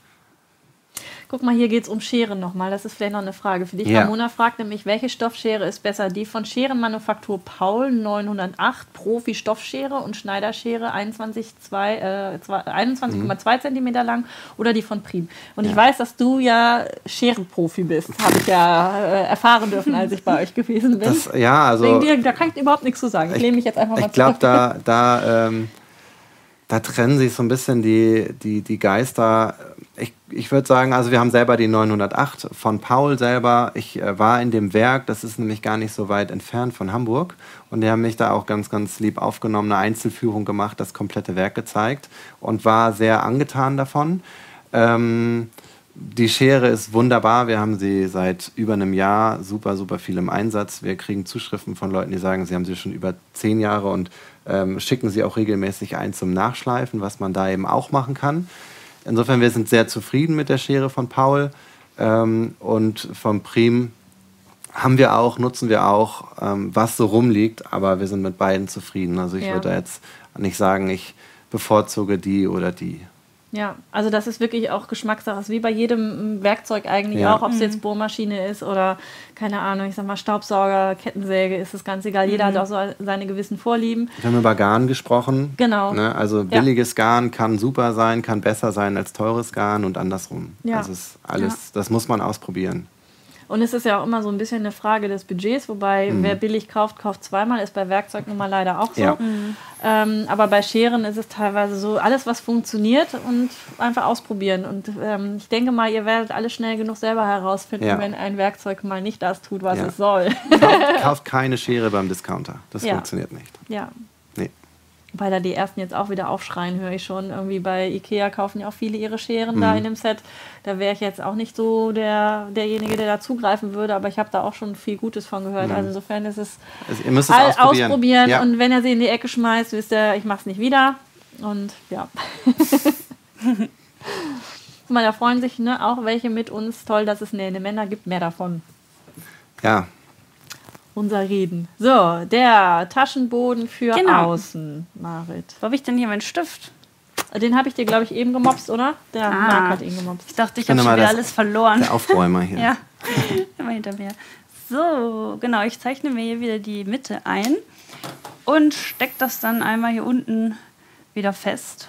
Guck mal, hier geht es um Scheren nochmal. Das ist vielleicht noch eine Frage für dich. Ja. Ramona fragt nämlich, welche Stoffschere ist besser? Die von Scherenmanufaktur Paul neunhundertacht, Profi-Stoffschere und Schneiderschere einundzwanzig Komma zwei mhm. Zentimeter lang oder die von Prim. Und ja. ich weiß, dass du ja Scherenprofi bist. Habe ich ja äh, erfahren dürfen, als ich bei euch gewesen bin. Das, ja, also, Wegen dir, da kann ich überhaupt nichts zu sagen. Ich, ich lehne mich jetzt einfach mal ich zurück. Ich glaube, da, da, ähm, da trennen sich so ein bisschen die, die, die Geister. Ich, ich würde sagen, also wir haben selber die neunhundertacht von Paul selber. Ich äh, war in dem Werk, das ist nämlich gar nicht so weit entfernt von Hamburg. Und die haben mich da auch ganz, ganz lieb aufgenommen, eine Einzelführung gemacht, das komplette Werk gezeigt und war sehr angetan davon. Ähm, die Schere ist wunderbar. Wir haben sie seit über einem Jahr super, super viel im Einsatz. Wir kriegen Zuschriften von Leuten, die sagen, sie haben sie schon über zehn Jahre und ähm, schicken sie auch regelmäßig ein zum Nachschleifen, was man da eben auch machen kann. Insofern, wir sind sehr zufrieden mit der Schere von Paul ähm, und vom Prim haben wir auch, nutzen wir auch, ähm, was so rumliegt, aber wir sind mit beiden zufrieden. Also ich ja. würde jetzt nicht sagen, ich bevorzuge die oder die. Ja, also das ist wirklich auch Geschmackssache. Ist wie bei jedem Werkzeug eigentlich ja. auch, ob es jetzt Bohrmaschine ist oder, keine Ahnung, ich sag mal Staubsauger, Kettensäge, ist das ganz egal. Mhm. Jeder hat auch so seine gewissen Vorlieben. Wir haben über Garn gesprochen. Genau. Ne? Also billiges ja. Garn kann super sein, kann besser sein als teures Garn und andersrum. Ja. Also ist alles, ja. das muss man ausprobieren. Und es ist ja auch immer so ein bisschen eine Frage des Budgets, wobei mhm. wer billig kauft, kauft zweimal, ist bei Werkzeug nun mal leider auch so. Ja. Mhm. Ähm, aber bei Scheren ist es teilweise so, alles was funktioniert und einfach ausprobieren. Und ähm, ich denke mal, ihr werdet alle schnell genug selber herausfinden, ja. wenn ein Werkzeug mal nicht das tut, was ja. es soll. Kauft, kauft keine Schere beim Discounter. Das ja. funktioniert nicht. Ja. Nee. Weil da die ersten jetzt auch wieder aufschreien, höre ich schon. Irgendwie bei Ikea kaufen ja auch viele ihre Scheren mhm. da in dem Set. Da wäre ich jetzt auch nicht so der, derjenige, der da zugreifen würde, aber ich habe da auch schon viel Gutes von gehört. Mhm. Also insofern ist es, also ihr müsst es ausprobieren. ausprobieren. Ja. Und wenn er sie in die Ecke schmeißt, wisst ihr, ich mache es nicht wieder. Und ja. Mal, da freuen sich ne, auch welche mit uns. Toll, dass es nähende Männer gibt. Mehr davon. Ja. Unser Reden. So, der Taschenboden für genau. außen, Marit. Wo habe ich denn hier meinen Stift? Den habe ich dir, glaube ich, eben gemopst, oder? Der ah, Marc hat ihn gemopst. Ich dachte, ich habe schon wieder alles verloren. Der Aufräumer hier. Ja, immer hinter mir. So, genau, ich zeichne mir hier wieder die Mitte ein und stecke das dann einmal hier unten wieder fest.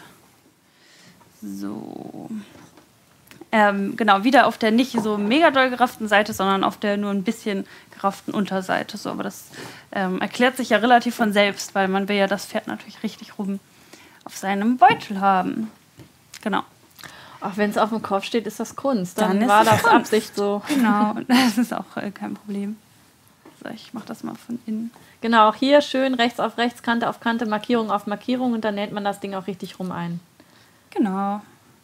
So. Ähm, genau, wieder auf der nicht so mega doll gerafften Seite, sondern auf der nur ein bisschen gerafften Unterseite. So, aber das ähm, erklärt sich ja relativ von selbst, weil man will ja das Pferd natürlich richtig rum auf seinem Beutel haben. Genau. Auch wenn es auf dem Kopf steht, ist das Kunst. Dann, Dann war das das Kunst. Absicht so. Genau, das ist auch äh, kein Problem. So, ich mache das mal von innen. Genau, auch hier schön rechts auf rechts, Kante auf Kante, Markierung auf Markierung und dann näht man das Ding auch richtig rum ein. Genau.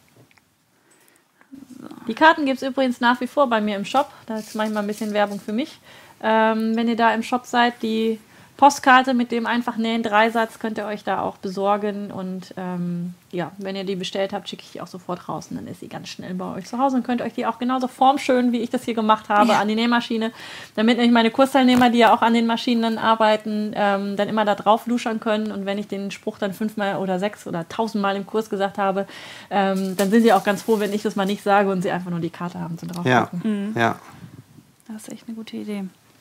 So. Die Karten gibt es übrigens nach wie vor bei mir im Shop. Da ist manchmal ein bisschen Werbung für mich. Ähm, wenn ihr da im Shop seid, die Postkarte mit dem einfach nähen Dreisatz könnt ihr euch da auch besorgen. Und ähm, ja, wenn ihr die bestellt habt, schicke ich die auch sofort raus. Und dann ist sie ganz schnell bei euch zu Hause und könnt euch die auch genauso formschön, wie ich das hier gemacht habe, ja. an die Nähmaschine. Damit nämlich meine Kursteilnehmer, die ja auch an den Maschinen dann arbeiten, ähm, dann immer da drauf luschern können. Und wenn ich den Spruch dann fünfmal oder sechs oder tausendmal im Kurs gesagt habe, ähm, dann sind sie auch ganz froh, wenn ich das mal nicht sage und sie einfach nur die Karte haben zum drauf ja. Mhm. ja. Das ist echt eine gute Idee.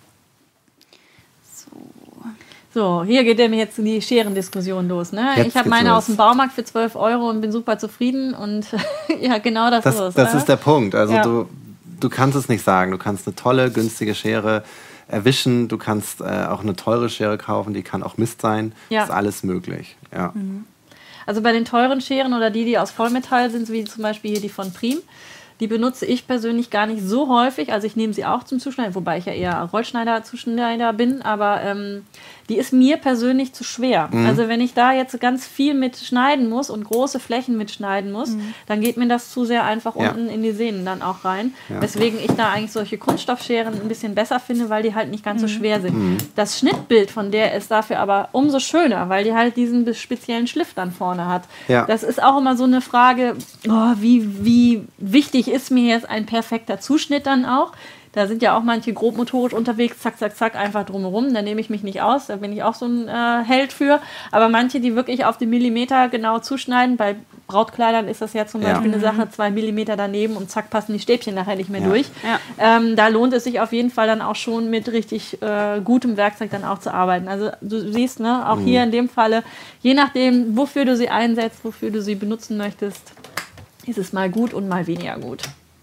So. So, hier geht nämlich jetzt die Scherendiskussion los. Ne? Ich habe meine los. aus dem Baumarkt für zwölf Euro und bin super zufrieden. Und ja, genau das, das ist es. Das ne? ist der Punkt. Also ja. du, du kannst es nicht sagen. Du kannst eine tolle, günstige Schere erwischen. Du kannst äh, auch eine teure Schere kaufen. Die kann auch Mist sein. Ja. Das ist alles möglich. Ja. Mhm. Also bei den teuren Scheren oder die, die aus Vollmetall sind, wie zum Beispiel hier die von Prim, die benutze ich persönlich gar nicht so häufig. Also ich nehme sie auch zum Zuschneiden, wobei ich ja eher Rollschneider-Zuschneider bin. Aber ähm, die ist mir persönlich zu schwer. Mhm. Also wenn ich da jetzt ganz viel mit schneiden muss und große Flächen mitschneiden muss, mhm. dann geht mir das zu sehr einfach ja. unten in die Sehnen dann auch rein. Ja. Weswegen ich da eigentlich solche Kunststoffscheren ein bisschen besser finde, weil die halt nicht ganz mhm. so schwer sind. Mhm. Das Schnittbild von der ist dafür aber umso schöner, weil die halt diesen speziellen Schliff dann vorne hat. Ja. Das ist auch immer so eine Frage, oh, wie, wie wichtig ist mir jetzt ein perfekter Zuschnitt dann auch. Da sind ja auch manche grobmotorisch unterwegs, zack, zack, zack, einfach drumherum. Da nehme ich mich nicht aus, da bin ich auch so ein äh, Held für. Aber manche, die wirklich auf den Millimeter genau zuschneiden, bei Brautkleidern ist das ja zum Beispiel ja. eine Sache, zwei Millimeter daneben und zack, passen die Stäbchen nachher nicht mehr ja. durch. Ja. Ähm, da lohnt es sich auf jeden Fall dann auch schon mit richtig äh, gutem Werkzeug dann auch zu arbeiten. Also du siehst, ne, auch mhm. hier in dem Falle, je nachdem, wofür du sie einsetzt, wofür du sie benutzen möchtest, ist es mal gut und mal weniger gut.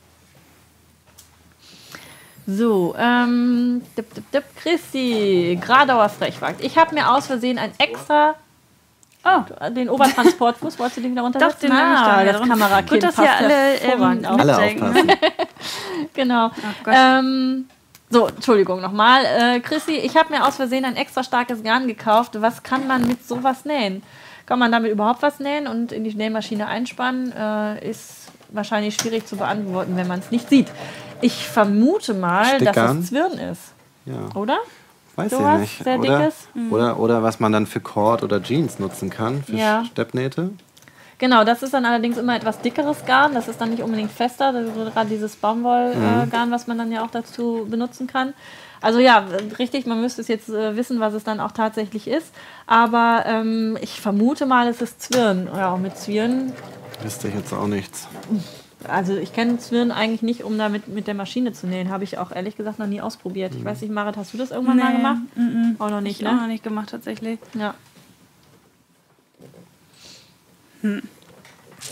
So, ähm, dip, dip, dip, Christi, Gradauer Frechwagt. Ich habe mir aus Versehen ein extra, oh, den Obertransportfuß, wolltest du den wieder runtersetzen? Doch, den ah, das Kamerakind gut, dass hier alle, ähm, alle aufpassen. Genau. Oh ähm, so, Entschuldigung nochmal. Äh, Christi, ich habe mir aus Versehen ein extra starkes Garn gekauft. Was kann man mit sowas nähen? Kann man damit überhaupt was nähen und in die Nähmaschine einspannen? Äh, ist wahrscheinlich schwierig zu beantworten, wenn man es nicht sieht. Ich vermute mal, Stickgarn. dass es Zwirn ist. Ja. Oder? Weiß so ich was nicht. sehr oder, dickes. Oder, oder was man dann für Cord oder Jeans nutzen kann, für ja. Steppnähte. Genau, das ist dann allerdings immer etwas dickeres Garn. Das ist dann nicht unbedingt fester. Das ist gerade dieses Baumwollgarn, mhm. äh, was man dann ja auch dazu benutzen kann. Also ja, richtig, man müsste es jetzt äh, wissen, was es dann auch tatsächlich ist. Aber ähm, ich vermute mal, es ist Zwirn. Ja, mit Zwirn wüsste ich jetzt auch nichts. Also ich kenne Zwirn eigentlich nicht, um damit mit der Maschine zu nähen. Habe ich auch ehrlich gesagt noch nie ausprobiert. Ich weiß nicht, Marit, hast du das irgendwann nee, mal gemacht? M -m. Auch noch nicht, ich ne? Auch noch nicht gemacht, tatsächlich. Ja. Hm.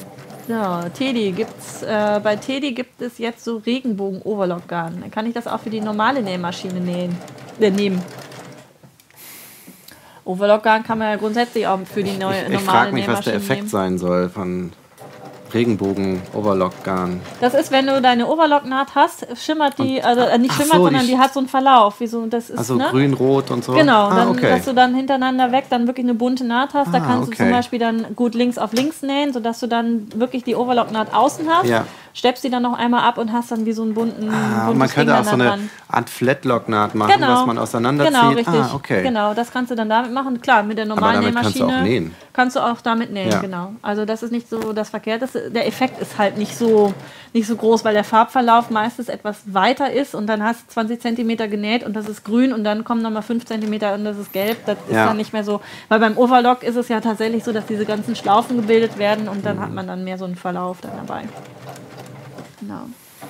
So, Teddy gibt's, äh, bei Teddy gibt es jetzt so Regenbogen-Overlock-Garn. Dann kann ich das auch für die normale Nähmaschine nähen, äh, nehmen. Overlock-Garn kann man ja grundsätzlich auch für die neue, Ich, ich normale frage mich, was der Nähmaschine Effekt nehmen. sein soll von Regenbogen-Overlock-Garn. Das ist, wenn du deine Overlock-Naht hast, schimmert die, Und- also äh, nicht ach schimmert, so, sondern die die, sch- hat so einen Verlauf. Wie so, das ist, Also ne? grün, rot und so? Genau, ah, dann, okay. dass du dann hintereinander weg dann wirklich eine bunte Naht hast. Da Ah, kannst du okay. zum Beispiel dann gut links auf links nähen, sodass du dann wirklich die Overlock-Naht außen hast. Ja. Steppst die dann noch einmal ab und hast dann wie so einen bunten Ah, buntes man könnte Ding auch so dann eine dran. Art Flatlock-Naht machen, Genau. was man auseinanderzieht. Genau, richtig. Ah, okay. Genau, das kannst du dann damit machen. Klar, mit der normalen damit kannst du Nähmaschine auch nähen. kannst du auch damit nähen, Ja. genau. Also das ist nicht so das Verkehrteste. Der Effekt ist halt nicht so, nicht so groß, weil der Farbverlauf meistens etwas weiter ist und dann hast du zwanzig Zentimeter genäht und das ist grün und dann kommen nochmal fünf Zentimeter und das ist gelb. Das ist Ja. dann nicht mehr so, weil beim Overlock ist es ja tatsächlich so, dass diese ganzen Schlaufen gebildet werden und dann Mhm. hat man dann mehr so einen Verlauf dann dabei. Genau.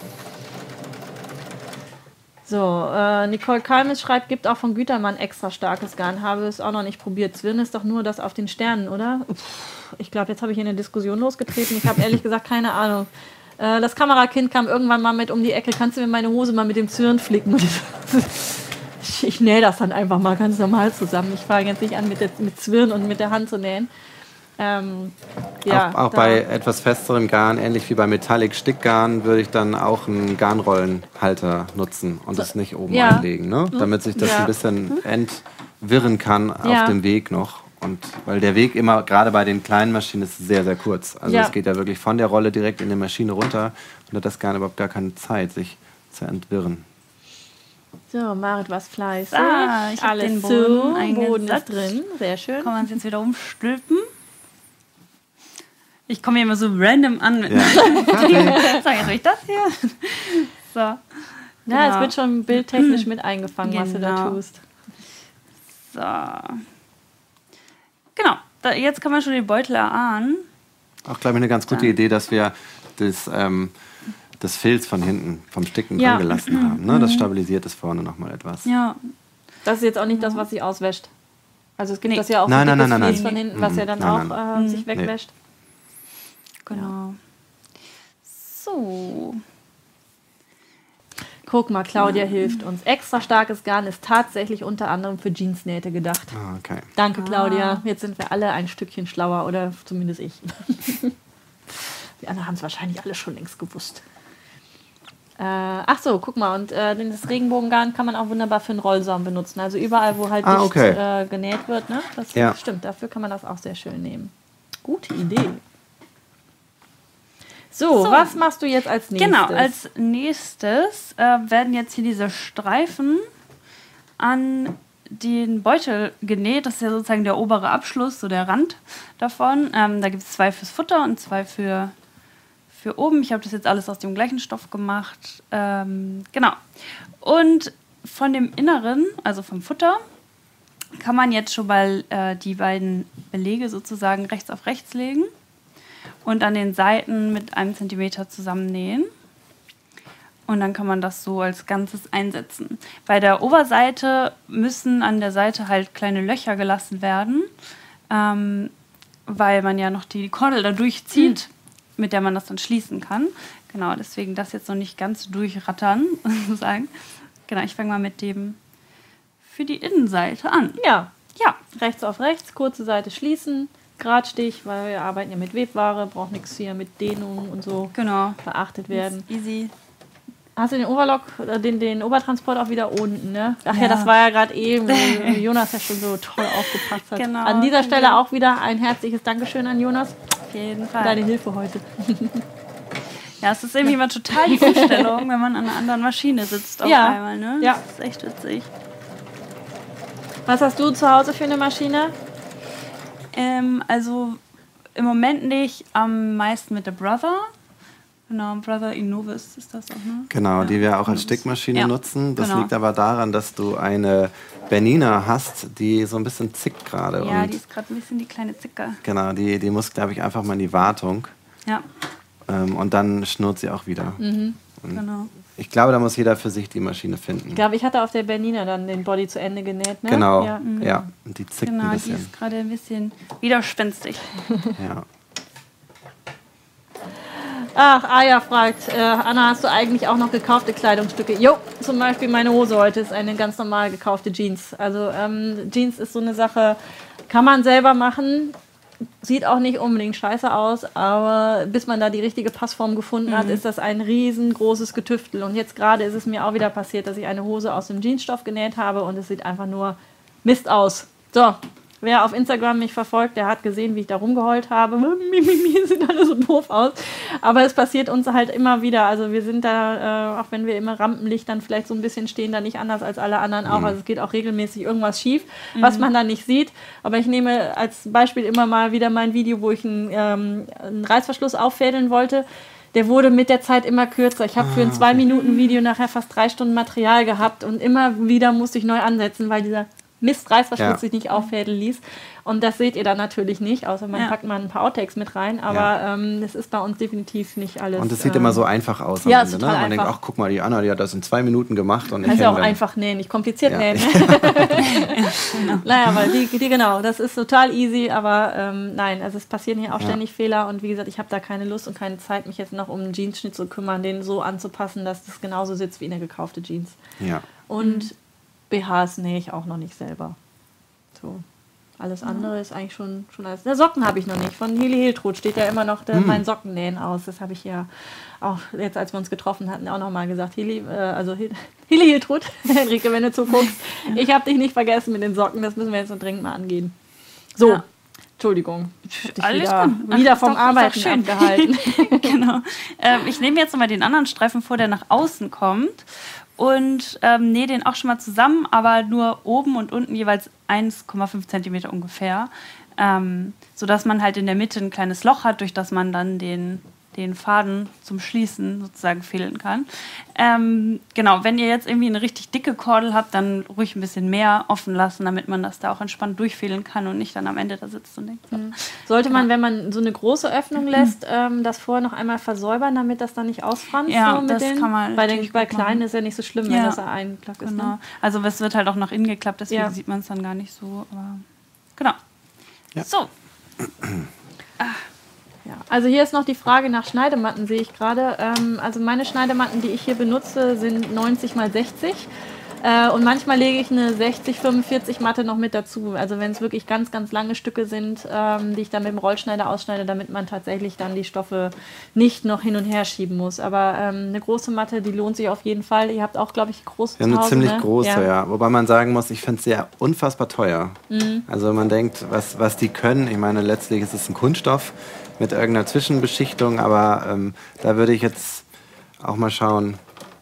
So, äh, Nicole Kalmes schreibt, gibt auch von Gütermann extra starkes Garn. Habe es auch noch nicht probiert. Zwirn ist doch nur das auf den Sternen, oder? Pff, ich glaube, jetzt habe ich hier eine Diskussion losgetreten. Ich habe ehrlich gesagt keine Ahnung. Äh, das Kamerakind kam irgendwann mal mit um die Ecke. Kannst du mir meine Hose mal mit dem Zwirn flicken? Und ich, ich nähe das dann einfach mal ganz normal zusammen. Ich fange jetzt nicht an, mit, der, mit Zwirn und mit der Hand zu nähen. Ähm, ja, auch auch da- bei etwas festerem Garn, ähnlich wie bei Metallic Stickgarn, würde ich dann auch einen Garnrollenhalter nutzen und das nicht oben Ja. einlegen, ne? Damit sich das Ja. ein bisschen entwirren kann auf Ja. dem Weg noch. Und weil der Weg immer, gerade bei den kleinen Maschinen, ist sehr, sehr kurz. Also Ja. es geht ja wirklich von der Rolle direkt in die Maschine runter und hat das Garn überhaupt gar keine Zeit, sich zu entwirren. So, Marit, was fleißig. Ah, ich hab Alles den zu. Boden Boden ist eingesetzt. drin. Sehr schön. Kann man es jetzt wieder umstülpen? Ich komme hier immer so random an mit Ja. Dingen. Sag jetzt, soll ich das hier? So. Ja, Genau. es wird schon bildtechnisch mit eingefangen, was du da Genau. tust. So. Genau. Da, jetzt kann man schon den Beutel erahnen. Auch, glaube ich, eine ganz gute Dann. Idee, dass wir das, ähm, das Filz von hinten vom Sticken Ja. dran gelassen haben. Ne? Das stabilisiert es vorne nochmal etwas. Ja. Das ist jetzt auch nicht das, was sich auswäscht. Also es gibt Nee. das ja auch Nein, so nein, dickes nein, nein, Vlies nein. von hinten, was ja dann Nein, auch nein. äh, sich wegwäscht. Genau. So. Guck mal, Claudia hilft uns. Extra starkes Garn ist tatsächlich unter anderem für Jeansnähte gedacht. Ah, okay. Danke, Claudia. Jetzt sind wir alle ein Stückchen schlauer, oder zumindest ich. Die anderen haben es wahrscheinlich alle schon längst gewusst. Äh, ach so, guck mal, und äh, das Regenbogengarn kann man auch wunderbar für einen Rollsaum benutzen. Also überall, wo halt Ah, nicht okay. äh, genäht wird, ne? Das Ja. stimmt, dafür kann man das auch sehr schön nehmen. Gute Idee. So, So. was machst du jetzt als nächstes? Genau, als nächstes äh, werden jetzt hier diese Streifen an den Beutel genäht. Das ist ja sozusagen der obere Abschluss, so der Rand davon. Ähm, da gibt es zwei fürs Futter und zwei für, für oben. Ich habe das jetzt alles aus dem gleichen Stoff gemacht. Ähm, genau. Und von dem Inneren, also vom Futter, kann man jetzt schon mal äh, die beiden Belege sozusagen rechts auf rechts legen und an den Seiten mit einem Zentimeter zusammennähen. Und dann kann man das so als Ganzes einsetzen. Bei der Oberseite müssen an der Seite halt kleine Löcher gelassen werden, ähm, weil man ja noch die Kordel da durchzieht, mhm. mit der man das dann schließen kann. Genau, deswegen das jetzt noch nicht ganz durchrattern, sozusagen. Genau, ich fange mal mit dem für die Innenseite an. Ja, Ja, rechts auf rechts, kurze Seite schließen, Gradstich, weil wir arbeiten ja mit Webware, braucht nichts hier mit Dehnungen und so genau. beachtet werden. Easy. Hast du den Overlock, äh, den, den Obertransport auch wieder unten, ne? Ach ja, Ja. das war ja gerade eben, wo Jonas ja schon so toll aufgepasst hat. Genau, An dieser Stelle danke. auch wieder ein herzliches Dankeschön an Jonas Auf jeden für deine Fall. Hilfe heute. Ja, es ist irgendwie mal total die Umstellung, wenn man an einer anderen Maschine sitzt auf Ja. einmal, ne? Ja. Das ist echt witzig. Was hast du zu Hause für eine Maschine? Ähm, also im Moment nicht am meisten mit der Brother. Genau, Brother Innovis ist das auch, ne? Genau, Ja. die wir auch als Innovis. Stickmaschine Ja, nutzen. Das genau. liegt aber daran, dass du eine Bernina hast, die so ein bisschen zickt gerade. Ja, und die ist gerade ein bisschen die kleine Zicke. genau, die, die muss, glaube ich, einfach mal in die Wartung. Ja, Ähm, und dann schnurrt sie auch wieder. Mhm. genau. Ich glaube, da muss jeder für sich die Maschine finden. Ich glaube, ich hatte auf der Bernina dann den Body zu Ende genäht, ne? Genau, Ja. ja. Und die zickt Genau, ein die bisschen. ist gerade ein bisschen widerspenstig. Ja. Ach, Aya fragt, äh, Anna, hast du eigentlich auch noch gekaufte Kleidungsstücke? Jo, zum Beispiel meine Hose heute ist eine ganz normal gekaufte Jeans. Also ähm, Jeans ist so eine Sache, kann man selber machen, sieht auch nicht unbedingt scheiße aus, aber bis man da die richtige Passform gefunden hat, mhm. ist das ein riesengroßes Getüftel. Und jetzt gerade ist es mir auch wieder passiert, dass ich eine Hose aus dem Jeansstoff genäht habe und es sieht einfach nur Mist aus. So. Wer auf Instagram mich verfolgt, der hat gesehen, wie ich da rumgeheult habe. Mir sieht alles so doof aus. Aber es passiert uns halt immer wieder. Also wir sind da, äh, auch wenn wir im Rampenlicht dann vielleicht so ein bisschen stehen, da nicht anders als alle anderen auch. Also es geht auch regelmäßig irgendwas schief, mhm. was man dann nicht sieht. Aber ich nehme als Beispiel immer mal wieder mein Video, wo ich einen, ähm, einen Reißverschluss auffädeln wollte. Der wurde mit der Zeit immer kürzer. Ich habe für ein zwei Minuten Video nachher fast drei Stunden Material gehabt. Und immer wieder musste ich neu ansetzen, weil dieser Mist, Reißverschluss ja. sich nicht auffädeln ließ. Und das seht ihr dann natürlich nicht, außer man ja. packt mal ein paar Outtakes mit rein. Aber ja. ähm, das ist bei uns definitiv nicht alles. Und es sieht ähm, immer so einfach aus am ja, Ende. Ne? Man einfach. denkt, ach, guck mal, die Anna, die hat das in zwei Minuten gemacht. Und das ist ja auch einfach nähen, nicht kompliziert ja. nähen. genau. Naja, aber die, die, genau, das ist total easy. Aber ähm, nein, also es passieren hier auch ja. ständig Fehler. Und wie gesagt, ich habe da keine Lust und keine Zeit, mich jetzt noch um einen Jeansschnitt zu kümmern, den so anzupassen, dass das genauso sitzt wie eine gekaufte Jeans. Ja. Und mhm. B Hs nähe ich auch noch nicht selber. So. Alles andere mhm. ist eigentlich schon, schon alles. Der Socken habe ich noch nicht. Von Heli Hiltrud steht ja immer noch der, mhm. mein Sockennähen aus. Das habe ich ja auch jetzt, als wir uns getroffen hatten, auch noch mal gesagt. Heli, äh, also Heli Hiltrud, Henrike, wenn du zuguckst, ich habe dich nicht vergessen mit den Socken. Das müssen wir jetzt noch dringend mal angehen. So, ja. Entschuldigung. Ich Alles wieder, wieder vom doch, Arbeiten abgehalten. Genau. Ähm, ich nehme jetzt mal den anderen Streifen vor, der nach außen kommt. Und ähm, nähe den auch schon mal zusammen, aber nur oben und unten jeweils eins Komma fünf Zentimeter ungefähr. Ähm, sodass man halt in der Mitte ein kleines Loch hat, durch das man dann den, den Faden zum Schließen sozusagen fädeln kann. Ähm, genau, wenn ihr jetzt irgendwie eine richtig dicke Kordel habt, dann ruhig ein bisschen mehr offen lassen, damit man das da auch entspannt durchfädeln kann und nicht dann am Ende da sitzt und denkt. So. Mhm. Sollte man, wenn man so eine große Öffnung lässt, ähm, das vorher noch einmal versäubern, damit das dann nicht ausfranst? Ja, so mit das den, kann man. Bei, den, bei kleinen ist ja nicht so schlimm, wenn ja. das ein Klack ist. Genau. Ne? Also es wird halt auch noch innen geklappt, deswegen ja. sieht man es dann gar nicht so. Aber genau. Ja. So. ah. Ja, also hier ist noch die Frage nach Schneidematten, sehe ich gerade. Ähm, also meine Schneidematten, die ich hier benutze, sind neunzig mal sechzig. Äh, und manchmal lege ich eine sechzig fünfundvierzig Matte noch mit dazu. Also wenn es wirklich ganz, ganz lange Stücke sind, ähm, die ich dann mit dem Rollschneider ausschneide, damit man tatsächlich dann die Stoffe nicht noch hin und her schieben muss. Aber ähm, eine große Matte, die lohnt sich auf jeden Fall. Ihr habt auch, glaube ich, große Ja, eine zu Hause, ziemlich ne? große, ja. ja. Wobei man sagen muss, ich finde es ja unfassbar teuer. Mhm. Also man denkt, was, was die können. Ich meine, letztlich ist es ein Kunststoff mit irgendeiner Zwischenbeschichtung, aber ähm, da würde ich jetzt auch mal schauen.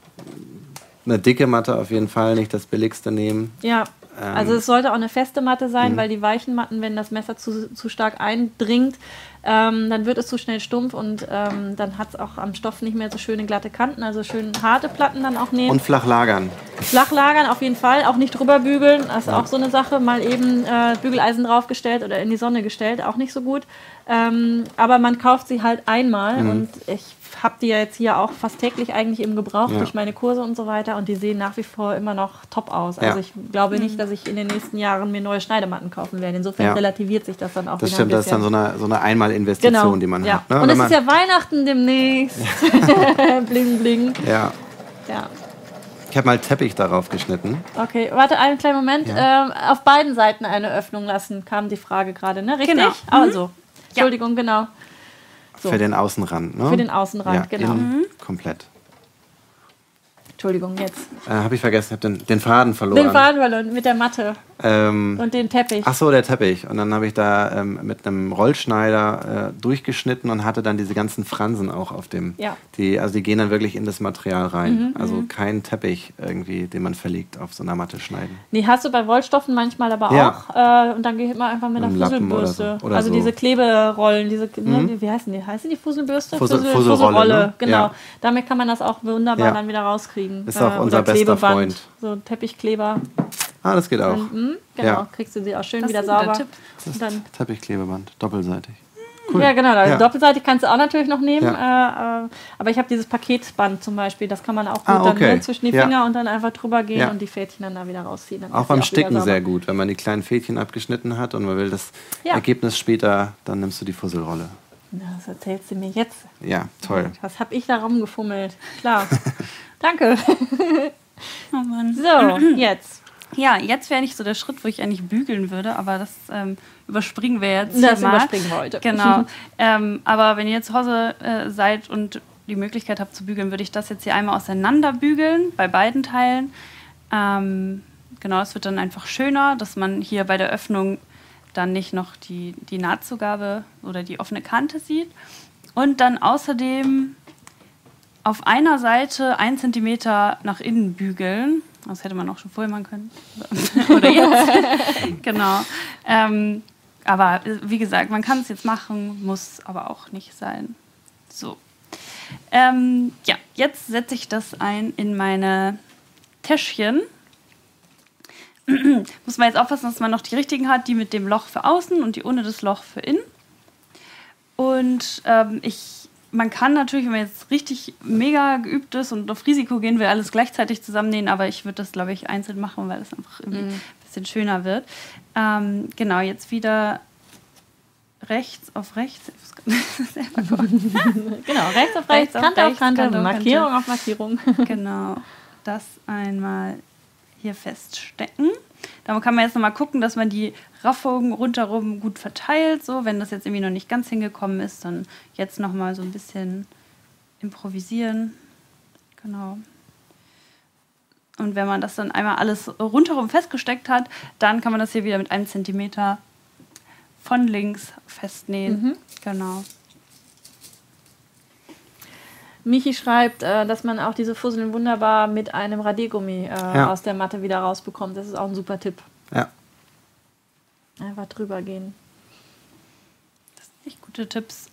Eine dicke Matte auf jeden Fall, nicht das billigste nehmen. Ja, ähm, also es sollte auch eine feste Matte sein, mh. weil die weichen Matten, wenn das Messer zu, zu stark eindringt, ähm, dann wird es zu schnell stumpf und ähm, dann hat es auch am Stoff nicht mehr so schöne glatte Kanten, also schön harte Platten dann auch nehmen. Und flach lagern. Flach lagern auf jeden Fall, auch nicht drüber bügeln, das ist ja. auch so eine Sache, mal eben äh, Bügeleisen draufgestellt oder in die Sonne gestellt, auch nicht so gut. Ähm, aber man kauft sie halt einmal mhm. und ich habe die ja jetzt hier auch fast täglich eigentlich im Gebrauch ja. durch meine Kurse und so weiter und die sehen nach wie vor immer noch top aus. Also ja. ich glaube mhm. nicht, dass ich in den nächsten Jahren mir neue Schneidematten kaufen werde. Insofern ja. relativiert sich das dann auch das wieder stimmt, ein bisschen. Das ist dann so eine, so eine Einmalinvestition, genau. die man ja. hat. Ne? Und es ist ja Weihnachten demnächst. bling, bling. Ja. ja. Ich habe mal Teppich darauf geschnitten. Okay, warte einen kleinen Moment. Ja. Ähm, auf beiden Seiten eine Öffnung lassen, kam die Frage gerade, ne? Richtig? Genau. Also, Entschuldigung, ja. genau. So. Für den Außenrand, ne? Für den Außenrand, ja, genau. Mhm. Komplett. Entschuldigung, jetzt. Äh, habe ich vergessen, ich habe den, den Faden verloren. Den Faden verloren, mit der Matte. Ähm, und den Teppich. Ach so, der Teppich. Und dann habe ich da ähm, mit einem Rollschneider äh, durchgeschnitten und hatte dann diese ganzen Fransen auch auf dem... Ja. Die, also die gehen dann wirklich in das Material rein. Mhm, also kein Teppich irgendwie, den man verlegt, auf so einer Matte schneiden. Nee, hast du bei Wollstoffen manchmal aber ja. auch. Äh, und dann geht man einfach mit, mit einer Fusselbürste. Oder so. Oder also so. Diese Kleberollen, diese, mhm. ne, wie heißen die? Heißen die Fusselbürste? Fussel, Fussel, Fusselrolle, Fusselrolle, ne? genau. Ja. Damit kann man das auch wunderbar ja. dann wieder rauskriegen. Ist auch äh, unser bester Klebeband, Freund. So Teppichkleber. Ah, das geht auch. Dann, mh, genau, ja. kriegst du sie auch schön das wieder ist sauber. Tipp. Das ist dann Teppichklebeband, doppelseitig. Cool. Ja, genau. Also ja. doppelseitig kannst du auch natürlich noch nehmen. Ja. Äh, äh, aber ich habe dieses Paketband zum Beispiel. Das kann man auch gut ah, okay. dann ne, zwischen die Finger ja. und dann einfach drüber gehen ja. und die Fädchen dann da wieder rausziehen. Dann auch beim auch Sticken sehr gut. Wenn man die kleinen Fädchen abgeschnitten hat und man will das ja. Ergebnis später, dann nimmst du die Fusselrolle. Das erzählst du mir jetzt. Ja, toll. Was habe ich da rumgefummelt? Klar. Danke. Oh Mann. So, jetzt. Ja, jetzt wäre nicht so der Schritt, wo ich eigentlich bügeln würde, aber das ähm, überspringen wir jetzt. Das hier mal. überspringen wir heute. Genau. ähm, aber wenn ihr zu Hause äh, seid und die Möglichkeit habt zu bügeln, würde ich das jetzt hier einmal auseinander bügeln, bei beiden Teilen. Ähm, genau, das wird dann einfach schöner, dass man hier bei der Öffnung dann nicht noch die, die Nahtzugabe oder die offene Kante sieht. Und dann außerdem auf einer Seite ein Zentimeter nach innen bügeln. Das hätte man auch schon vorher machen können. Oder jetzt. Genau. Ähm, aber wie gesagt, man kann es jetzt machen, muss aber auch nicht sein. So. Ähm, ja, jetzt setze ich das ein in meine Täschchen. Muss man jetzt aufpassen, dass man noch die richtigen hat, die mit dem Loch für außen und die ohne das Loch für innen. Und ähm, ich, man kann natürlich, wenn man jetzt richtig mega geübt ist und auf Risiko gehen will, alles gleichzeitig zusammennähen, aber ich würde das, glaube ich, einzeln machen, weil es einfach irgendwie mm. ein bisschen schöner wird. Ähm, genau, jetzt wieder rechts auf rechts. Genau, rechts auf rechts, rechts auf Kante auf Kante, Kante, Markierung Kante. auf Markierung. Genau, das einmal hier feststecken. Da kann man jetzt nochmal gucken, dass man die Raffungen rundherum gut verteilt. So, wenn das jetzt irgendwie noch nicht ganz hingekommen ist, dann jetzt nochmal so ein bisschen improvisieren. Genau. Und wenn man das dann einmal alles rundherum festgesteckt hat, dann kann man das hier wieder mit einem Zentimeter von links festnähen. Mhm. Genau. Michi schreibt, äh, dass man auch diese Fusseln wunderbar mit einem Radiergummi äh, ja. aus der Matte wieder rausbekommt. Das ist auch ein super Tipp. Ja. Einfach drüber gehen. Das sind echt gute Tipps.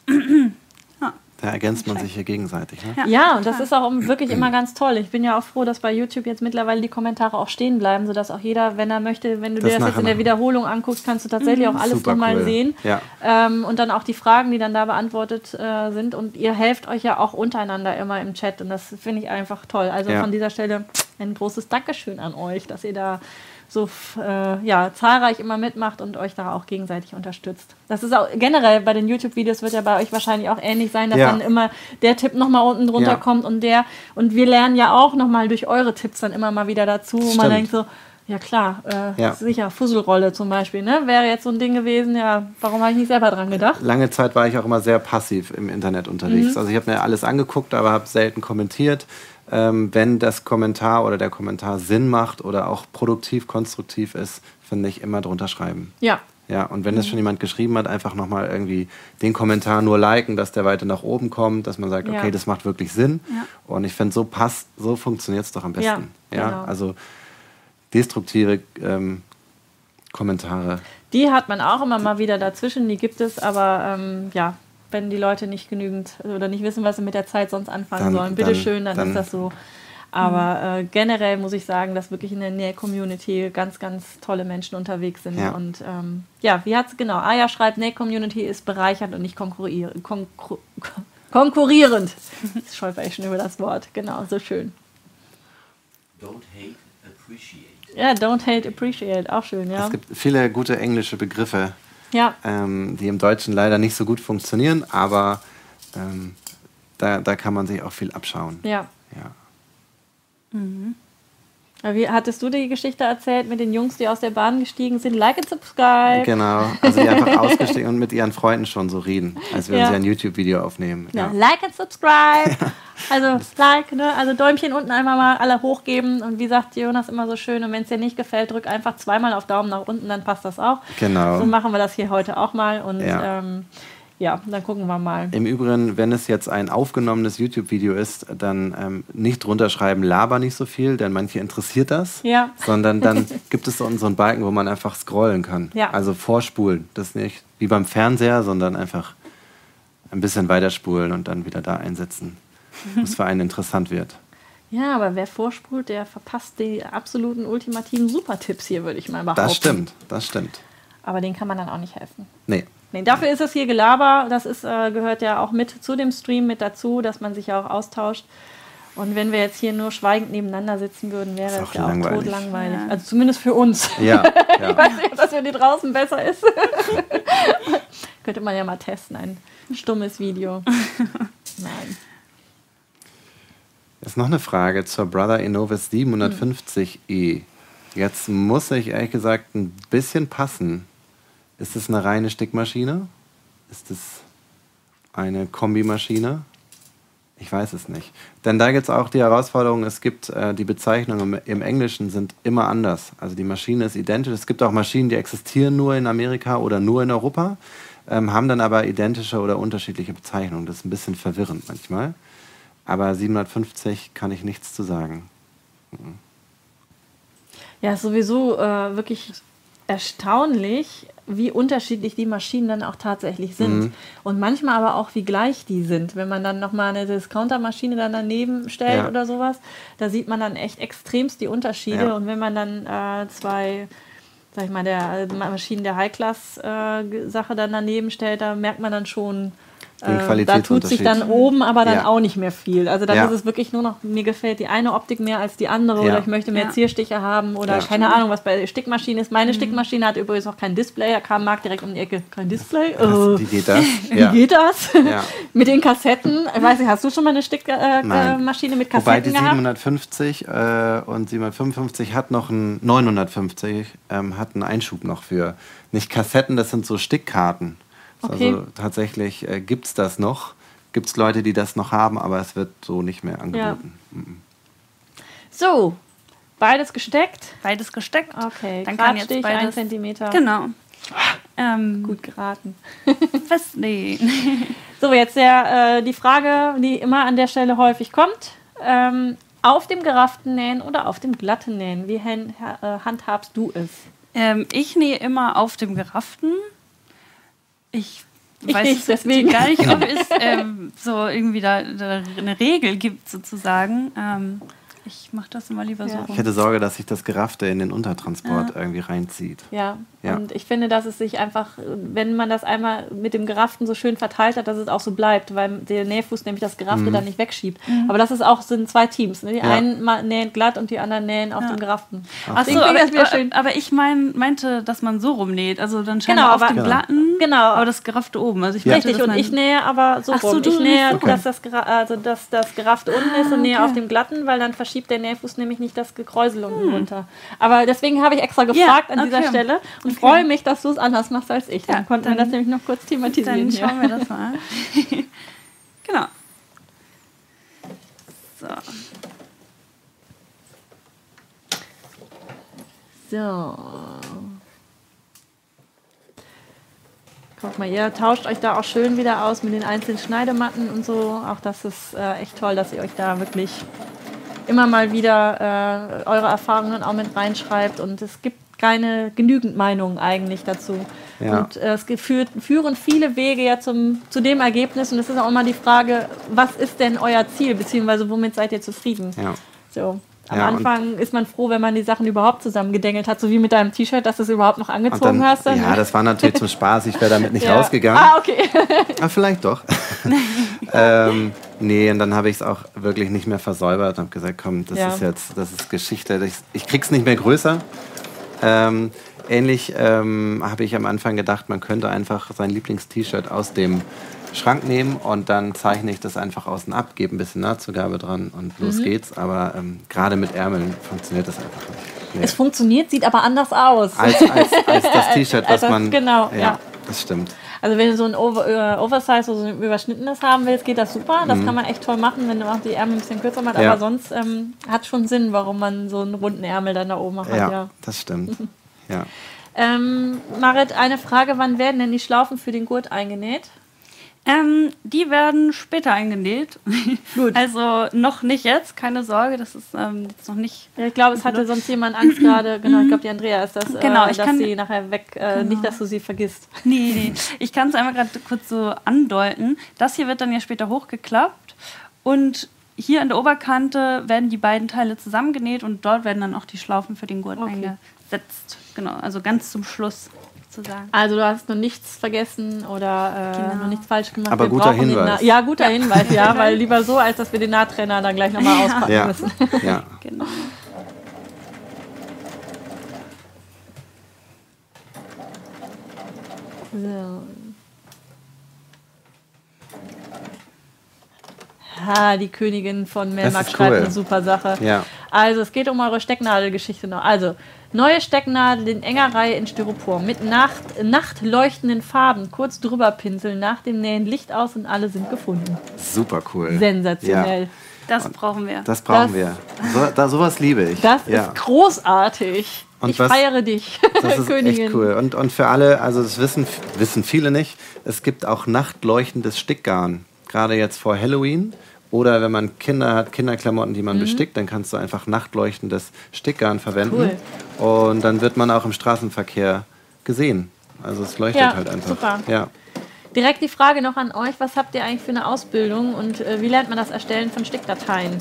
Da ergänzt man sich hier gegenseitig. Ne? Ja, ja, und das ist auch wirklich immer ganz toll. Ich bin ja auch froh, dass bei YouTube jetzt mittlerweile die Kommentare auch stehen bleiben, sodass auch jeder, wenn er möchte, wenn du das dir das jetzt in der Wiederholung anguckst, kannst du tatsächlich mhm. auch alles nochmal cool. sehen. Ja. Ähm, und dann auch die Fragen, die dann da beantwortet äh, sind. Und ihr helft euch ja auch untereinander immer im Chat. Und das finde ich einfach toll. Also ja. von dieser Stelle ein großes Dankeschön an euch, dass ihr da so äh, ja, zahlreich immer mitmacht und euch da auch gegenseitig unterstützt. Das ist auch generell bei den YouTube-Videos wird ja bei euch wahrscheinlich auch ähnlich sein, dass ja. dann immer der Tipp nochmal unten drunter ja. kommt und der und wir lernen ja auch nochmal durch eure Tipps dann immer mal wieder dazu, wo man denkt so, ja klar, äh, ja. sicher, Fusselrolle zum Beispiel, ne? Wäre jetzt so ein Ding gewesen, ja, warum habe ich nicht selber dran gedacht? Lange Zeit war ich auch immer sehr passiv im Internet unterwegs. Mhm. Also ich habe mir alles angeguckt, aber habe selten kommentiert. Ähm, wenn das Kommentar oder der Kommentar Sinn macht oder auch produktiv, konstruktiv ist, finde ich, immer drunter schreiben. Ja. Ja, und wenn das schon jemand geschrieben hat, einfach nochmal irgendwie den Kommentar nur liken, dass der weiter nach oben kommt, dass man sagt, okay, ja. das macht wirklich Sinn. Ja. Und ich finde, so passt, so funktioniert es doch am besten. Ja, ja? Genau. Also destruktive ähm, Kommentare. Die hat man auch immer mal wieder dazwischen, die gibt es, aber ähm, ja, wenn die Leute nicht genügend oder nicht wissen, was sie mit der Zeit sonst anfangen dann, sollen. Bitte dann, schön, dann, dann ist das so. Aber äh, generell muss ich sagen, dass wirklich in der Näh-Community ganz, ganz tolle Menschen unterwegs sind. Ja. Und ähm, ja, wie hat es genau? Aya schreibt, Näh-Community ist bereichernd und nicht konkurrierend. Konkur- konkurrierend. Jetzt stolper ich schon über das Wort. Genau, so schön. Don't hate, appreciate. Ja, don't hate, appreciate. Auch schön, ja. Es gibt viele gute englische Begriffe, ja. ähm, die im Deutschen leider nicht so gut funktionieren, aber ähm, da, da kann man sich auch viel abschauen. Ja. Ja. Mhm. Wie hattest du die Geschichte erzählt mit den Jungs, die aus der Bahn gestiegen sind? Like and subscribe. Genau, also die einfach ausgestiegen und mit ihren Freunden schon so reden, als würden ja. sie ein YouTube-Video aufnehmen. Ja. Ja. Like and subscribe. Also like, ne? Also Däumchen unten einmal mal alle hochgeben und wie sagt Jonas immer so schön, und wenn es dir nicht gefällt, drück einfach zweimal auf Daumen nach unten, dann passt das auch. Genau. So machen wir das hier heute auch mal und ja. ähm, ja, dann gucken wir mal. Im Übrigen, wenn es jetzt ein aufgenommenes YouTube-Video ist, dann ähm, nicht drunter schreiben, laber nicht so viel, denn manche interessiert das. Ja. Sondern dann gibt es so einen Balken, wo man einfach scrollen kann. Ja. Also vorspulen. Das ist nicht wie beim Fernseher, sondern einfach ein bisschen weiterspulen und dann wieder da einsetzen, wo es für einen interessant wird. Ja, aber wer vorspult, der verpasst die absoluten ultimativen Supertipps hier, würde ich mal behaupten. Das stimmt, das stimmt. Aber denen kann man dann auch nicht helfen. Nee. Nee, dafür ist es hier Gelaber. Das ist, äh, gehört ja auch mit zu dem Stream mit dazu, dass man sich ja auch austauscht. Und wenn wir jetzt hier nur schweigend nebeneinander sitzen würden, wäre das ja auch totlangweilig. Ja. Also zumindest für uns. Ja, ja. Ich weiß nicht, ob das für die draußen besser ist. Könnte man ja mal testen. Ein stummes Video. Nein. Jetzt noch eine Frage zur Brother Enovis siebenhundertfünfzig E. Jetzt muss ich ehrlich gesagt ein bisschen passen. Ist es eine reine Stickmaschine? Ist es eine Kombimaschine? Ich weiß es nicht. Denn da gibt es auch die Herausforderung, es gibt äh, die Bezeichnungen im, im Englischen sind immer anders. Also die Maschine ist identisch. Es gibt auch Maschinen, die existieren nur in Amerika oder nur in Europa, ähm, haben dann aber identische oder unterschiedliche Bezeichnungen. Das ist ein bisschen verwirrend manchmal. Aber siebenhundertfünfzig kann ich nichts zu sagen. Mhm. Ja, ist sowieso äh, wirklich erstaunlich, wie unterschiedlich die Maschinen dann auch tatsächlich sind. Mhm. Und manchmal aber auch, wie gleich die sind. Wenn man dann nochmal eine Discounter-Maschine dann daneben stellt Ja. oder sowas, da sieht man dann echt extremst die Unterschiede. Ja. Und wenn man dann äh, zwei, sag ich mal, der Maschinen der High-Class-Sache dann daneben stellt, da merkt man dann schon, Den äh, da tut sich dann Qualitätsunterschied. oben aber dann Ja. auch nicht mehr viel. Also dann Ja. ist es wirklich nur noch, mir gefällt die eine Optik mehr als die andere Ja. oder ich möchte mehr Ja. Zierstiche haben oder Ja. keine Ahnung, was bei der Stickmaschine ist. Meine Stickmaschine hat übrigens auch kein Display, da kam Marc direkt um die Ecke, kein Display? Was, Äh, wie geht das? wie Ja. geht das? Ja. Mit den Kassetten. Ich weiß nicht, hast du schon mal eine Stickmaschine äh, Nein. Maschine mit Wobei die Kassetten gehabt? siebenhundertfünfzig äh, und siebenhundertfünfundfünfzig hat noch ein neunhundertfünfzig ähm, hat einen Einschub noch für nicht Kassetten, das sind so Stickkarten. Okay. Also tatsächlich äh, gibt es das noch. Gibt es Leute, die das noch haben, aber es wird so nicht mehr angeboten. Mhm. So, beides gesteckt. Beides gesteckt. Okay, Dann kann jetzt Gradstich, ein beides. Zentimeter. Genau. Ähm, Gut geraten. festlegen. So, jetzt der, äh, die Frage, die immer an der Stelle häufig kommt. Ähm, auf dem gerafften Nähen oder auf dem glatten Nähen? Wie hand, äh, handhabst du es? ähm, ich nähe immer auf dem gerafften. Ich, Ich weiß nicht, es deswegen. gar nicht, ob es ähm, so irgendwie da, da eine Regel gibt sozusagen. Ähm, ich mache das immer lieber so Ja. rum. Ich hätte Sorge, dass sich das Geraffte in den Untertransport irgendwie reinzieht. Ja. Ja. Und ich finde, dass es sich einfach, wenn man das einmal mit dem Gerafften so schön verteilt hat, dass es auch so bleibt, weil der Nähfuß nämlich das Geraffte dann nicht wegschiebt. Aber das ist auch, sind zwei Teams. Ne? Die Ja. einen ma- nähen glatt und die anderen nähen auf Ja. dem Gerafften. Ach Deswegen so, finde aber, ich das wieder schön. aber ich mein, meinte, dass man so rumnäht. Also dann scheinbar Genau, auf aber- dem Genau. glatten, Genau. aber das geraffte oben. Also ich meinte, Richtig, dass und man, ich nähe aber so Ach so, rum. du ich nähe, nähst- dass, das, Gera- also dass das Geraffte unten ist und nähe okay. auf dem glatten, weil dann verschiebt der Nähfuß nämlich nicht das Gekräusel unten runter. Aber deswegen habe ich extra gefragt an dieser okay. Stelle und Okay. freue mich, dass du es anders machst als ich. Dann Ja, konnten wir dann- das nämlich noch kurz thematisieren. Dann hier. schauen wir das mal an. Genau. So. So. Guck mal, ihr tauscht euch da auch schön wieder aus mit den einzelnen Schneidematten und so. Auch das ist äh, echt toll, dass ihr euch da wirklich immer mal wieder äh, eure Erfahrungen auch mit reinschreibt. Und es gibt keine genügend Meinungen eigentlich dazu. Ja. Und äh, es geführt, führen viele Wege ja zum, zu dem Ergebnis. Und es ist auch immer die Frage, was ist denn euer Ziel, beziehungsweise womit seid ihr zufrieden? Ja. So. Am Ja, und- Anfang ist man froh, wenn man die Sachen überhaupt zusammengedengelt hat, so wie mit deinem T-Shirt, dass du es überhaupt noch Und angezogen dann, hast. Dann, ja, das war natürlich zum Spaß. Ich wäre damit nicht Ja. rausgegangen. Ah, okay. Ah, vielleicht doch. ähm, nee, und dann habe ich es auch wirklich nicht mehr versäubert und habe gesagt, komm, das Ja. ist jetzt, das ist Geschichte. Ich, ich krieg's nicht mehr größer. Ähm, ähnlich ähm, habe ich am Anfang gedacht, man könnte einfach sein Lieblings-T-Shirt aus dem Schrank nehmen und dann zeichne ich das einfach außen ab, gebe ein bisschen Nahtzugabe dran und los Mhm. geht's. Aber ähm, gerade mit Ärmeln funktioniert das einfach nicht. Nee. Es funktioniert, sieht aber anders aus. Als, als, als das T-Shirt, Als was das- man... genau, ja. das stimmt. Also wenn du so ein Over, äh, Oversize oder so ein überschnittenes haben willst, geht das super. Das Mhm. kann man echt toll machen, wenn du auch die Ärmel ein bisschen kürzer machst. Ja. Aber sonst ähm, hat schon Sinn, warum man so einen runden Ärmel dann da oben hat. Ja, Ja. das stimmt. Ja. Ähm, Marit, eine Frage, wann werden denn die Schlaufen für den Gurt eingenäht? Ähm, die werden später eingenäht. Gut. Also noch nicht jetzt, keine Sorge, das ist ähm, jetzt noch nicht. Ja, ich glaube, es hatte sonst jemand Angst gerade. Genau, ich glaube, die Andrea ist das, Genau, äh, ich dass kann- sie nachher weg, äh, Genau. nicht, dass du sie vergisst. Nee, nee. Ich kann es einmal gerade kurz so andeuten. Das hier wird dann ja später hochgeklappt und hier an der Oberkante werden die beiden Teile zusammengenäht und dort werden dann auch die Schlaufen für den Gurt Okay. eingesetzt. Genau, also ganz zum Schluss sozusagen. Also du hast noch nichts vergessen oder äh, Genau. noch nichts falsch gemacht. Aber Wir guter brauchen den Hinweis. Na- ja, guter Hinweis, ja, weil lieber so, als dass wir den Nahtrenner dann gleich nochmal auspacken Ja. müssen. Ja. Genau. So. Ah, die Königin von Melmark Das ist schreibt cool. eine super Sache. Ja. Also, es geht um eure Stecknadelgeschichte noch. Also, neue Stecknadel in enger Reihe in Styropor mit Nacht, nachtleuchtenden Farben. Kurz drüber pinseln, nach dem Nähen Licht aus und alle sind gefunden. Super cool. Sensationell. Ja. Das brauchen wir. Das brauchen Das- wir. So, da, sowas liebe ich. Das ja. ist großartig. Und ich was- feiere dich, Das ist Königin. echt cool. Und, und für alle, also das wissen, wissen viele nicht, es gibt auch nachtleuchtendes Stickgarn. Gerade jetzt vor Halloween. Oder wenn man Kinder hat, Kinderklamotten, die man mhm. bestickt, dann kannst du einfach nachtleuchtendes Stickgarn verwenden. Cool. Und dann wird man auch im Straßenverkehr gesehen. Also es leuchtet Ja, halt einfach. super. Ja. Direkt die Frage noch an euch, was habt ihr eigentlich für eine Ausbildung und äh, wie lernt man das Erstellen von Stickdateien?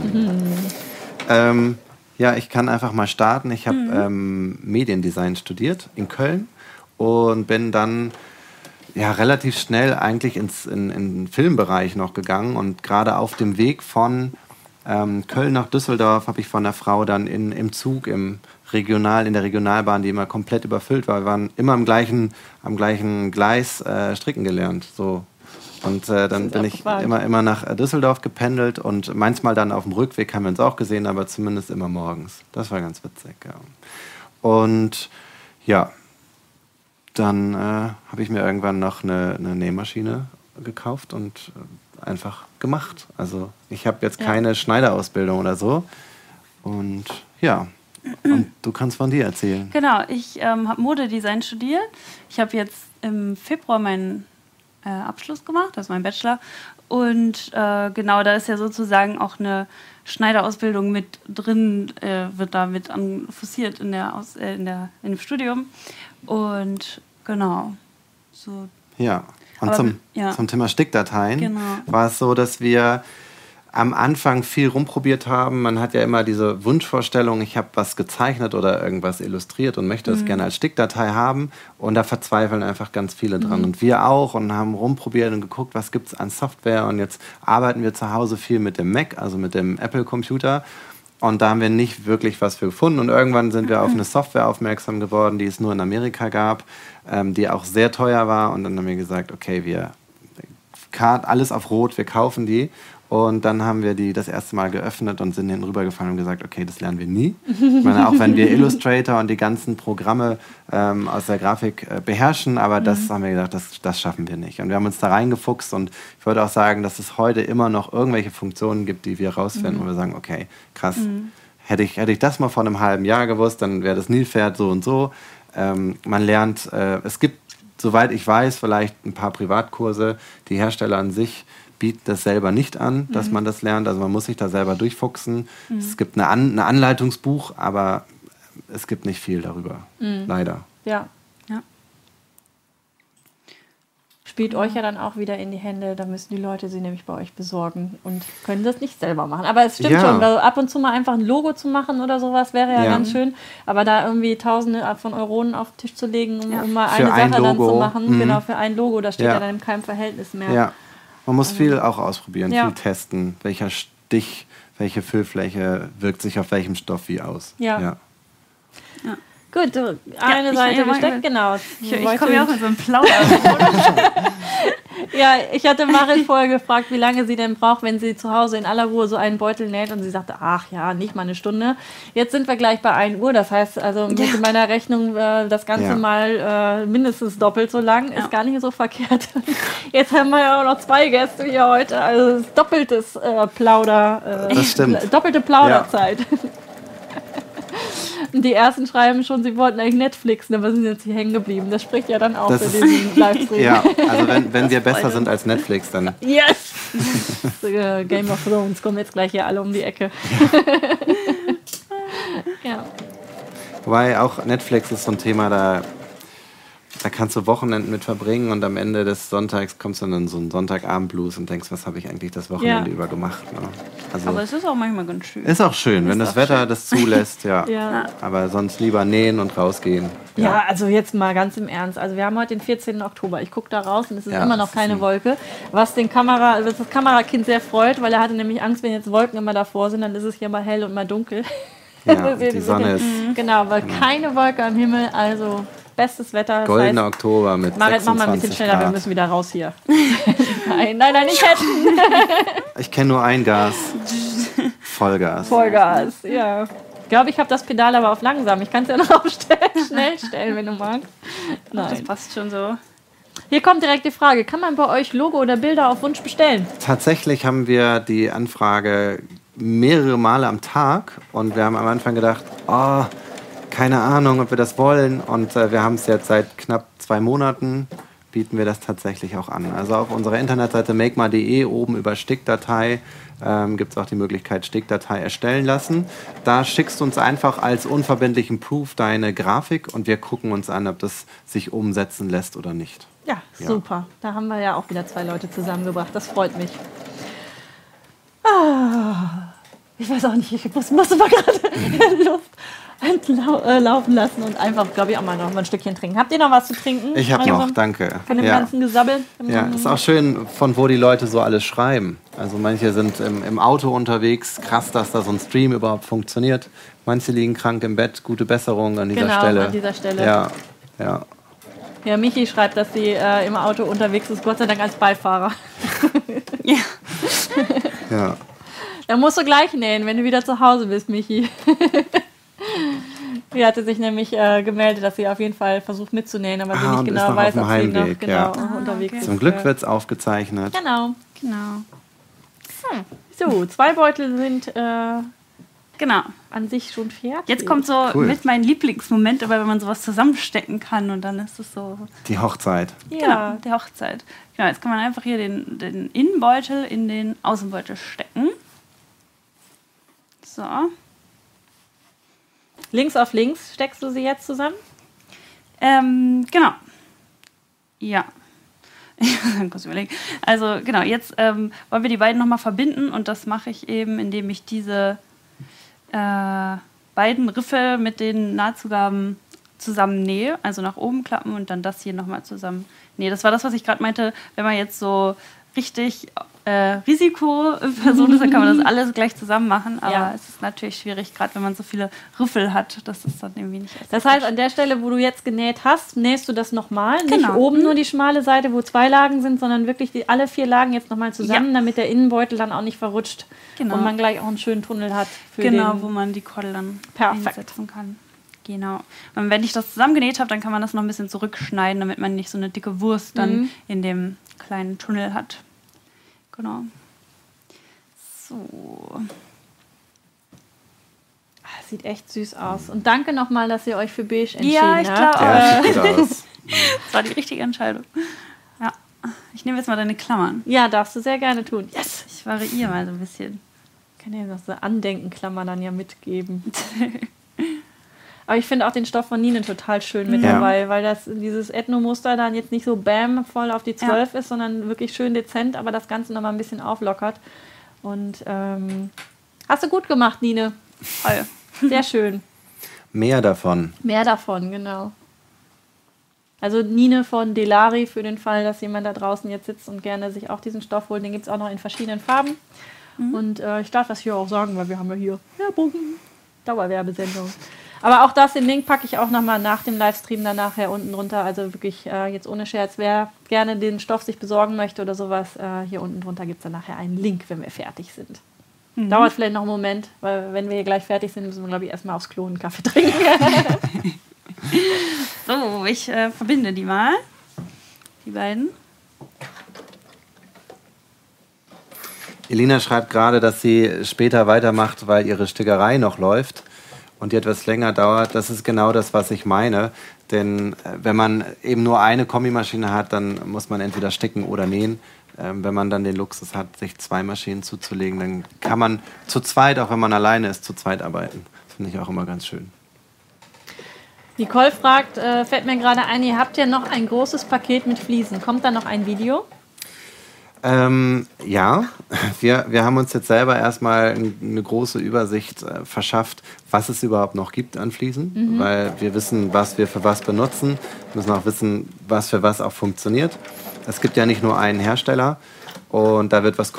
Ähm, ja, ich kann einfach mal starten. Ich habe ähm, Mediendesign studiert in Köln und bin dann ja, relativ schnell eigentlich ins, in, in den Filmbereich noch gegangen. Und gerade auf dem Weg von ähm, Köln nach Düsseldorf habe ich von der Frau dann in, im Zug, im Regional, in der Regionalbahn, die immer komplett überfüllt war. Wir waren immer am gleichen, am gleichen Gleis äh, stricken gelernt. So. Und äh, dann bin ich immer, immer nach Düsseldorf gependelt und manchmal dann auf dem Rückweg haben wir uns auch gesehen, aber zumindest immer morgens. Das war ganz witzig, ja. Und ja, dann äh, habe ich mir irgendwann noch eine, eine Nähmaschine gekauft und äh, einfach gemacht. Also ich habe jetzt Ja. keine Schneiderausbildung oder so. Und ja, und du kannst von dir erzählen. Genau, ich ähm, habe Modedesign studiert. Ich habe jetzt im Februar meinen äh, Abschluss gemacht, das ist mein Bachelor. Und äh, genau, da ist ja sozusagen auch eine Schneiderausbildung mit drin, äh, wird da mit anfossiert in, der Aus, äh, in, der, in dem Studium. Und genau, so. Ja, und Aber zum, wir- ja. zum Thema Stickdateien Genau. war es so, dass wir am Anfang viel rumprobiert haben. Man hat ja immer diese Wunschvorstellung, ich habe was gezeichnet oder irgendwas illustriert und möchte das gerne als Stickdatei haben. Und da verzweifeln einfach ganz viele dran. Und wir auch und haben rumprobiert und geguckt, was gibt es an Software. Und jetzt arbeiten wir zu Hause viel mit dem Mac, also mit dem Apple-Computer. Und da haben wir nicht wirklich was für gefunden. Und irgendwann sind wir auf eine Software aufmerksam geworden, die es nur in Amerika gab, ähm, die auch sehr teuer war. Und dann haben wir gesagt, okay, wir alles auf Rot, wir kaufen die. Und dann haben wir die das erste Mal geöffnet und sind hinübergefallen und gesagt, okay, das lernen wir nie. Ich meine, auch wenn wir Illustrator und die ganzen Programme ähm, aus der Grafik äh, beherrschen, aber mhm. das haben wir gedacht, das, das schaffen wir nicht. Und wir haben uns da reingefuchst und ich würde auch sagen, dass es heute immer noch irgendwelche Funktionen gibt, die wir rausfinden, mhm. wo wir sagen, okay, krass, mhm. hätte ich, hätte ich das mal vor einem halben Jahr gewusst, dann wäre das Nilpferd so und so. Ähm, man lernt, äh, es gibt, soweit ich weiß, vielleicht ein paar Privatkurse, die Hersteller an sich bieten das selber nicht an, dass mhm. man das lernt. Also man muss sich da selber durchfuchsen. Mhm. Es gibt eine An- ein Anleitungsbuch, aber es gibt nicht viel darüber. Mhm. Leider. Ja. Ja. Spielt euch ja dann auch wieder in die Hände. Da müssen die Leute sie nämlich bei euch besorgen und können das nicht selber machen. Aber es stimmt Ja. schon, weil ab und zu mal einfach ein Logo zu machen oder sowas wäre ja, Ja. ganz schön. Aber da irgendwie Tausende von Euronen auf den Tisch zu legen, um, Ja. um mal Für eine ein Sache dann Logo. zu machen, Mhm. genau, für ein Logo, das steht Ja. ja dann in keinem Verhältnis mehr. Ja. Man muss viel auch ausprobieren, Ja. viel testen. Welcher Stich, welche Füllfläche wirkt sich auf welchem Stoff wie aus. Ja. Ja. Gut, du, eine ich- Seite ja, gesteckt, genau. Ich, ich komme ja auch in so einen Plauder. Ja, ich hatte Marit vorher gefragt, wie lange sie denn braucht, wenn sie zu Hause in aller Ruhe so einen Beutel näht. Und sie sagte, ach ja, nicht mal eine Stunde. Jetzt sind wir gleich bei ein Uhr. Das heißt, also mit Ja. meiner Rechnung äh, das Ganze Ja. mal äh, mindestens doppelt so lang. Ja. Ist gar nicht so verkehrt. Jetzt haben wir ja auch noch zwei Gäste hier heute. Also es ist doppeltes äh, Plauder. Äh, Das stimmt. pl- Doppelte Plauderzeit. Und die ersten schreiben schon, sie wollten eigentlich Netflixen, aber sind jetzt hier hängen geblieben. Das spricht ja dann auch Das für ist- diesen Livestream. Ja, also wenn, wenn wir besser sind als Netflix, dann Yes! Äh, Game of Thrones kommen jetzt gleich hier alle um die Ecke. Ja. Wobei auch Netflix ist so ein Thema, da, da kannst du Wochenenden mit verbringen und am Ende des Sonntags kommst du dann in so einen Sonntagabend-Blues und denkst, was habe ich eigentlich das Wochenende Ja. über gemacht. Ne? Also Aber es ist auch manchmal ganz schön. ist auch schön, wenn Ist das auch Wetter schön. das zulässt, ja. Ja. Aber sonst lieber nähen und rausgehen. Ja, also jetzt mal ganz im Ernst. Also wir haben heute den vierzehnten Oktober. Ich gucke da raus und es ist Ja, immer es noch ist keine ein- Wolke. Was den Kamera, was das Kamerakind sehr freut, weil er hatte nämlich Angst, wenn jetzt Wolken immer davor sind, dann ist es hier mal hell und mal dunkel. Ja, und die Sonne ist. Genau, weil keine Wolke am Himmel, also bestes Wetter. Das Goldener heißt, Oktober mit Marit, mach mal ein bisschen schneller, wir müssen wieder raus hier. nein, nein, nein, nicht hetzen. Ich kenne nur ein Gas. Vollgas. Vollgas, ja. Ich glaube, ich habe das Pedal aber auf langsam. Ich kann es ja noch auf schnell stellen, wenn du magst. Nein. Das passt schon so. Hier kommt direkt die Frage, kann man bei euch Logo oder Bilder auf Wunsch bestellen? Tatsächlich haben wir die Anfrage mehrere Male am Tag und wir haben am Anfang gedacht, oh, keine Ahnung, ob wir das wollen. Und äh, wir haben es jetzt seit knapp zwei Monaten, bieten wir das tatsächlich auch an. Also auf unserer Internetseite makema punkt de oben über Stickdatei ähm, gibt es auch die Möglichkeit, Stickdatei erstellen lassen. Da schickst du uns einfach als unverbindlichen Proof deine Grafik und wir gucken uns an, ob das sich umsetzen lässt oder nicht. Ja, ja, super. Da haben wir ja auch wieder zwei Leute zusammengebracht. Das freut mich. Ah, ich weiß auch nicht, ich muss, muss mal gerade Luft entlaufen lassen und einfach, glaube ich, auch mal noch mal ein Stückchen trinken. Habt ihr noch was zu trinken? Ich habe noch, danke. Von dem ja. ganzen Gesabbel? Ja, ist auch schön, von wo die Leute so alles schreiben. Also manche sind im, im Auto unterwegs. Krass, dass da so ein Stream überhaupt funktioniert. Manche liegen krank im Bett. Gute Besserung an dieser genau, Stelle. an dieser Stelle. Ja, ja. Ja, Michi schreibt, dass sie äh, im Auto unterwegs ist, Gott sei Dank als Beifahrer. ja. ja. Da musst du gleich nähen, wenn du wieder zu Hause bist, Michi. Sie hatte sich nämlich äh, gemeldet, dass sie auf jeden Fall versucht mitzunähen, aber sie ah, nicht genau weiß, ob sie noch genau ja. unterwegs okay. ist. Zum Glück wird es aufgezeichnet. Genau. Genau. Hm. So, zwei Beutel sind äh, genau. an sich schon fertig. Jetzt kommt so Cool. mit meinem Lieblingsmoment, aber wenn man sowas zusammenstecken kann und dann ist es so... Die Hochzeit. Ja. Genau, die Hochzeit. Genau, jetzt kann man einfach hier den, den Innenbeutel in den Außenbeutel stecken. So. Links auf links steckst du sie jetzt zusammen? Ähm, genau. Ja. Ich muss kurz überlegen. Also genau, jetzt ähm, wollen wir die beiden nochmal verbinden und das mache ich eben, indem ich diese äh, beiden Riffel mit den Nahtzugaben zusammennähe, also nach oben klappen und dann das hier nochmal zusammen nähe. Das war das, was ich gerade meinte, wenn man jetzt so richtig äh, Risikoperson ist, dann kann man das alles gleich zusammen machen, aber Ja. es ist natürlich schwierig, gerade wenn man so viele Riffel hat, das ist dann irgendwie nicht... Das heißt, an der Stelle, wo du jetzt genäht hast, nähst du das nochmal. Nicht Genau. oben nur die schmale Seite, wo zwei Lagen sind, sondern wirklich die, alle vier Lagen jetzt nochmal zusammen, Ja. damit der Innenbeutel dann auch nicht verrutscht Genau. und man gleich auch einen schönen Tunnel hat. Für Genau, den wo man die Kordel dann Perfekt. einsetzen kann. Genau. Und wenn ich das zusammengenäht habe, dann kann man das noch ein bisschen zurückschneiden, damit man nicht so eine dicke Wurst dann Mhm. in dem kleinen Tunnel hat. Genau. So. Ah, sieht echt süß aus. Und danke nochmal, dass ihr euch für beige entschieden Ja, ich habt. glaube Ja, auch. sieht gut aus. Das war die richtige Entscheidung. Ja. Ich nehme jetzt mal deine Klammern. Ja, darfst du sehr gerne tun. Yes! Ich variiere mal so ein bisschen. Ich kann dir noch so Andenkenklammer dann ja mitgeben. Aber ich finde auch den Stoff von Nine total schön mit Ja. dabei, weil das dieses Ethno-Muster dann jetzt nicht so bam voll auf die zwölf ist, sondern wirklich schön dezent, aber das Ganze nochmal ein bisschen auflockert. Und ähm, hast du gut gemacht, Nine. Toll. Sehr schön. Mehr davon. Mehr davon, genau. Also Nine von Delari für den Fall, dass jemand da draußen jetzt sitzt und gerne sich auch diesen Stoff holt. Den gibt es auch noch in verschiedenen Farben. Mhm. Und äh, ich darf das hier auch sagen, weil wir haben ja hier Werbung, Dauerwerbesendung. Aber auch das, den Link packe ich auch nochmal nach dem Livestream dann nachher unten drunter. Also wirklich äh, jetzt ohne Scherz, wer gerne den Stoff sich besorgen möchte oder sowas, äh, hier unten drunter gibt es dann nachher einen Link, wenn wir fertig sind. Mhm. Dauert vielleicht noch einen Moment, weil wenn wir hier gleich fertig sind, müssen wir, glaube ich, erstmal aufs Klo einen Kaffee trinken. So, ich äh, verbinde die mal. Die beiden. Elina schreibt gerade, dass sie später weitermacht, weil ihre Stickerei noch läuft und die etwas länger dauert. Das ist genau das, was ich meine. Denn äh, wenn man eben nur eine Kombimaschine hat, dann muss man entweder sticken oder nähen. Ähm, wenn man dann den Luxus hat, sich zwei Maschinen zuzulegen, dann kann man zu zweit, auch wenn man alleine ist, zu zweit arbeiten. Das finde ich auch immer ganz schön. Nicole fragt, äh, fällt mir gerade ein, ihr habt ja noch ein großes Paket mit Fliesen. Kommt da noch ein Video? Ähm, ja, wir, wir haben uns jetzt selber erstmal eine große Übersicht äh, verschafft, was es überhaupt noch gibt an Fliesen, mhm. weil wir wissen, was wir für was benutzen, müssen auch wissen, was für was auch funktioniert. Es gibt ja nicht nur einen Hersteller und da wird was kommen.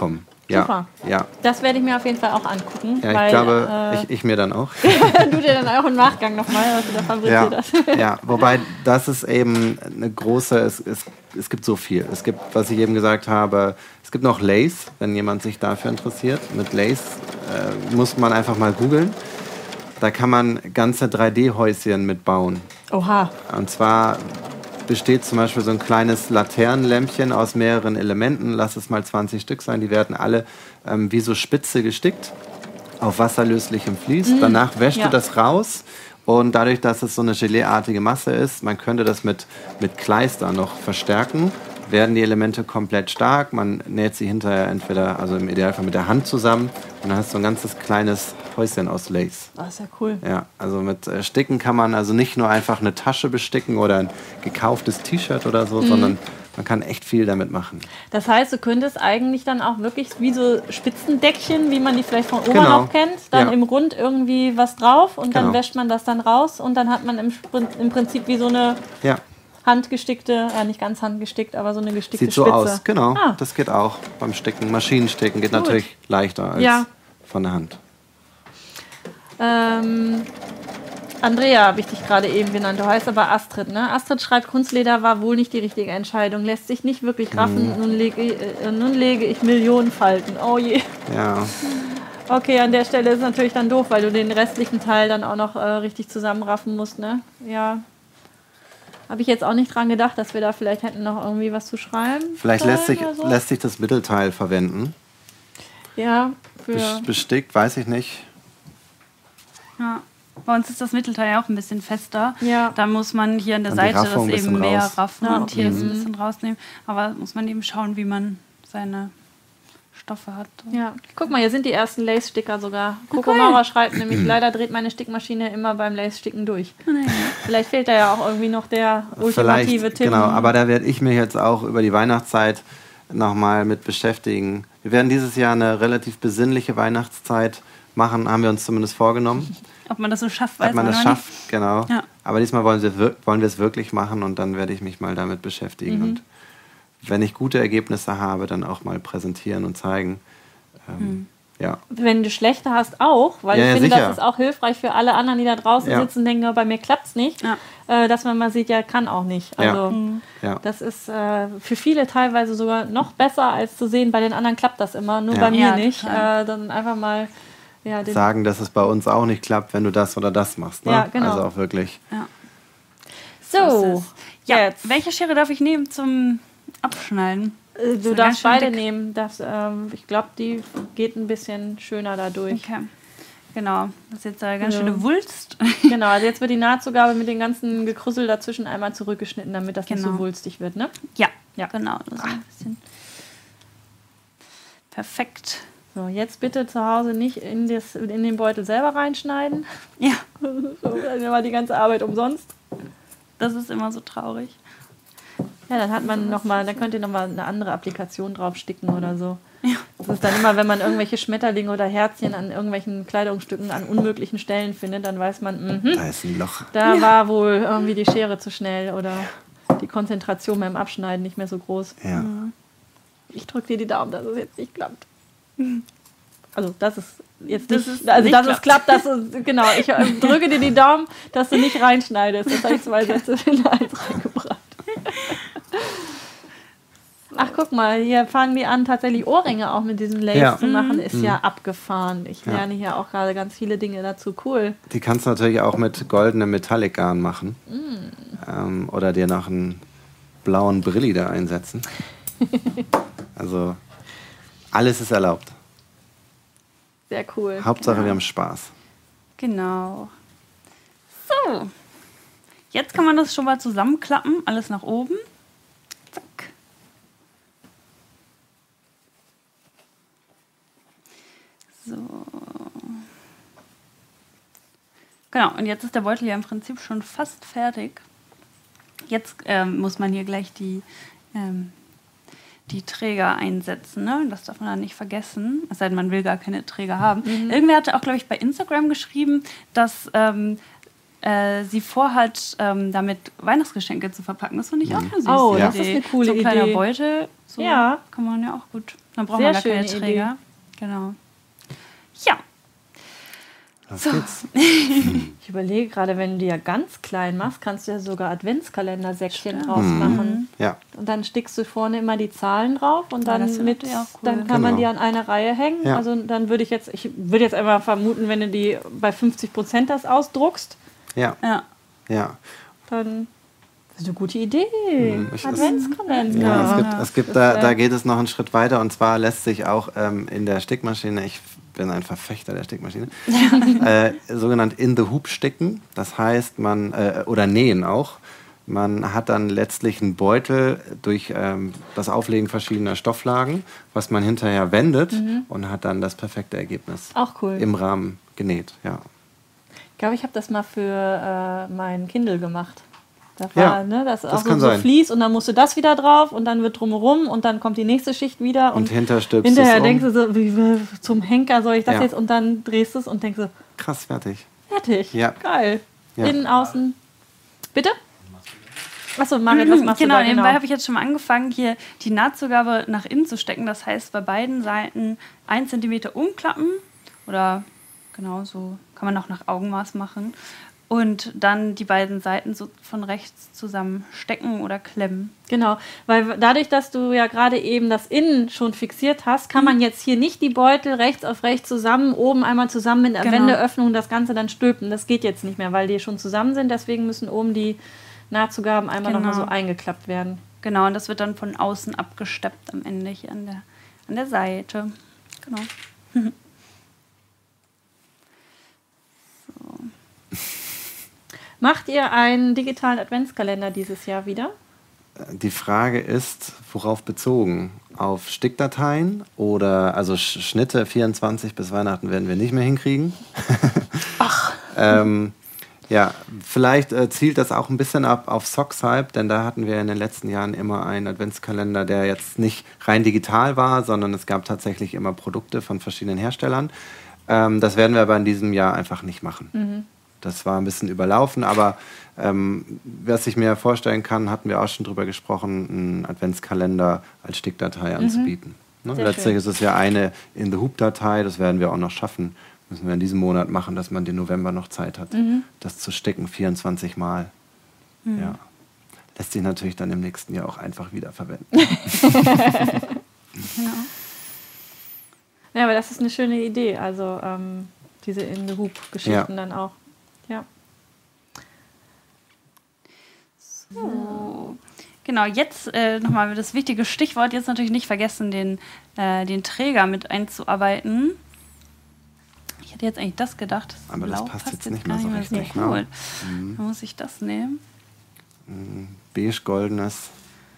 Ja, Super. ja. Das werde ich mir auf jeden Fall auch angucken. Ja, ich weil, glaube, äh, ich, ich mir dann auch. du dir dann auch im Nachgang nochmal, was du da fabriziert Ja, hast. ja, wobei das ist eben eine große, es, es, es gibt so viel. Es gibt, was ich eben gesagt habe, es gibt noch Lace, wenn jemand sich dafür interessiert. Mit Lace äh, muss man einfach mal googeln. Da kann man ganze drei D-Häuschen mitbauen. Oha. Und zwar besteht zum Beispiel so ein kleines Laternenlämpchen aus mehreren Elementen. Lass es mal zwanzig Stück sein. Die werden alle ähm, wie so Spitze gestickt auf wasserlöslichem Vlies. Mm, Danach wäscht ja. du das raus. Und dadurch, dass es so eine Geleeartige Masse ist, man könnte das mit, mit Kleister noch verstärken, werden die Elemente komplett stark. Man näht sie hinterher entweder, also im Idealfall mit der Hand zusammen. Und dann hast du ein ganzes kleines Häuschen aus Lace. Das ist ja cool. Ja, also mit äh, Sticken kann man also nicht nur einfach eine Tasche besticken oder ein gekauftes T-Shirt oder so, mhm. sondern man kann echt viel damit machen. Das heißt, du könntest eigentlich dann auch wirklich wie so Spitzendeckchen, wie man die vielleicht von Oma Genau. noch kennt, dann Ja. im Rund irgendwie was drauf und dann Genau. wäscht man das dann raus und dann hat man im, Sprin- im Prinzip wie so eine Ja, handgestickte, ja nicht ganz handgestickt, aber so eine gestickte sieht so Spitze. aus. Genau, Ah. das geht auch beim Sticken. Maschinensticken geht Gut. natürlich leichter als Ja. von der Hand. Ähm, Andrea habe ich dich gerade eben genannt, du heißt aber Astrid, ne? Astrid schreibt, Kunstleder war wohl nicht die richtige Entscheidung, lässt sich nicht wirklich raffen, Mhm. nun, lege, äh, nun lege ich Millionen Falten. Oh je. Ja, Okay, an der Stelle ist natürlich dann doof, weil du den restlichen Teil dann auch noch äh, richtig zusammenraffen musst, ne? Ja. Habe ich jetzt auch nicht dran gedacht, dass wir da vielleicht hätten noch irgendwie was zu schreiben. vielleicht sollen lässt sich, oder so. lässt sich das Mittelteil verwenden. Ja, für... Bes- Bestickt, weiß ich nicht. Ja. Bei uns ist das Mittelteil ja auch ein bisschen fester. Ja. Da muss man hier an der Dann die Seite das Raffung ein eben bisschen mehr raus. raffen Ja, und hier okay. das ein bisschen rausnehmen. Aber muss man eben schauen, wie man seine Stoffe hat. Ja, guck mal, hier sind die ersten Lace-Sticker sogar. Coco Maurer schreibt nämlich, leider dreht meine Stickmaschine immer beim Lace-Sticken durch. Vielleicht fehlt da ja auch irgendwie noch der ultimative Vielleicht, Tipp. genau, aber da werde ich mich jetzt auch über die Weihnachtszeit nochmal mit beschäftigen. Wir werden dieses Jahr eine relativ besinnliche Weihnachtszeit machen, haben wir uns zumindest vorgenommen. Ob man das so schafft, weiß Ob man man das noch schafft, genau. Ja. Aber diesmal wollen wir, wir- wollen wir es wirklich machen und dann werde ich mich mal damit beschäftigen. Mhm. Und wenn ich gute Ergebnisse habe, dann auch mal präsentieren und zeigen. Ähm, Ja, Wenn du schlechte hast, auch, weil Ja, ich ja, finde, sicher. das ist auch hilfreich für alle anderen, die da draußen Ja. sitzen und denken, bei mir klappt es nicht, Ja. äh, dass man mal sieht, ja, kann auch nicht. Ja. Also ja. das ist äh, für viele teilweise sogar noch besser, als zu sehen, bei den anderen klappt das immer, nur Ja. bei mir Ja, nicht. total. Äh, dann einfach mal ja, den Sagen, dass es bei uns auch nicht klappt, wenn du das oder das machst. Ne? Ja, genau. Also auch wirklich. Ja. So, ist es. Ja, jetzt. welche Schere darf ich nehmen zum Abschneiden? Äh, Ist Du ja darfst ganz schön beide dick. nehmen. Das, ähm, ich glaube, die geht ein bisschen schöner dadurch. Okay. Genau, das ist jetzt eine ganz Ja. schöne Wulst. Genau, also jetzt wird die Nahtzugabe mit den ganzen Gekrüssel dazwischen einmal zurückgeschnitten, damit das nicht Genau. so wulstig wird, ne? Ja, Ja. genau. Das ist ein bisschen perfekt. So, jetzt bitte zu Hause nicht in, das, in den Beutel selber reinschneiden. Ja, So, dann war die ganze Arbeit umsonst. das ist immer so traurig. Ja, dann hat man noch mal, dann könnt ihr nochmal eine andere Applikation drauf sticken oder so. Das ist dann immer, wenn man irgendwelche Schmetterlinge oder Herzchen an irgendwelchen Kleidungsstücken an unmöglichen Stellen findet, dann weiß man, mhm, Da ist ein Loch. da war wohl irgendwie die Schere zu schnell oder die Konzentration beim Abschneiden nicht mehr so groß. Ja. Ich drücke dir die Daumen, dass es jetzt nicht klappt. Also, dass es jetzt Dass nicht, es also, nicht dass es klappt. klappt, dass es, genau, ich äh, drücke dir die Daumen, dass du nicht reinschneidest. Das habe ich zwei Sätze in eins reingebracht. Ach, guck mal, hier fangen die an, tatsächlich Ohrringe auch mit diesem Lace Ja. zu machen. Ist ja abgefahren. Ich Ja. lerne hier auch gerade ganz viele Dinge dazu. Cool. Die kannst du natürlich auch mit goldenem Metallic-Garn machen. Mm. Ähm, oder dir noch einen blauen Brilli da einsetzen. Also alles ist erlaubt. Sehr cool. Hauptsache wir haben Spaß. Genau. So. Jetzt kann man das schon mal zusammenklappen, alles nach oben. Zack. So. Genau, und jetzt ist der Beutel ja im Prinzip schon fast fertig. Jetzt ähm, muss man hier gleich die, ähm, die Träger einsetzen. Ne? Das darf man dann nicht vergessen. Es sei denn, man will gar keine Träger haben. Irgendwer hatte auch, glaube ich, bei Instagram geschrieben, dass ähm, äh, sie vorhat, ähm, damit Weihnachtsgeschenke zu verpacken. Das finde ich auch eine süße Oh, Idee. das ist eine coole so ein kleiner Idee. Beutel, so Ja. kann man ja auch gut. Dann braucht Sehr man gar keine schöne Träger. Genau. Ja. Was So. geht's? Ich überlege gerade, wenn du die ja ganz klein machst, kannst du ja sogar Adventskalender-Säckchen draus machen. Ja, Und dann stickst du vorne immer die Zahlen drauf und Ja, dann das mit, finde ich auch cool. dann kann man Genau. die an eine Reihe hängen. Ja. Also dann würde ich jetzt, ich würde jetzt einmal vermuten, wenn du die bei fünfzig Prozent das ausdruckst, ja, Ja. ja. dann das ist eine gute Idee. ich- Adventskalender. Ja, es gibt, es gibt Das da, wär- da geht es noch einen Schritt weiter und zwar lässt sich auch ähm, in der Stickmaschine, ich bin ein Verfechter der Stickmaschine, äh, sogenannt in the hoop sticken. Das heißt, man, äh, oder nähen auch, man hat dann letztlich einen Beutel durch ähm, das Auflegen verschiedener Stofflagen, was man hinterher wendet und hat dann das perfekte Ergebnis Auch cool. im Rahmen genäht. Ja. Ich glaube, ich habe das mal für äh, mein Kindle gemacht. Da Ja, war, ne, das, das auch so, kann so sein. Vlies und dann musst du das wieder drauf und dann wird drumherum und dann kommt die nächste Schicht wieder Und und, hinterher stülpst du hinterher es um. denkst du so, wie, wie, zum Henker soll ich das Ja. jetzt und dann drehst du es und denkst so, Krass, fertig. fertig, Ja. geil. Ja. Innen, außen. Bitte? Achso, Marit, was machst Genau, du da? nebenbei habe ich jetzt schon mal angefangen, hier die Nahtzugabe nach innen zu stecken. Das heißt, bei beiden Seiten ein Zentimeter umklappen. Oder genau so kann man auch nach Augenmaß machen. Und dann die beiden Seiten so von rechts zusammen stecken oder klemmen. Genau, weil dadurch, dass du ja gerade eben das Innen schon fixiert hast, kann man jetzt hier nicht die Beutel rechts auf rechts zusammen, oben einmal zusammen mit der Genau. Wendeöffnung das Ganze dann stülpen. Das geht jetzt nicht mehr, weil die schon zusammen sind. Deswegen müssen oben die Nahtzugaben einmal Genau. nochmal so eingeklappt werden. Genau, und das wird dann von außen abgesteppt am Ende hier an der, an der Seite. Genau. Macht ihr einen digitalen Adventskalender dieses Jahr wieder? Die Frage ist, worauf bezogen? Auf Stickdateien oder, also Sch- Schnitte vierundzwanzig bis Weihnachten werden wir nicht mehr hinkriegen. Ach. ähm, ja, vielleicht äh, zielt das auch ein bisschen ab auf Sockshype, denn da hatten wir in den letzten Jahren immer einen Adventskalender, der jetzt nicht rein digital war, sondern es gab tatsächlich immer Produkte von verschiedenen Herstellern. Ähm, das werden wir aber in diesem Jahr einfach nicht machen. Mhm. Das war ein bisschen überlaufen, aber ähm, was ich mir vorstellen kann, hatten wir auch schon drüber gesprochen, einen Adventskalender als Stickdatei anzubieten. Ne? Sehr Letztlich schön. ist es ja eine in the Hoop-Datei, das werden wir auch noch schaffen. Müssen wir in diesem Monat machen, dass man den November noch Zeit hat, das zu sticken, vierundzwanzig Mal. Ja. Lässt sich natürlich dann im nächsten Jahr auch einfach wieder verwenden. Ja, aber das ist eine schöne Idee. Also ähm, diese In-the-Hoop-Geschichten Ja. dann auch. Ja. So. Genau, jetzt äh, nochmal das wichtige Stichwort. Jetzt natürlich nicht vergessen, den, äh, den Träger mit einzuarbeiten. Ich hätte jetzt eigentlich das gedacht. Das Aber das Blau passt jetzt jetzt nicht gar mehr so mehr richtig, gut. ne? Dann muss ich das nehmen. Beige-goldenes.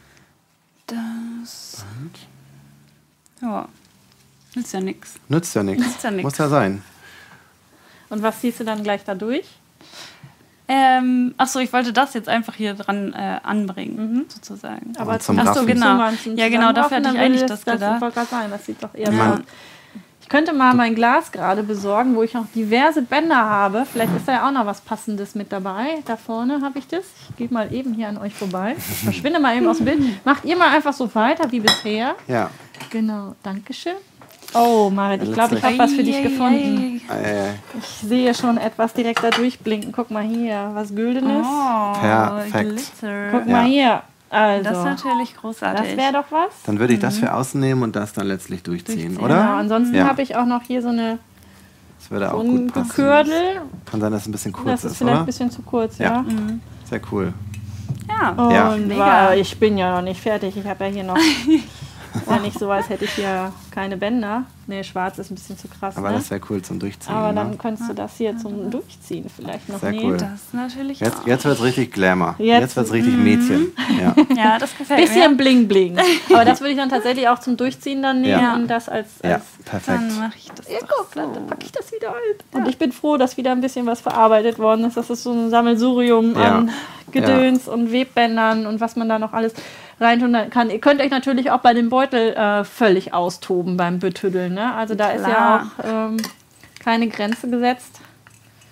Das. Ja. Nützt ja nichts. Nützt ja nichts. Nützt ja nix. Muss ja sein. Und was ziehst du dann gleich da durch? Ähm, achso, ich wollte das jetzt einfach hier dran äh, anbringen, sozusagen. Aber Und zum ach so, Raffen. Genau. Zumachen, zum Ja, genau, dafür Zusammenraffen, hatte ich dann eigentlich würde das Das gedacht. wollte gerade sagen, das sieht doch eher Ja. so aus. Ich könnte mal mein Glas gerade besorgen, wo ich noch diverse Bänder habe. Vielleicht ist da ja auch noch was Passendes mit dabei. Da vorne habe ich das. Ich gehe mal eben hier an euch vorbei. Ich verschwinde mal eben aus dem Bild. Macht ihr mal einfach so weiter wie bisher. Ja. Genau, Dankeschön. Oh, Marit, ich glaube, ich habe was für dich gefunden. Äh, Ich sehe schon etwas direkt da durchblinken. Guck mal hier, was Güldenes. Oh, Perfekt. Glitzer. Guck Ja. mal hier. Also, Das ist natürlich großartig. das wäre doch was. dann würde ich das für außen nehmen und das dann letztlich durchziehen, Durchziehen, oder? Genau, ansonsten Ja. habe ich auch noch hier so eine Das würde so auch ein gut passen. Gekördel. Kann sein, dass es ein bisschen kurz Das ist ist, vielleicht oder? ein bisschen zu kurz, Ja. ja. Sehr cool. Ja. Und Ja. Mega. weil ich bin ja noch nicht fertig. Ich habe ja hier noch. Ist ja nicht so, als hätte ich hier keine Bänder. Nee, schwarz ist ein bisschen zu krass. Aber ne? das wäre cool zum Durchziehen. Aber ne? dann könntest du das hier zum Durchziehen vielleicht noch Sehr nehmen. cool. Das natürlich Jetzt, auch. jetzt wird es richtig Glamour. Jetzt- Jetzt, wird es richtig Mädchen. Ja. Ja, das gefällt Bisschen mir. bling bling. Aber das würde ich dann tatsächlich auch zum Durchziehen dann nehmen Ja. und das als. ja, als perfekt. Dann mache ich das ja, doch guck, so. dann packe ich das wieder ein. Und ich bin froh, dass wieder ein bisschen was verarbeitet worden ist. Das ist so ein Sammelsurium Ja. an Gedöns und Webbändern und was man da noch alles reintun kann. Ihr könnt euch natürlich auch bei dem Beutel äh, völlig austoben beim Betüddeln. Ne? Also da ist ja Klar. auch ähm, keine Grenze gesetzt.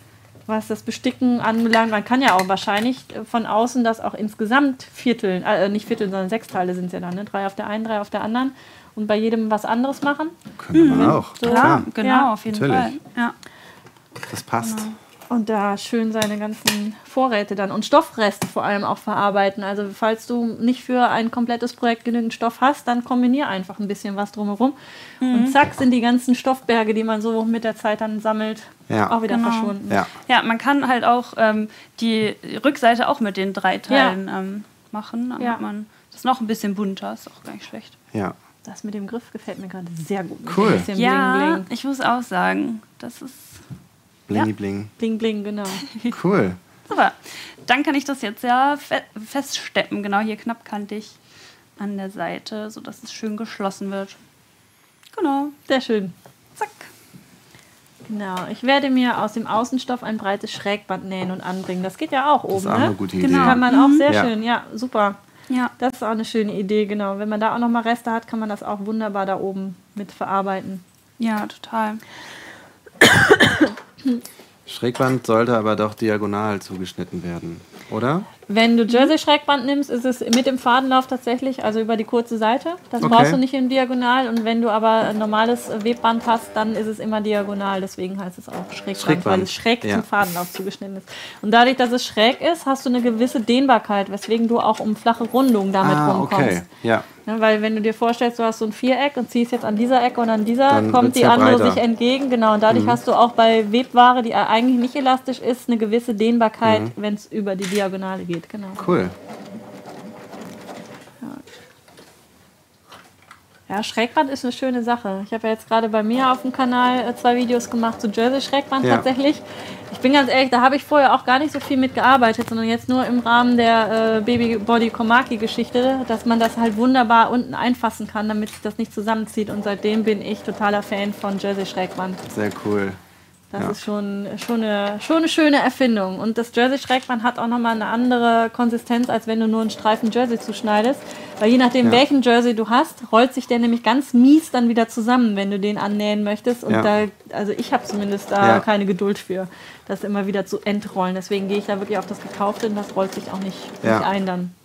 was das Besticken anbelangt. Man kann ja auch wahrscheinlich von außen das auch insgesamt vierteln, äh, nicht vierteln, sondern Sechsteile sind es ja dann, ne? Drei auf der einen, drei auf der anderen und bei jedem was anderes machen. Könnte man auch. So. Klar, genau, Ja, auf jeden natürlich. Fall. Ja. Das passt. Genau. Und da schön seine ganzen Vorräte dann und Stoffreste vor allem auch verarbeiten. Also falls du nicht für ein komplettes Projekt genügend Stoff hast, dann kombinier einfach ein bisschen was drumherum. Mhm. Und zack sind die ganzen Stoffberge, die man so mit der Zeit dann sammelt, Ja. auch wieder Genau. verschwunden. Ja. Ja, man kann halt auch ähm, die Rückseite auch mit den drei Teilen ähm, machen. Dann Ja. hat man das noch ein bisschen bunter, ist auch gar nicht schlecht. Ja. Das mit dem Griff gefällt mir gerade sehr gut. Mit Cool. ein bisschen Ja, Bling, Bling. ich muss auch sagen, das ist Blingi Ja. bling. Bling, Bling, genau. Cool. super. Dann kann ich das jetzt ja fe feststeppen, genau hier knappkantig an der Seite, sodass es schön geschlossen wird. Genau, Sehr schön. zack. Genau. Ich werde mir aus dem Außenstoff ein breites Schrägband nähen und anbringen. Das geht ja auch Das oben, ist auch ne? eine gute Genau. Idee. Kann man auch sehr Ja. schön. Ja, super. Ja, Das ist auch eine schöne Idee, genau. Wenn man da auch noch mal Reste hat, kann man das auch wunderbar da oben mit verarbeiten. ja, total. Schrägband sollte aber doch diagonal zugeschnitten werden, oder? Wenn du Jersey-Schrägband nimmst, ist es mit dem Fadenlauf tatsächlich, also über die kurze Seite. Das Okay. brauchst du nicht in diagonal. Und wenn du aber ein normales Webband hast, dann ist es immer diagonal. Deswegen heißt es auch Schrägband, Schrägband, weil es schräg ja. zum Fadenlauf zugeschnitten ist. Und dadurch, dass es schräg ist, hast du eine gewisse Dehnbarkeit, weswegen du auch um flache Rundungen damit Ah, rumkommst. okay. Ja. Ne, weil wenn du dir vorstellst, du hast so ein Viereck und ziehst jetzt an dieser Ecke und an dieser, Dann kommt wird's die ja andere breiter. sich entgegen. Genau, und dadurch hast du auch bei Webware, die eigentlich nicht elastisch ist, eine gewisse Dehnbarkeit, wenn es über die Diagonale geht. Genau. Cool. Ja, Schrägband ist eine schöne Sache. Ich habe ja jetzt gerade bei mir auf dem Kanal äh, zwei Videos gemacht zu Jersey-Schrägband Ja. tatsächlich. Ich bin ganz ehrlich, da habe ich vorher auch gar nicht so viel mit gearbeitet, sondern jetzt nur im Rahmen der äh, Baby Body Komaki-Geschichte, dass man das halt wunderbar unten einfassen kann, damit sich das nicht zusammenzieht. Und seitdem bin ich totaler Fan von Jersey-Schrägband. Sehr cool. Das Ja. ist schon, schon, eine, schon eine schöne Erfindung. Und das Jersey-Schrägband hat auch nochmal eine andere Konsistenz, als wenn du nur einen Streifen Jersey zuschneidest. Weil je nachdem, Ja. welchen Jersey du hast, rollt sich der nämlich ganz mies dann wieder zusammen, wenn du den annähen möchtest. Und Ja. da, also ich habe zumindest da Ja. keine Geduld für, das immer wieder zu entrollen. Deswegen gehe ich da wirklich auf das Gekaufte und das rollt sich auch nicht, Ja. nicht ein dann.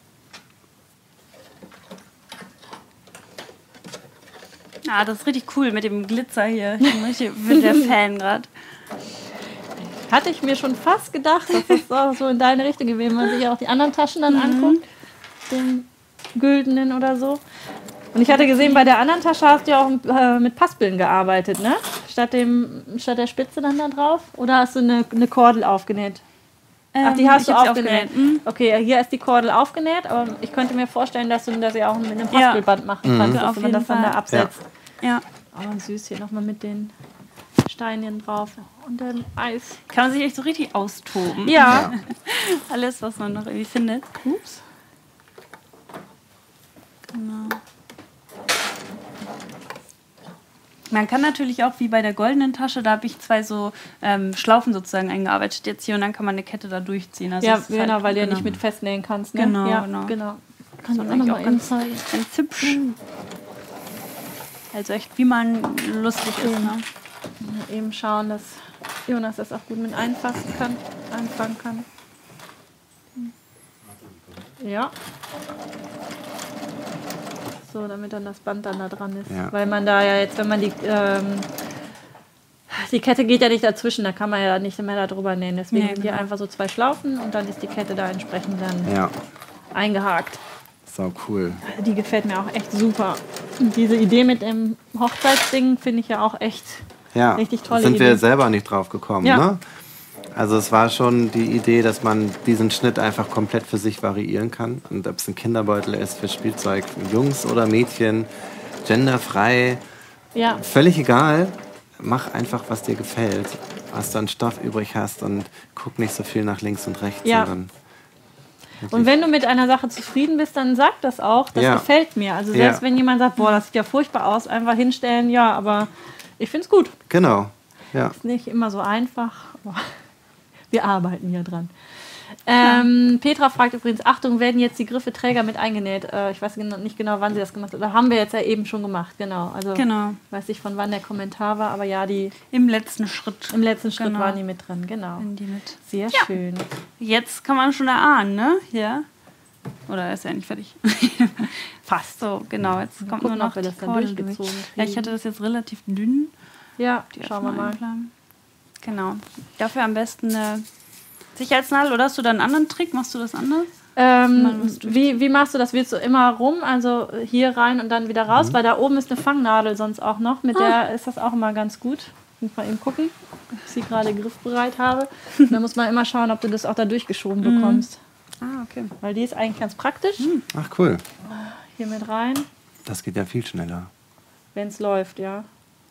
Ah, das ist richtig cool mit dem Glitzer hier. Ich bin richtig bin der Fan gerade. Hatte ich mir schon fast gedacht, dass das auch so in deine Richtung gewesen, wenn man sich auch die anderen Taschen dann anguckt, den güldenen oder so. Und ich hatte gesehen, bei der anderen Tasche hast du ja auch äh, mit Paspeln gearbeitet, ne? Statt, dem, statt der Spitze dann da drauf? Oder hast du eine, eine Kordel aufgenäht? Ach, die Ähm, hast ich du hab sie aufgenäht. aufgenäht. Mhm. Okay, hier ist die Kordel aufgenäht, aber ich könnte mir vorstellen, dass du das ja auch mit einem Ja. Paspelband machen kannst, Ja, dass auf man jeden das dann da Fall. absetzt. Ja. Oh, süß, hier nochmal mit den Steinchen drauf und dann Eis. Kann man sich echt so richtig austoben. Ja, Alles, was man noch irgendwie findet. ups. Genau. Man kann natürlich auch wie bei der goldenen Tasche, da habe ich zwei so ähm, Schlaufen sozusagen eingearbeitet jetzt hier und dann kann man eine Kette da durchziehen. Also Ja, es ist genau, halt- weil du ja genau. nicht mit festnähen kannst. Ne? Genau, ja, genau. genau. Das Kann ist ich auch eigentlich noch auch mal ganz, zeigen. ganz hübsch. Also echt, wie man lustig ist. Ne? Mal eben schauen, dass Jonas das auch gut mit einfassen kann, einfangen kann. Ja. So, damit dann das Band dann da dran ist. Ja. Weil man da ja jetzt, wenn man die, ähm, die Kette geht ja nicht dazwischen, da kann man ja nicht mehr da drüber nähen. Deswegen Nee, sind hier genau. einfach so zwei Schlaufen und dann ist die Kette da entsprechend dann Ja, eingehakt. sau cool. Die gefällt mir auch echt super. Und diese Idee mit dem Hochzeitsding finde ich ja auch echt Ja, richtig tolle sind Idee. wir selber nicht drauf gekommen. Ja. Ne? Also es war schon die Idee, dass man diesen Schnitt einfach komplett für sich variieren kann. Und ob es ein Kinderbeutel ist für Spielzeug, Jungs oder Mädchen, genderfrei, Ja, völlig egal. Mach einfach, was dir gefällt, was du an Stoff übrig hast und guck nicht so viel nach links und rechts. Ja. Sondern und wenn du mit einer Sache zufrieden bist, dann sag das auch. Das Ja. gefällt mir. Also selbst Ja. wenn jemand sagt, boah, das sieht ja furchtbar aus, einfach hinstellen, ja, aber ich finde es gut. genau, ja. Ist nicht immer so einfach. aber wir arbeiten ja dran. Ähm, Petra fragt übrigens, Achtung, werden jetzt die Griffe Träger mit eingenäht? Äh, ich weiß genau, nicht genau, wann sie das gemacht hat. Oder haben wir jetzt ja eben schon gemacht, genau. Also Genau. weiß nicht, von wann der Kommentar war, aber ja, die Im letzten Schritt. im letzten Schritt Genau. waren die mit drin, genau. Sind die mit. Sehr Ja. schön. Jetzt kann man schon erahnen, ne? Hier. Oder ist ja nicht fertig. Fast. So, genau. Jetzt kommt gucken, nur ob noch wir die das dann Kordel durchgezogen durch. kriegen. Ja, ich hatte das jetzt relativ dünn. Ja, Die schauen wir erstmal mal. einplanen. Genau. Dafür am besten eine Sicherheitsnadel. Oder hast du da einen anderen Trick? Machst du das anders? Ähm, Man muss durch- wie, wie machst du das? Willst du immer rum, also hier rein und dann wieder raus? Weil da oben ist eine Fangnadel sonst auch noch. Mit der ist das auch immer ganz gut. Muss mal eben gucken, ob ich sie gerade griffbereit habe. Und dann muss man immer schauen, ob du das auch da durchgeschoben bekommst. Ah, okay. Weil die ist eigentlich ganz praktisch. Ach cool. Hier mit rein, Das geht ja viel schneller. wenn es läuft, ja.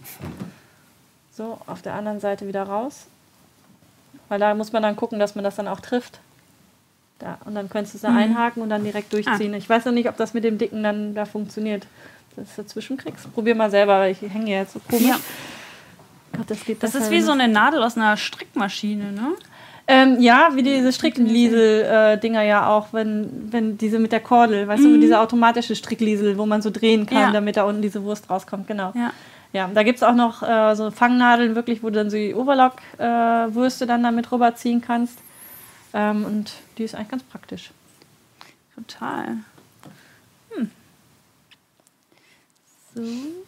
So, auf der anderen Seite wieder raus. Weil da muss man dann gucken, dass man das dann auch trifft. Da, und dann könntest du es da einhaken und dann direkt durchziehen. Ich weiß noch nicht, ob das mit dem Dicken dann da funktioniert. Dass du es dazwischen kriegst. Probier mal selber, weil ich hänge jetzt so komisch. Ja. Gott, das geht Das ist besser, wie wenn so man- eine Nadel aus einer Strickmaschine, ne? Ähm, ja, wie diese Strickliesel-Dinger ja auch, wenn, wenn diese mit der Kordel, weißt du, diese automatische Strickliesel, wo man so drehen kann, Ja. damit da unten diese Wurst rauskommt, genau. Ja. Ja, da gibt es auch noch äh, so Fangnadeln, wirklich, wo du dann so die Overlock-Würste dann damit rüberziehen kannst. Ähm, und die ist eigentlich ganz praktisch. Total. So.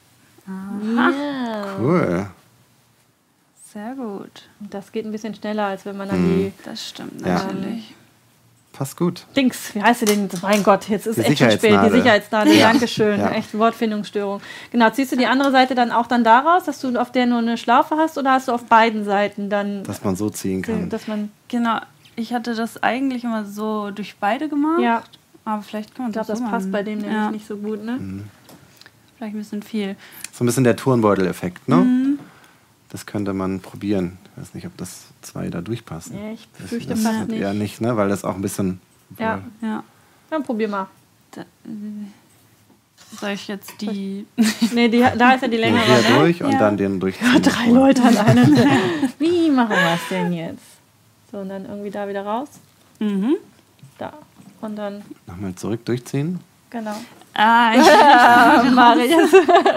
Aha. Cool. Sehr gut. Und das geht ein bisschen schneller, als wenn man dann die Das stimmt Ja. natürlich. Passt gut. Dings, wie heißt sie denn? Mein Gott, jetzt ist Die echt schon spät. Die Sicherheitsnadel. Sicherheitsnadel, Ja. Dankeschön. Ja. Echt Wortfindungsstörung. Genau, ziehst du die andere Seite dann auch dann daraus, dass du auf der nur eine Schlaufe hast, oder hast du auf beiden Seiten dann, Dass man so ziehen kann. dass man, Genau. Ich hatte das eigentlich immer so durch beide gemacht. ja, Aber vielleicht kann man ich glaube, das das so passt machen. bei dem nämlich ja. nicht so gut, ne? Vielleicht ein bisschen viel. So ein bisschen der Turnbeutel-Effekt, ne? Mhm. Das könnte man probieren. Ich weiß nicht, ob das zwei da durchpassen. Ja, ich Das- fürchte das fast wird nicht. eher nicht, ne? Weil das auch ein bisschen... Ja, Ja. dann probier mal. Da, äh, soll ich jetzt die. Nee, die, da ist ja die Den längere, hier ne? durch und Ja. dann den durchziehen. Drei Leute an einer Stelle. Wie machen wir es denn jetzt? So, und dann irgendwie da wieder raus. Mhm. Da. Und dann, Nochmal zurück durchziehen. genau. Ah, ich, Ja, Marius.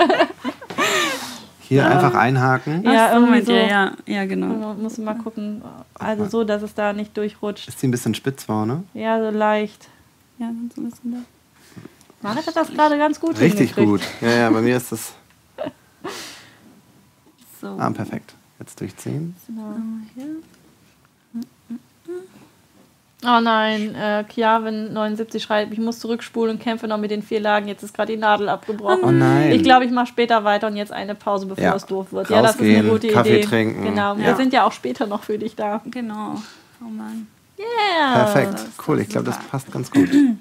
Hier einfach einhaken. Ja, Ach so, irgendwie meint so. ihr, ja, ja, genau. Man muss mal gucken. Also so, dass es da nicht durchrutscht. Ist die ein bisschen spitz vorne? Ja, so leicht. Ja, dann so ein bisschen da. Marit hat das gerade ganz gut Richtig hingekriegt. gut. Ja, ja, bei mir ist das... So. Ah, perfekt. Jetzt durchziehen. Hier. Oh nein, äh, Kiaven neunundsiebzig schreibt, ich muss zurückspulen und kämpfe noch mit den vier Lagen. Jetzt ist gerade die Nadel abgebrochen. Oh nein. Ich glaube, ich mache später weiter und jetzt eine Pause, bevor Ja. es doof wird. Ja, das ist eine Rausgehen, gute Kaffee Idee. trinken. Genau, wir Ja. sind ja auch später noch für dich da. Genau. Oh Mann. Yeah. Perfekt. das ist Cool, ich glaube, das super. passt ganz gut. Die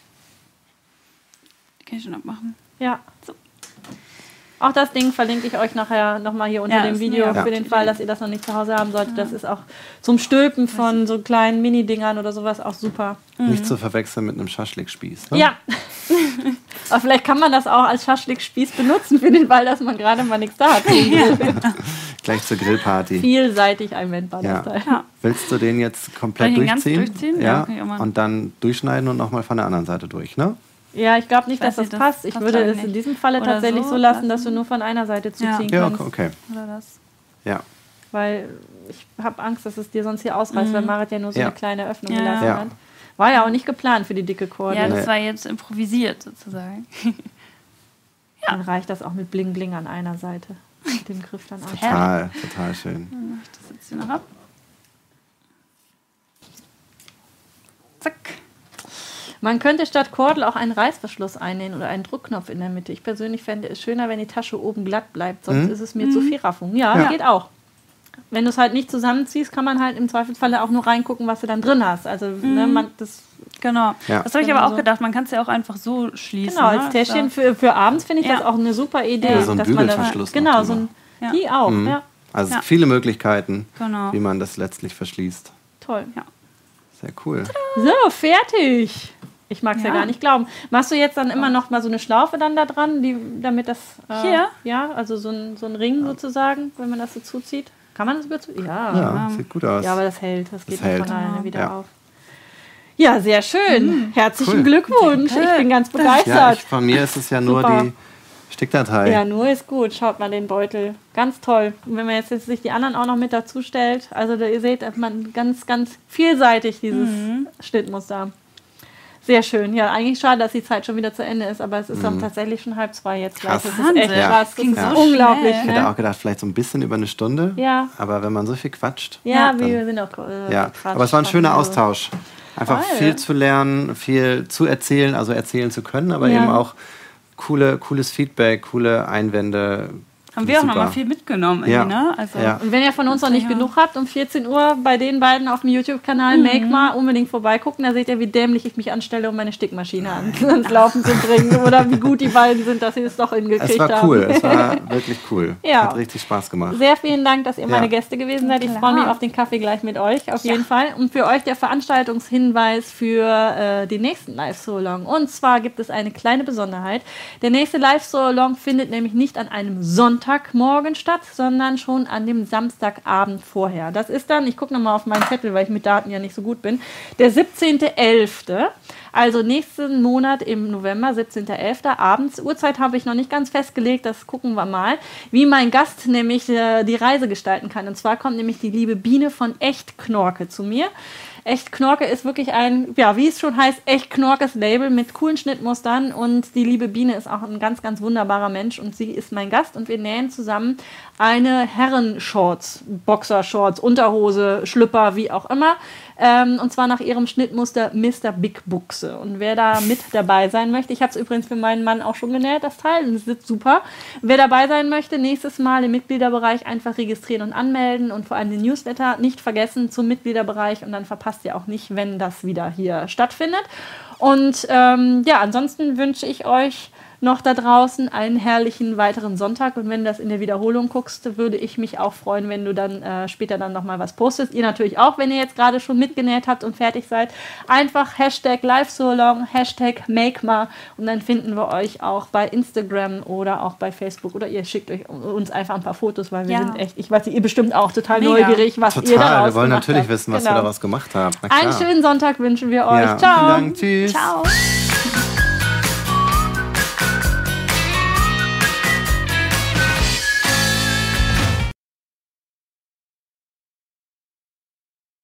kann ich schon abmachen. Ja. Auch das Ding verlinke ich euch nachher nochmal hier unter Ja, dem ist Video, mega für gut. den Fall, dass ihr das noch nicht zu Hause haben solltet. Das ist auch zum Stülpen von so kleinen Mini-Dingern oder sowas auch super. Nicht zu verwechseln mit einem Schaschlikspieß. Ne? Ja. Aber vielleicht kann man das auch als Schaschlikspieß benutzen, für den Fall, dass man gerade mal nichts da hat. Gleich zur Grillparty. Vielseitig einwendbar, Ja. das Teil. Ja. Willst du den jetzt komplett Soll ich ihn ganz durchziehen? durchziehen? Ja, kann ich auch machen. Und dann durchschneiden und nochmal von der anderen Seite durch, ne? Ja, ich glaube nicht, Ich weiß dass das nicht, das passt. Ich passt würde leider es in nicht. diesem Falle Oder tatsächlich so so lassen, lassen. dass du nur von einer Seite zuziehen Ja, kannst. okay. Oder das. Ja. Weil ich habe Angst, dass es dir sonst hier ausreißt, weil Marit ja nur so Ja. eine kleine Öffnung Ja. gelassen Ja. hat. War ja auch nicht geplant für die dicke Kordel. Ja, das Nee. war jetzt improvisiert sozusagen. Dann reicht das auch mit Bling Bling an einer Seite. Mit dem Griff dann an. Total, total schön. Dann mache ich das jetzt hier noch ab. Zack. Man könnte statt Kordel auch einen Reißverschluss einnähen oder einen Druckknopf in der Mitte. Ich persönlich fände es schöner, wenn die Tasche oben glatt bleibt, sonst Mhm. ist es mir zu viel Raffung. Ja, Ja. geht auch. Wenn du es halt nicht zusammenziehst, kann man halt im Zweifelsfalle auch nur reingucken, was du dann drin hast. Also ne, man, das Genau. Ja. Das habe ich Genau aber auch so. gedacht. Man kann es ja auch einfach so schließen. genau ne? als Täschchen So. für, für abends finde ich Ja. das auch eine super Idee. Ja. So ein dass man das- Bügelverschluss noch Genau, so ein, drüber. die auch. Mhm. Ja, Also Ja. viele Möglichkeiten, Genau. wie man das letztlich verschließt. toll. Ja. Sehr cool. So, fertig. Ich mag es ja. Ja. gar nicht glauben. Machst du jetzt dann immer noch mal so eine Schlaufe dann da dran, die, damit das... Äh, Hier? Ja, also so ein, so ein Ring sozusagen, wenn man das so zuzieht. Kann man das überziehen? Ja. Ja, sieht gut aus. Ja, aber das hält. Das geht Das hält. nicht von alleine Genau. wieder Ja. auf. Ja, sehr schön. Mhm. Herzlichen Cool. Glückwunsch. Danke. Ich bin ganz begeistert. Ja, ich, von mir ist es ja nur Super. die Stickdatei. Ja, nur ist gut. Schaut mal den Beutel. Ganz toll. Und wenn man jetzt, jetzt sich die anderen auch noch mit dazu stellt, also da, ihr seht, dass man ganz, ganz vielseitig dieses mhm. Schnittmuster. Sehr schön. Ja, eigentlich schade, dass die Zeit schon wieder zu Ende ist, aber es ist dann tatsächlich schon halb zwei jetzt. Krass. Das ist echt Ja. krass. Das Ging ist so unglaublich. schnell. Ich hätte Ne? auch gedacht, vielleicht so ein bisschen über eine Stunde. Ja. Aber wenn man so viel quatscht. Ja, dann, wir sind auch äh, ja. Quatsch, Aber es war ein schöner Quatsch. Austausch. Einfach Voll. viel zu lernen, viel zu erzählen, also erzählen zu können, aber Ja. eben auch coole, cooles Feedback, coole Einwände. Haben wir auch Super. nochmal viel mitgenommen. Ja. Irgendwie, ne? Also, Ja. Und wenn ihr von uns noch nicht Ja. genug habt, um vierzehn Uhr bei den beiden auf dem YouTube-Kanal Make mal unbedingt vorbeigucken. Da seht ihr, wie dämlich ich mich anstelle, um meine Stickmaschine ans, ans Laufen zu bringen. Oder wie gut die beiden sind, dass sie es doch hingekriegt Es war haben. cool, es war wirklich cool. Ja. Hat richtig Spaß gemacht. Sehr vielen Dank, dass ihr meine Ja. Gäste gewesen seid. Ich Klar. freue mich auf den Kaffee gleich mit euch, auf jeden Fall. Und für euch der Veranstaltungshinweis für äh, den nächsten Live-Solong. Und zwar gibt es eine kleine Besonderheit. Der nächste Live-Solong findet nämlich nicht an einem Sonntagmorgen statt, sondern schon an dem Samstagabend vorher. Das ist dann, ich gucke nochmal auf meinen Zettel, weil ich mit Daten ja nicht so gut bin, der siebzehnter elfter Also nächsten Monat im November, siebzehnter elfter abends. Uhrzeit habe ich noch nicht ganz festgelegt, das gucken wir mal, wie mein Gast nämlich äh, die Reise gestalten kann. Und zwar kommt nämlich die liebe Biene von Echt Knorke zu mir. Echt Knorke ist wirklich ein, ja, wie es schon heißt, Echt Knorkes Label mit coolen Schnittmustern. Und die liebe Biene ist auch ein ganz, ganz wunderbarer Mensch. Und sie ist mein Gast. Und wir nähen zusammen eine Herrenshorts, Boxershorts, Unterhose, Schlüpper, wie auch immer. Ähm, und zwar nach ihrem Schnittmuster Mister Big Buchse. Und wer da mit dabei sein möchte, ich habe es übrigens für meinen Mann auch schon genäht, das Teil, und es sitzt super. Wer dabei sein möchte, nächstes Mal im Mitgliederbereich einfach registrieren und anmelden und vor allem den Newsletter nicht vergessen zum Mitgliederbereich und dann verpasst ihr auch nicht, wenn das wieder hier stattfindet. Und ähm, ja, ansonsten wünsche ich euch noch da draußen einen herrlichen weiteren Sonntag. Und wenn du das in der Wiederholung guckst, würde ich mich auch freuen, wenn du dann äh, später dann nochmal was postest. Ihr natürlich auch, wenn ihr jetzt gerade schon mitgenäht habt und fertig seid. Einfach Hashtag LiveSoLong, Hashtag MakeMa und dann finden wir euch auch bei Instagram oder auch bei Facebook oder ihr schickt euch uns einfach ein paar Fotos, weil wir Ja. sind echt, ich weiß nicht, ihr bestimmt auch total Mega. neugierig, was ihr Total, daraus wir wollen gemacht natürlich habt. wissen, was Genau. ihr daraus gemacht habt. Na klar. Einen schönen Sonntag wünschen wir euch. Ja. Ciao. Vielen Dank, tschüss. Ciao.